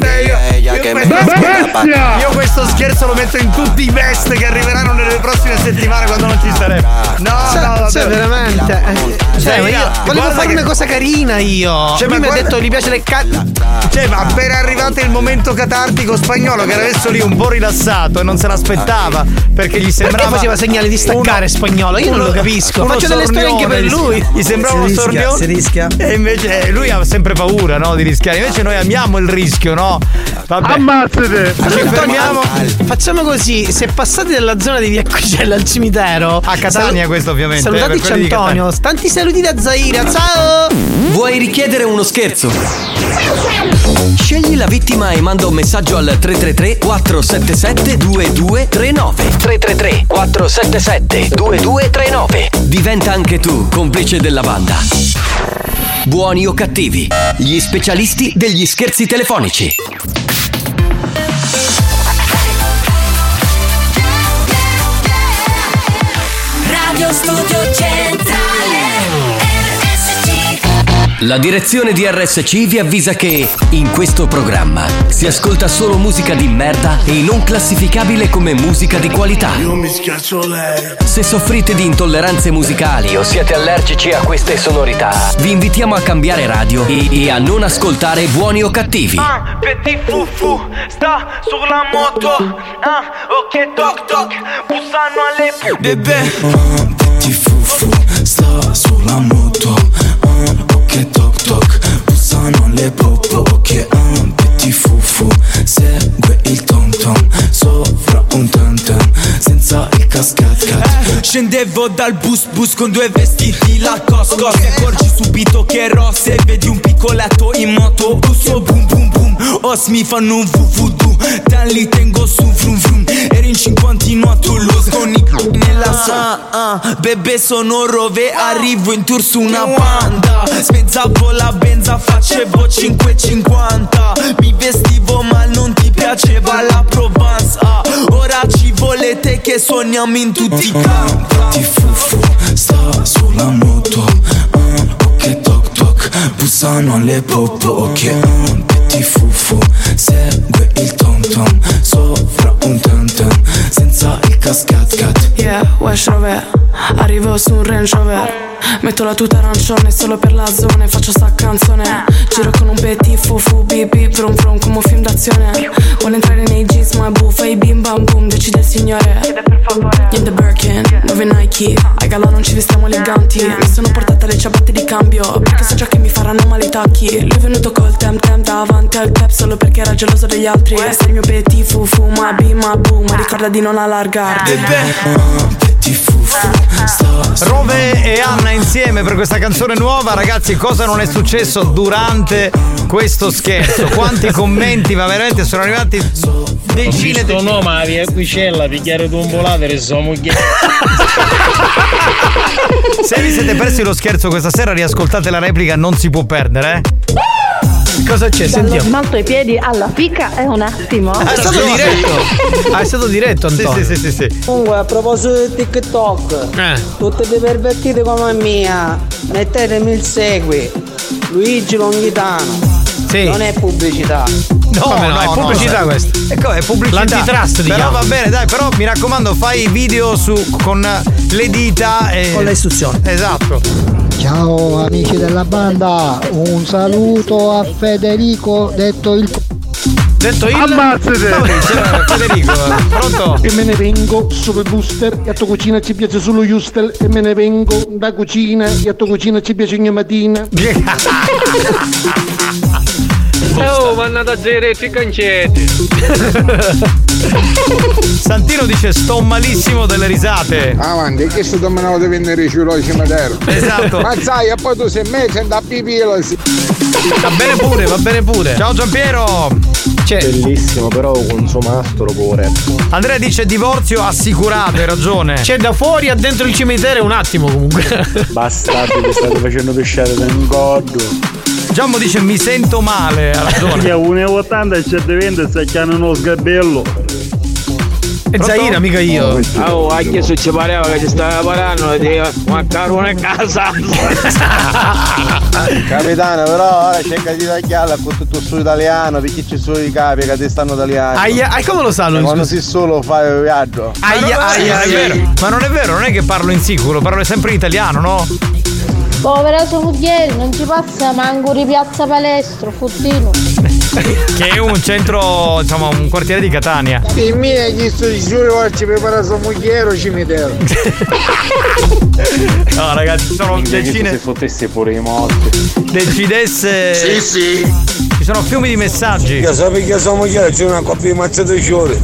vabbè, io questo scherzo lo metto in tutti i best che arriveranno nelle prossime settimane quando non ci saremo. No, vabbè. Cioè, veramente. Ma io volevo fare una cosa carina io. Cioè, mi ha detto gli piace le Cioè, ma appena arrivato il momento catartico spagnolo, che era adesso lì un po' rilassato e non se l'aspettava, perché gli sembrava. Perché faceva segnali di staccare spagnolo? Io non lo capisco. Faccio delle storie anche per lui. Gli sembrava un sornione. Si rischia. E invece lui ha sempre paura, no, di rischiare. Invece noi amiamo il rischio, no? Vabbè. Ammazzate. Ci fermiamo. Facciamo così, se passate dalla zona di via Quicella al cimitero, a Catania questo ovviamente. Salutateci Antonio. Tanti saluti da Zaira. Ciao. Vuoi richiedere uno scherzo? Scegli la vittima e manda un messaggio al 333 477 2239. 333 477 2239. Diventa anche tu complice della banda. Buoni o cattivi, gli specialisti degli scherzi telefonici. Dallo studio centrale RSC. La direzione di RSC vi avvisa che in questo programma si ascolta solo musica di merda e non classificabile come musica di qualità. Io mi schiaccio lei. Se soffrite di intolleranze musicali o siete allergici a queste sonorità, vi invitiamo a cambiare radio e a non ascoltare Buoni o Cattivi. Petit fufu sta sulla moto. Ok toc toc, bussano alle bebè. Petit fufu sta sulla moto. Ok toc toc, bussano le popo. Ok, petit fufu segue il tom tom sopra un tam tam senza il cascat. Scendevo dal bus con due vestiti Lacoste. Ti accorgi subito che è rossa e vedi un piccoletto in moto. Busso boom boom boom, os mi fanno un vuvudu. Dan li tengo su vrum vrum. Eri in 50 a Toulouse con i nella bebè sono Rove, arrivo in tour su una Panda. Spezzavo la benza, facevo 5,50. Mi vestivo ma non ti piaceva la Provence. Ora ci volete che suoniamo in tutti i campi. Petit fufu sta sulla moto. Ok toc toc, bussano alle popo. Ok, petit fufu segue il tom tom sopra un tam tam senza il cascat. Yeah, West Rover, arrivo su un Range Rover. Metto la tuta arancione solo per la zona e faccio sta canzone. Giro con un petit fufu, bip bip vrum vrum come un film d'azione. Vuole entrare nei jeans ma è buffa e bim bam boom, decide il signore. Chiede per favore. In the Birkin, 9 Nike. Ai gala non ci vestiamo eleganti. Mi sono portata le ciabatte di cambio perché so già che mi faranno male i tacchi. Lui è venuto col tem tem davanti al club solo perché era geloso degli altri. Sei il mio petit fufu ma bim ma boom, ma ricorda di non allargarti. Rove e Anna insieme per questa canzone nuova. Ragazzi, cosa non è successo durante questo scherzo? Quanti commenti, ma veramente sono arrivati decine di no, ma via quicella, picchiare un volatile, siamo Se vi siete persi lo scherzo questa sera, riascoltate la replica, non si può perdere, Cosa c'è? Dallo Sentiamo. smalto ai piedi alla fica è un attimo. È stato diretto. È stato diretto, Antonio. Sì. Comunque, a proposito di TikTok, tutte le pervertite come mia, mettetemi il segui. Luigi Longhitano. Sì. Non è pubblicità. No, è pubblicità questa. Ecco, è pubblicità. L'antitrust, Però diciamo. va bene, dai, però mi raccomando, fai video con le dita e... Con le istruzioni. Esatto. Ciao amici della banda, un saluto a Federico, detto il Ammazzate! Federico, pronto? E me ne vengo super booster e a tua cucina ci piace solo Justel. E me ne vengo da cucina e a tua cucina ci piace ogni mattina. Oh, vanno da zero i cancetti. Santino dice sto malissimo delle risate. Avanti, che sto dominavo di vendere ciuloi cimitero. Esatto. Ma sai, e poi tu sei messo da pipila. Va bene pure. Ciao Giampiero. Bellissimo, però con suo mastro pure. Andrea dice divorzio assicurato, hai ragione. C'è da fuori a dentro il cimitero un attimo comunque. Bastardi che state facendo pesciare da un goddo. Giammo dice mi sento male, ha ragione. 1,80 e c'è 20 e si chiamano uno sgabello. E Zaira, mica io. Oh, anche se ci pareva che ci stava parlando di maccarone a casa. Capitano, però ora cerca di tagliarla con tutto su italiano, perché ci sono i capi che ti stanno italiani. Aia, come lo sanno? Quando si solo fai il viaggio. Aia. Ma non è vero, non è che parlo in sicuro, parlo sempre in italiano, no? Povera Somuglieri, non ci passa manco di Piazza Palestro, Futtino. Che è un centro, insomma, un quartiere di Catania. E mi hai chiesto di giuro oggi prepara sua moglie o cimitero. No ragazzi, sono decine. Se fottesse pure i morti. Decidesse. Sì. Ci sono fiumi di messaggi. Io so perché sua moglie c'è una coppia di mazze di fiori.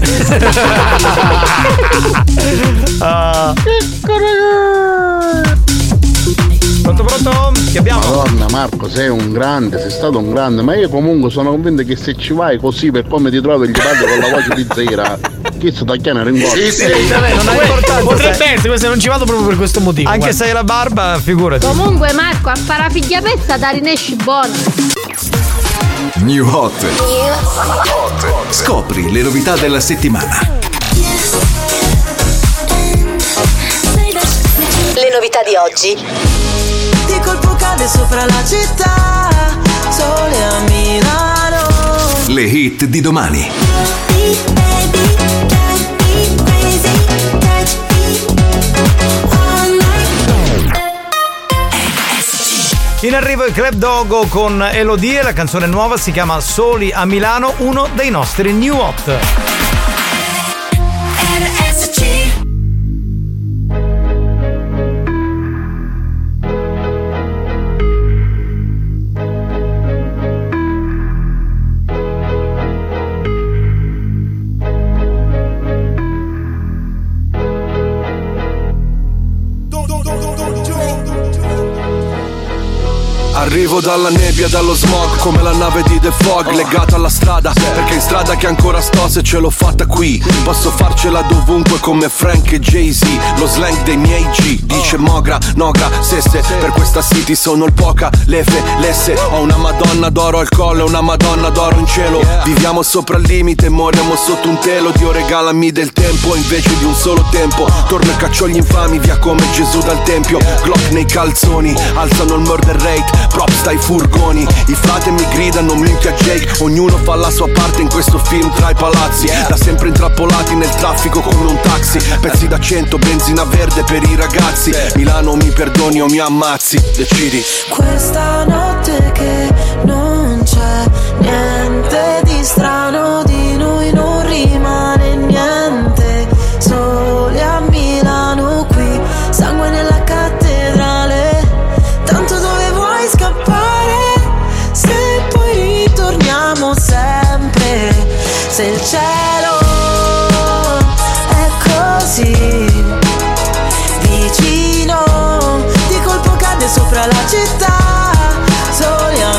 Pronto? Che abbiamo? Madonna Marco, sei un grande, sei stato un grande, ma io comunque sono convinto che se ci vai così per come ti trovi gli parli con la voce di Zaira, che sto tagliando in Sì, non ha importanza. Potrebbe essere, se non ci vado proprio per questo motivo. Anche se hai la barba, figurati. Comunque Marco, a fare la figlia pezza da rinesci buona. New Hot. Scopri le novità della settimana. Le novità di oggi. Di colpo cade sopra la città, sole a Milano. Le hit di domani. In arrivo il Club Dogo con Elodie, la canzone nuova si chiama Soli a Milano, uno dei nostri new hot. Arrivo dalla nebbia, dallo smog, come la nave di The Fog, legata alla strada, perché in strada che ancora sto, se ce l'ho fatta qui posso farcela dovunque come Frank e Jay-Z. Lo slang dei miei G dice mogra, noga, sesse. Per questa city sono il poca, lefe, lesse. Ho una madonna d'oro al collo e una madonna d'oro in cielo. Viviamo sopra il limite, moriamo sotto un telo. Dio regalami del tempo invece di un solo tempo. Torno e caccio gli infami via come Gesù dal tempio. Glock nei calzoni, alzano il murder rate, props dai furgoni. I frate mi gridano minchia Jake. Ognuno fa la sua parte in questo film tra i palazzi. Da sempre intrappolati nel traffico come un taxi. Pezzi da 100, benzina verde per i ragazzi. Milano mi perdoni o mi ammazzi, decidi. Questa notte che non c'è niente di strano, di noi non rimane niente. Soli a Milano qui, sangue nella cattedrale. Tanto dove vuoi scappare, se poi ritorniamo sempre. Se il cielo è così vicino, di colpo cade sopra la città. Soli a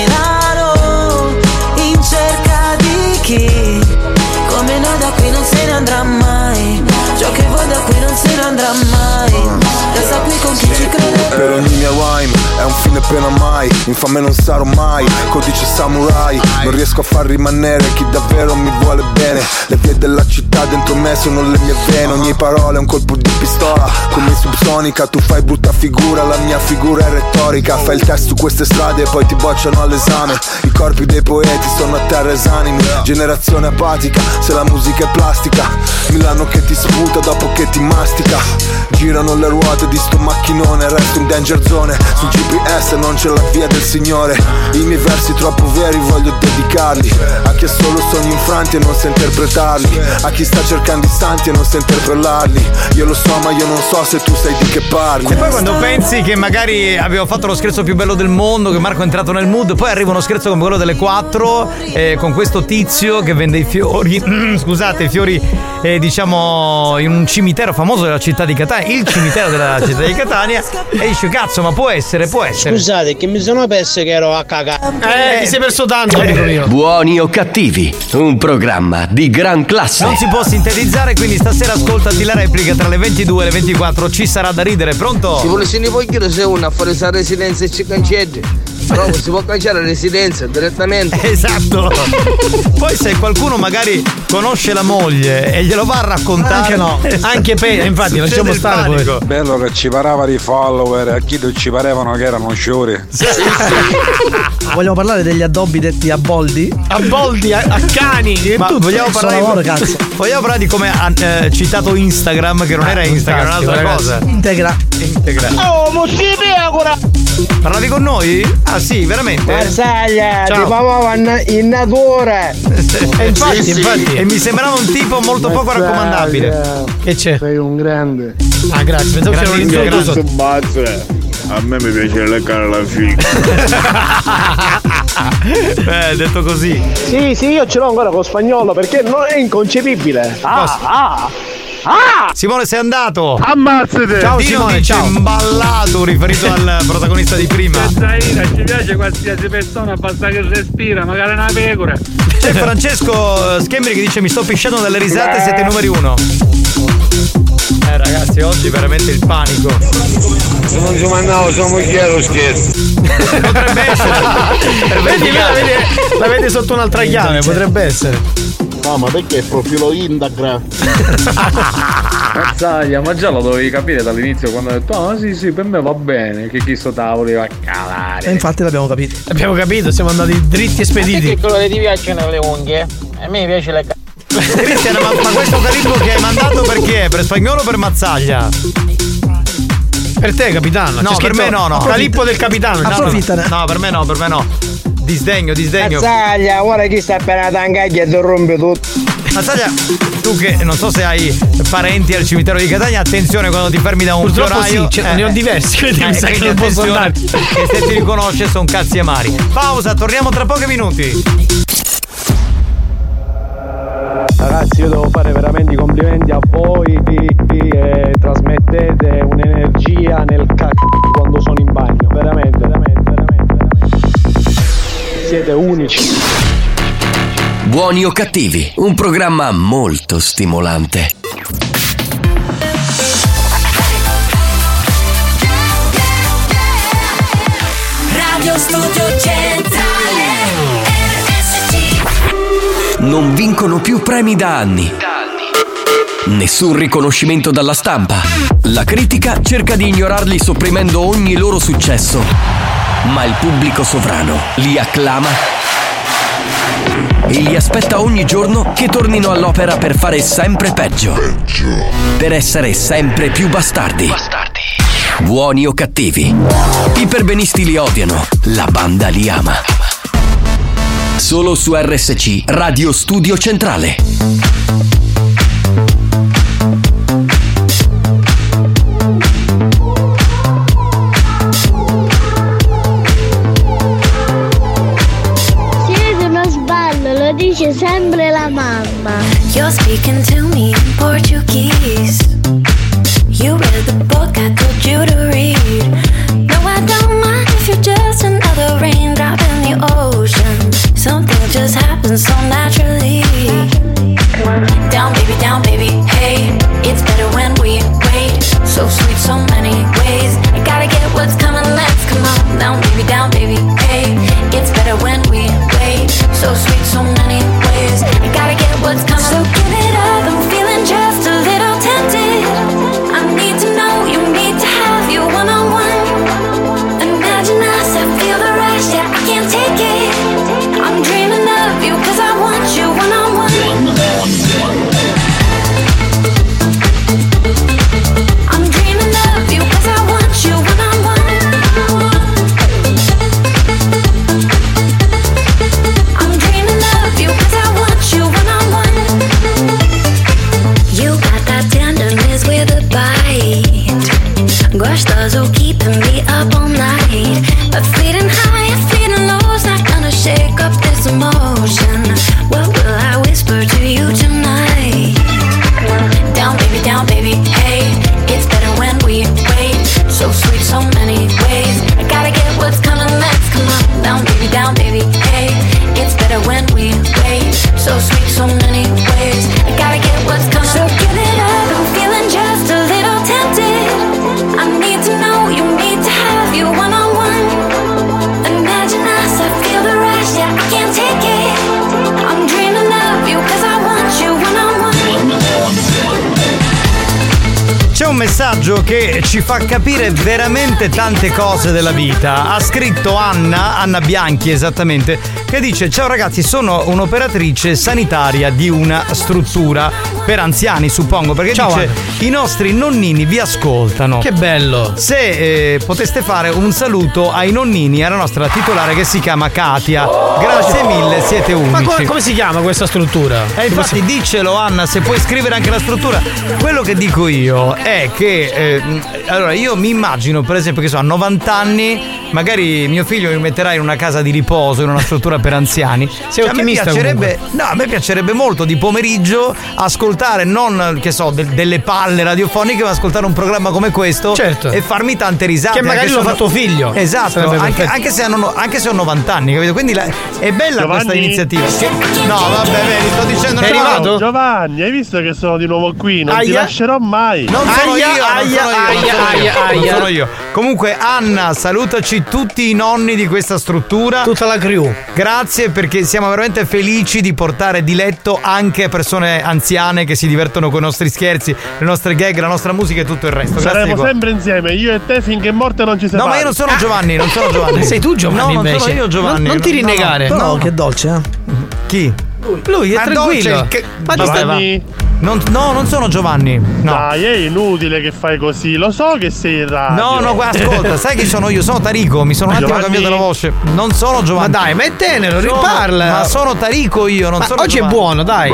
Milano, in cerca di chi come noi da qui non se ne andrà mai. Ciò che vuoi da qui non se ne andrà mai. Resta qui con chi ci crede. Per ogni mia rhyme è un fine pena mai. Infame non sarò mai, codice samurai. Non riesco a far rimanere chi davvero mi vuole bene. Le vie della città dentro me sono le mie vene. Ogni parola è un colpo di pistola, come in subsonica. Tu fai brutta figura, la mia figura è retorica. Fai il test su queste strade e poi ti bocciano all'esame. I corpi dei poeti sono a terra esanimi. Generazione apatica, se la musica è plastica. Milano che ti sputa dopo che ti mastica. Girano le ruote di sto macchinone, resto in danger zone. Sul GPS non c'è la via del Signore. I miei versi troppo veri voglio dedicarli a chi ha solo sogni infranti e non sa interpretarli, a chi sta cercando istanti e non sa interpellarli. Io lo so ma io non so se tu sai di che parli. E poi quando pensi che magari avevo fatto lo scherzo più bello del mondo, che Marco è entrato nel mood, poi arriva uno scherzo come quello delle 4 con questo tizio che vende i fiori scusate, i fiori diciamo in un cimitero famoso della città di Catania, il cimitero della città di Catania, e dice cazzo ma può essere. Scusate che mi sono perso che ero a cagare. Ti sei perso tanto, amico mio. Buoni o cattivi, un programma di gran classe. Non si può sintetizzare, quindi stasera ascoltati la replica tra le 22 e le 24, ci sarà da ridere. Pronto? Si volessi ne poi chiedere se uno a fare questa residenza e ci cancelli. Però si può cangiare la residenza direttamente. Esatto. Poi se qualcuno magari conosce la moglie e glielo va a raccontare, anche no, anche infatti lasciamo stare poi. Bello che ci parava di follower, a chi non ci parevano che erano sciori. Vogliamo parlare degli addobbi detti a boldi? A boldi, a cani. Ma vogliamo parlare di come ha citato Instagram, che non era Instagram, era un'altra cosa. Integra. Oh, motivi ancora. Parlavi con noi? Ah sì, veramente? Marsaglia, ti parlavo in natura. Infatti. E mi sembrava un tipo molto poco raccomandabile. Che c'è? Sei un grande. Ah, grazie. Pensavo c'era un insulto. A me mi piace leccare la figa. Detto così. Sì, io ce l'ho ancora con spagnolo perché non è inconcepibile. Simone, sei andato? Ammazzate! Ciao Simone, ciao. Imballato riferito al protagonista di prima. Ci piace qualsiasi persona, basta che respira, magari una pecora. C'è Francesco Schembri che dice mi sto pisciando dalle risate, siete i numeri 1. Ragazzi, oggi veramente il panico. Se non ci mandavo sua moglie lo scherzo. Potrebbe essere. Vedi, la vede sotto un'altra chiave, potrebbe essere. No, ma perché il profilo Instagram? Mazzaglia, ma già lo dovevi capire dall'inizio quando hai detto sì, per me va bene, che chi sto tavoli va a calare. E infatti l'abbiamo capito. Abbiamo capito, siamo andati dritti e spediti. Che colore ti piacciono le unghie? A me piace le Cristian, ma questo Calippo che hai mandato per chi è? Per Spagnolo o per Mazzaglia? Per te, capitano. No, per me no. Calippo del capitano. Approfittane. No, per me no. Disdegno. Mazzaglia, guarda chi sta appena tangaglia e ti rompe tutto. Mazzaglia, tu che non so se hai parenti al cimitero di Catania, attenzione quando ti fermi da un fioraio. Sì, ne ho diversi, quindi mi sa che non posso andare. E se ti riconosce sono cazzi amari. Pausa, torniamo tra pochi minuti. Ragazzi, io devo fare veramente i complimenti a voi che trasmettete un'energia nel cacchio quando sono in bagno, veramente. Siete unici. Buoni o cattivi, un programma molto stimolante. Radio Studio Centrale RSC. Non vincono più premi da anni. Nessun riconoscimento dalla stampa. La critica cerca di ignorarli sopprimendo ogni loro successo. Ma il pubblico sovrano li acclama e li aspetta ogni giorno che tornino all'opera per fare sempre peggio. Per essere sempre più bastardi. Buoni o cattivi. I perbenisti li odiano, la banda li ama. Solo su RSC, Radio Studio Centrale. Siete uno sballo, lo dice sempre la mamma. You're speaking to me in Portuguese. You read the book I told you to read. No, I don't mind if you're just another raindrop in the ocean. Something just happens so naturally. Down baby, hey. It's better when we wait. So sweet, so many ways. I gotta get what's coming, let's come on. Down baby, hey. It's better when we wait. So sweet, so many ways. I gotta get what's coming. So give it up, I'm feeling just a little tempted. I need to know, you need to have you one-on-one. Imagine us, I feel the rush, yeah, I can't take it. I'm dreaming of you, cause I want you one-on-one. I'm dreaming of you, cause I want you one-on-one. I'm dreaming of you, cause I want you one-on-one. You got that tenderness with a bite. Gostoso keeping me up all night. But feeling high and feeling low's not gonna shake up this emotion. What will I whisper to you tonight? Down baby, hey. It's better when we wait. So sweet, so many ways. I gotta get what's coming, let's come on. Down baby, hey. It's better when we wait. So sweet, so many ways. I gotta get what's coming. So give it up, I'm feeling just a little tempted. I need to know, you need to have you one-on-one. Imagine us, I feel the rush, yeah, I can't take it. I'm dreaming of you, cause I want you one-on-one. C'è un messaggio che ci fa capire veramente tante cose della vita. Ha scritto Anna Bianchi esattamente, che dice: ciao ragazzi, sono un'operatrice sanitaria di una struttura per anziani, suppongo, perché ciao, dice Anna. I nostri nonnini vi ascoltano. Che bello. Se poteste fare un saluto ai nonnini, alla nostra titolare che si chiama Katia. Grazie mille, siete unici. Ma come si chiama questa struttura? Infatti dicelo Anna, se puoi scrivere anche la struttura. Quello che dico io è che allora io mi immagino, per esempio, che so, a 90 anni magari mio figlio mi metterà in una casa di riposo, in una struttura per anziani. Sei ottimista? A me piacerebbe molto di pomeriggio ascoltare, non che so, delle palle radiofoniche, ma ascoltare un programma come questo, certo, e farmi tante risate. Che magari lo fa tuo figlio. Esatto, anche se ho 90 anni, capito? Quindi è bella Giovanni. Questa iniziativa. No, vabbè, vedi, sto dicendo. È arrivato? Giovanni, hai visto che sono di nuovo qui? Non ti lascerò mai. Non sono io Non sono io. Comunque Anna, salutaci tutti i nonni di questa struttura, tutta la crew. Grazie, perché siamo veramente felici di portare diletto anche persone anziane che si divertono con i nostri scherzi, le nostre gag, la nostra musica e tutto il resto. Saremo sempre insieme, io e te, finché morte non ci separa. No, ma io non sono Giovanni, non sono Giovanni. Sei tu Giovanni? No, invece. non sono io Giovanni. Non ti rinnegare. No, che dolce, Chi? Lui è tranquillo. Ma non sono Giovanni. No. Dai, è inutile che fai così. Lo so che sei in radio. No, ascolta, sai chi sono io? Sono Tarico. Mi sono un attimo cambiato la voce. Non sono Giovanni. Ma dai, ma è tenero, riparla. Ma sono Tarico io, non sono oggi Giovanni. È buono, dai.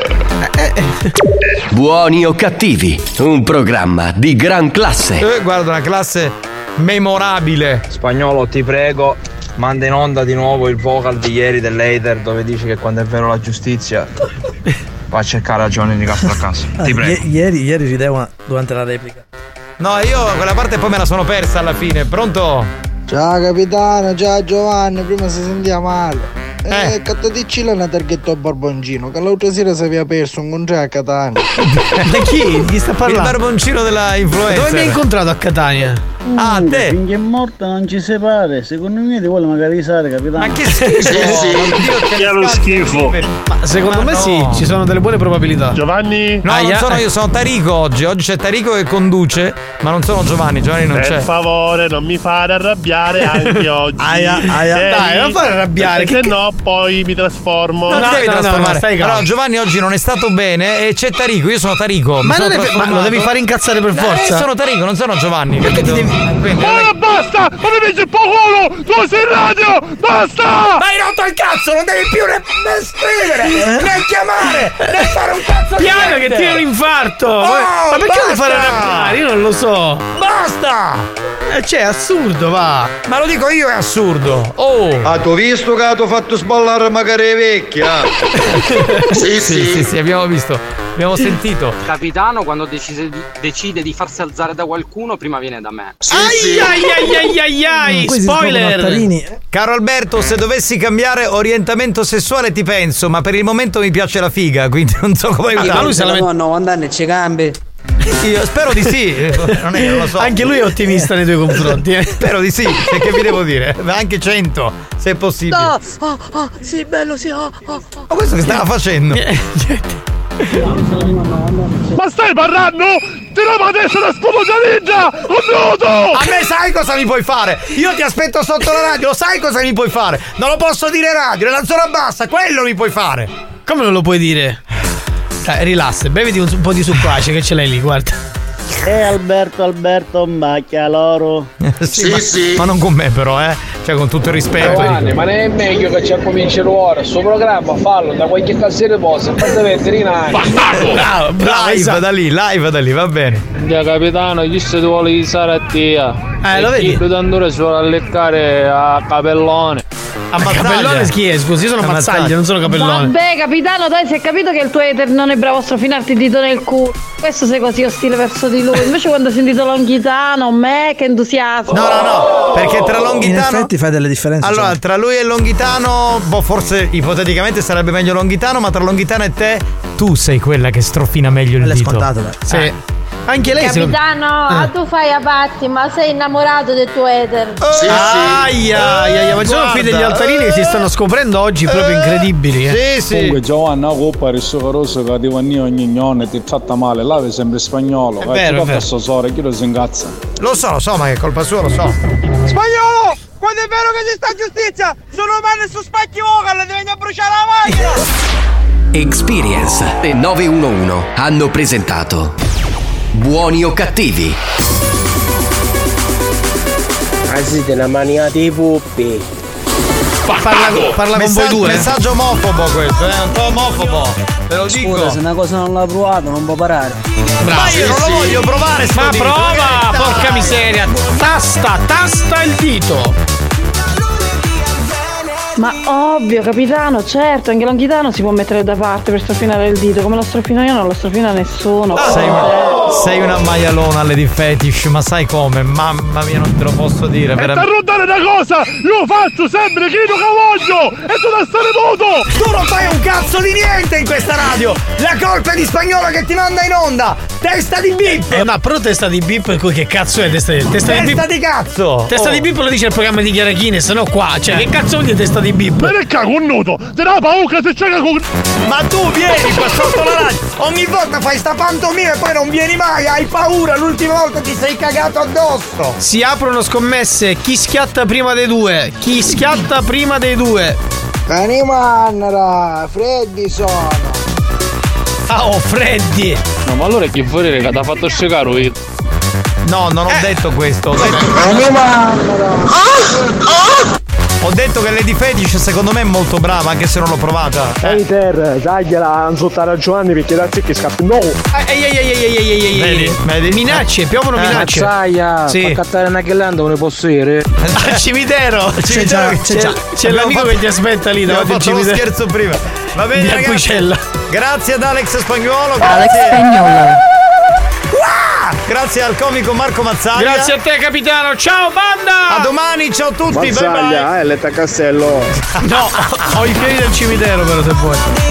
Buoni o cattivi, un programma di gran classe. Guarda, una classe memorabile. Spagnolo, ti prego, manda in onda di nuovo il vocal di ieri dell'Hater dove dice che quando è vero la giustizia va a cercare ragioni di Castro a casa. Ti prego. Ieri ridevo durante la replica. No, io quella parte poi me la sono persa alla fine. Pronto? Ciao capitano, ciao Giovanni, prima si sentiva male. Cattatici una targhetta a Barboncino, che l'altra sera si aveva perso un concerto a Catania. Da chi? Chi sta parlando? Il Barboncino della influencer. Dove mi hai incontrato a Catania? Ah, te? Finché è morta non ci separe. Secondo me ti vuole magari risare, capitano. Ma che schifo! Che lo schifo. Ma secondo me sì, ci sono delle buone probabilità. Giovanni? No, non sono io, sono Tarico oggi. Oggi c'è Tarico che conduce, ma non sono Giovanni. Giovanni non c'è. Per favore, non mi fare arrabbiare anche oggi. Dai, non fare arrabbiare. Se no, poi mi trasformo. Non devi trasformare. Stai calmo. Allora, Giovanni oggi non è stato bene e c'è Tarico. Io sono Tarico. Ma lo devi fare incazzare per forza. Sono Tarico, non sono Giovanni. Perché ti devi. Ora basta! Non mi dici il culo! Tu sei in radio! Basta! Ma hai rotto il cazzo! Non devi più né scrivere! Né chiamare! Né fare un cazzo di Piano niente. che ti viene un infarto! Ma perché devi fare arrabbiare? Io non lo so! Basta! Cioè, è assurdo, va! Ma lo dico io, è assurdo! Oh! Ah, tu visto che ti ho fatto sballare magari vecchia? Sì, abbiamo visto. Abbiamo sentito. Capitano, quando decide di farsi alzare da qualcuno, prima viene da me. Ai, spoiler! Caro Alberto, se dovessi cambiare orientamento sessuale ti penso, ma per il momento mi piace la figa, quindi non so come aiutare. Ma lui se la mette 90 anni ci cambi. Io spero di sì. Non lo so. Anche lui è ottimista nei tuoi confronti. Spero di sì, che vi devo dire? Anche 100, se è possibile. No, sì, bello, sì. Ma questo che stava facendo? Ma stai parlando? Tiriamo adesso la spumosa ninja! Aiuto! A me sai cosa mi puoi fare? Io ti aspetto sotto la radio, lo sai cosa mi puoi fare? Non lo posso dire in radio, nella zona bassa, quello mi puoi fare. Come non lo puoi dire? Dai, rilassa, beviti un po' di succace che ce l'hai lì, guarda. Alberto, macchia loro. sì. Ma non con me però, Cioè con tutto il rispetto. Giovanni, ma non è meglio che ci cominciano ora. Sto programma fallo da qualche cassiere posa. Fate veterinari. Live da lì, va bene. Ya capitano, chi se ti vuole risare a te? Lo vedi? Chi tanto si vuole alleccare a Capellone. A Capellone chi è? Scusi, io sono Mazzaglia, non sono Capellone. Vabbè, capitano, dai, si è capito che il tuo hater non è bravo a strofinarti il dito nel culo. Questo sei così ostile verso di lui. Invece quando ho sentito Longhitano, me che entusiasmo. No, perché tra Longhitano. In effetti fai delle differenze. Allora, tra lui e Longhitano, forse ipoteticamente sarebbe meglio Longhitano, ma tra Longhitano e te, tu sei quella che strofina meglio il dito. È scontato, dai. Sì. Anche lei Capitano, tu fai a patti, ma sei innamorato del tuo hater. Aia, ma ci sono qui degli altarini che si stanno scoprendo oggi proprio incredibili. Sì. Comunque Giovanna, coppa il suo caroso che ti vanno ogni giorno ti tratta male, là è sempre spagnolo. È vero. Chi lo si incazza? Lo so, ma che colpa sua, lo so. Spagnolo! Quando è vero che ci sta giustizia, sono umani su spacchi vocal, devi bruciare la macchina! Experience e 911 hanno presentato Buoni o cattivi? Ma siete una mania di puppi. Parla con voi due. Messaggio omofobo questo, un po' omofobo. Te lo dico. Scusa, se una cosa non l'ha provato non può parare. Bravo. Ma io non lo voglio provare. Ma prova, porca miseria. Tasta il dito. Ma ovvio, capitano, certo, anche l'anghitano si può mettere da parte per strofinare il dito. Come lo strofino io, non lo strofina nessuno. Sei una maialona Lady Fetish, ma sai come? Mamma mia, non te lo posso dire. Per rondare una cosa, io faccio sempre quello che voglio e tu da stare muto! Tu non fai un cazzo di niente in questa radio! La colpa è di Spagnolo che ti manda in onda! Testa di bip! No, però testa di bip, che cazzo è testa di bip? Testa di cazzo! Testa di bip lo dice il programma di Chiarachine, se no qua, cioè che cazzo vuol dire testa di bip? Ma che cago un nudo! Te la paura se c'è con... Ma tu vieni qua sotto la radio! Ogni volta fai sta pantomima e poi non vieni mai! Hai paura! L'ultima volta ti sei cagato addosso! Si aprono scommesse, chi schiatta prima dei due? Chi schiatta prima dei due? Canimannara, freddi sono. Ah, oh, freddi! No, ma allora chi fuori che ti ha fatto scegare io? No, non ho detto questo. Ho detto che Lady Fetish secondo me è molto brava, anche se non l'ho provata. Ehi Ter, dagliela, non sottare a Giovanni perché da che scappa. No! Ehi. Vedi? Minacce, piovono minacce. Mazzaia, sì. fa cattare una ghirlanda come posso dire? Al cimitero! C'è l'amico che ti aspetta lì davanti al cimitero. Lo scherzo prima. Va bene, ragazzi. Grazie ad Alex Spagnuolo. Alex Spagnuolo. Grazie al comico Marco Mazzaglia. Grazie a te, capitano. Ciao, banda! A domani, ciao a tutti. Mazzaglia, bye bye. Letta Castello. No, ho i piedi del cimitero, però, se vuoi.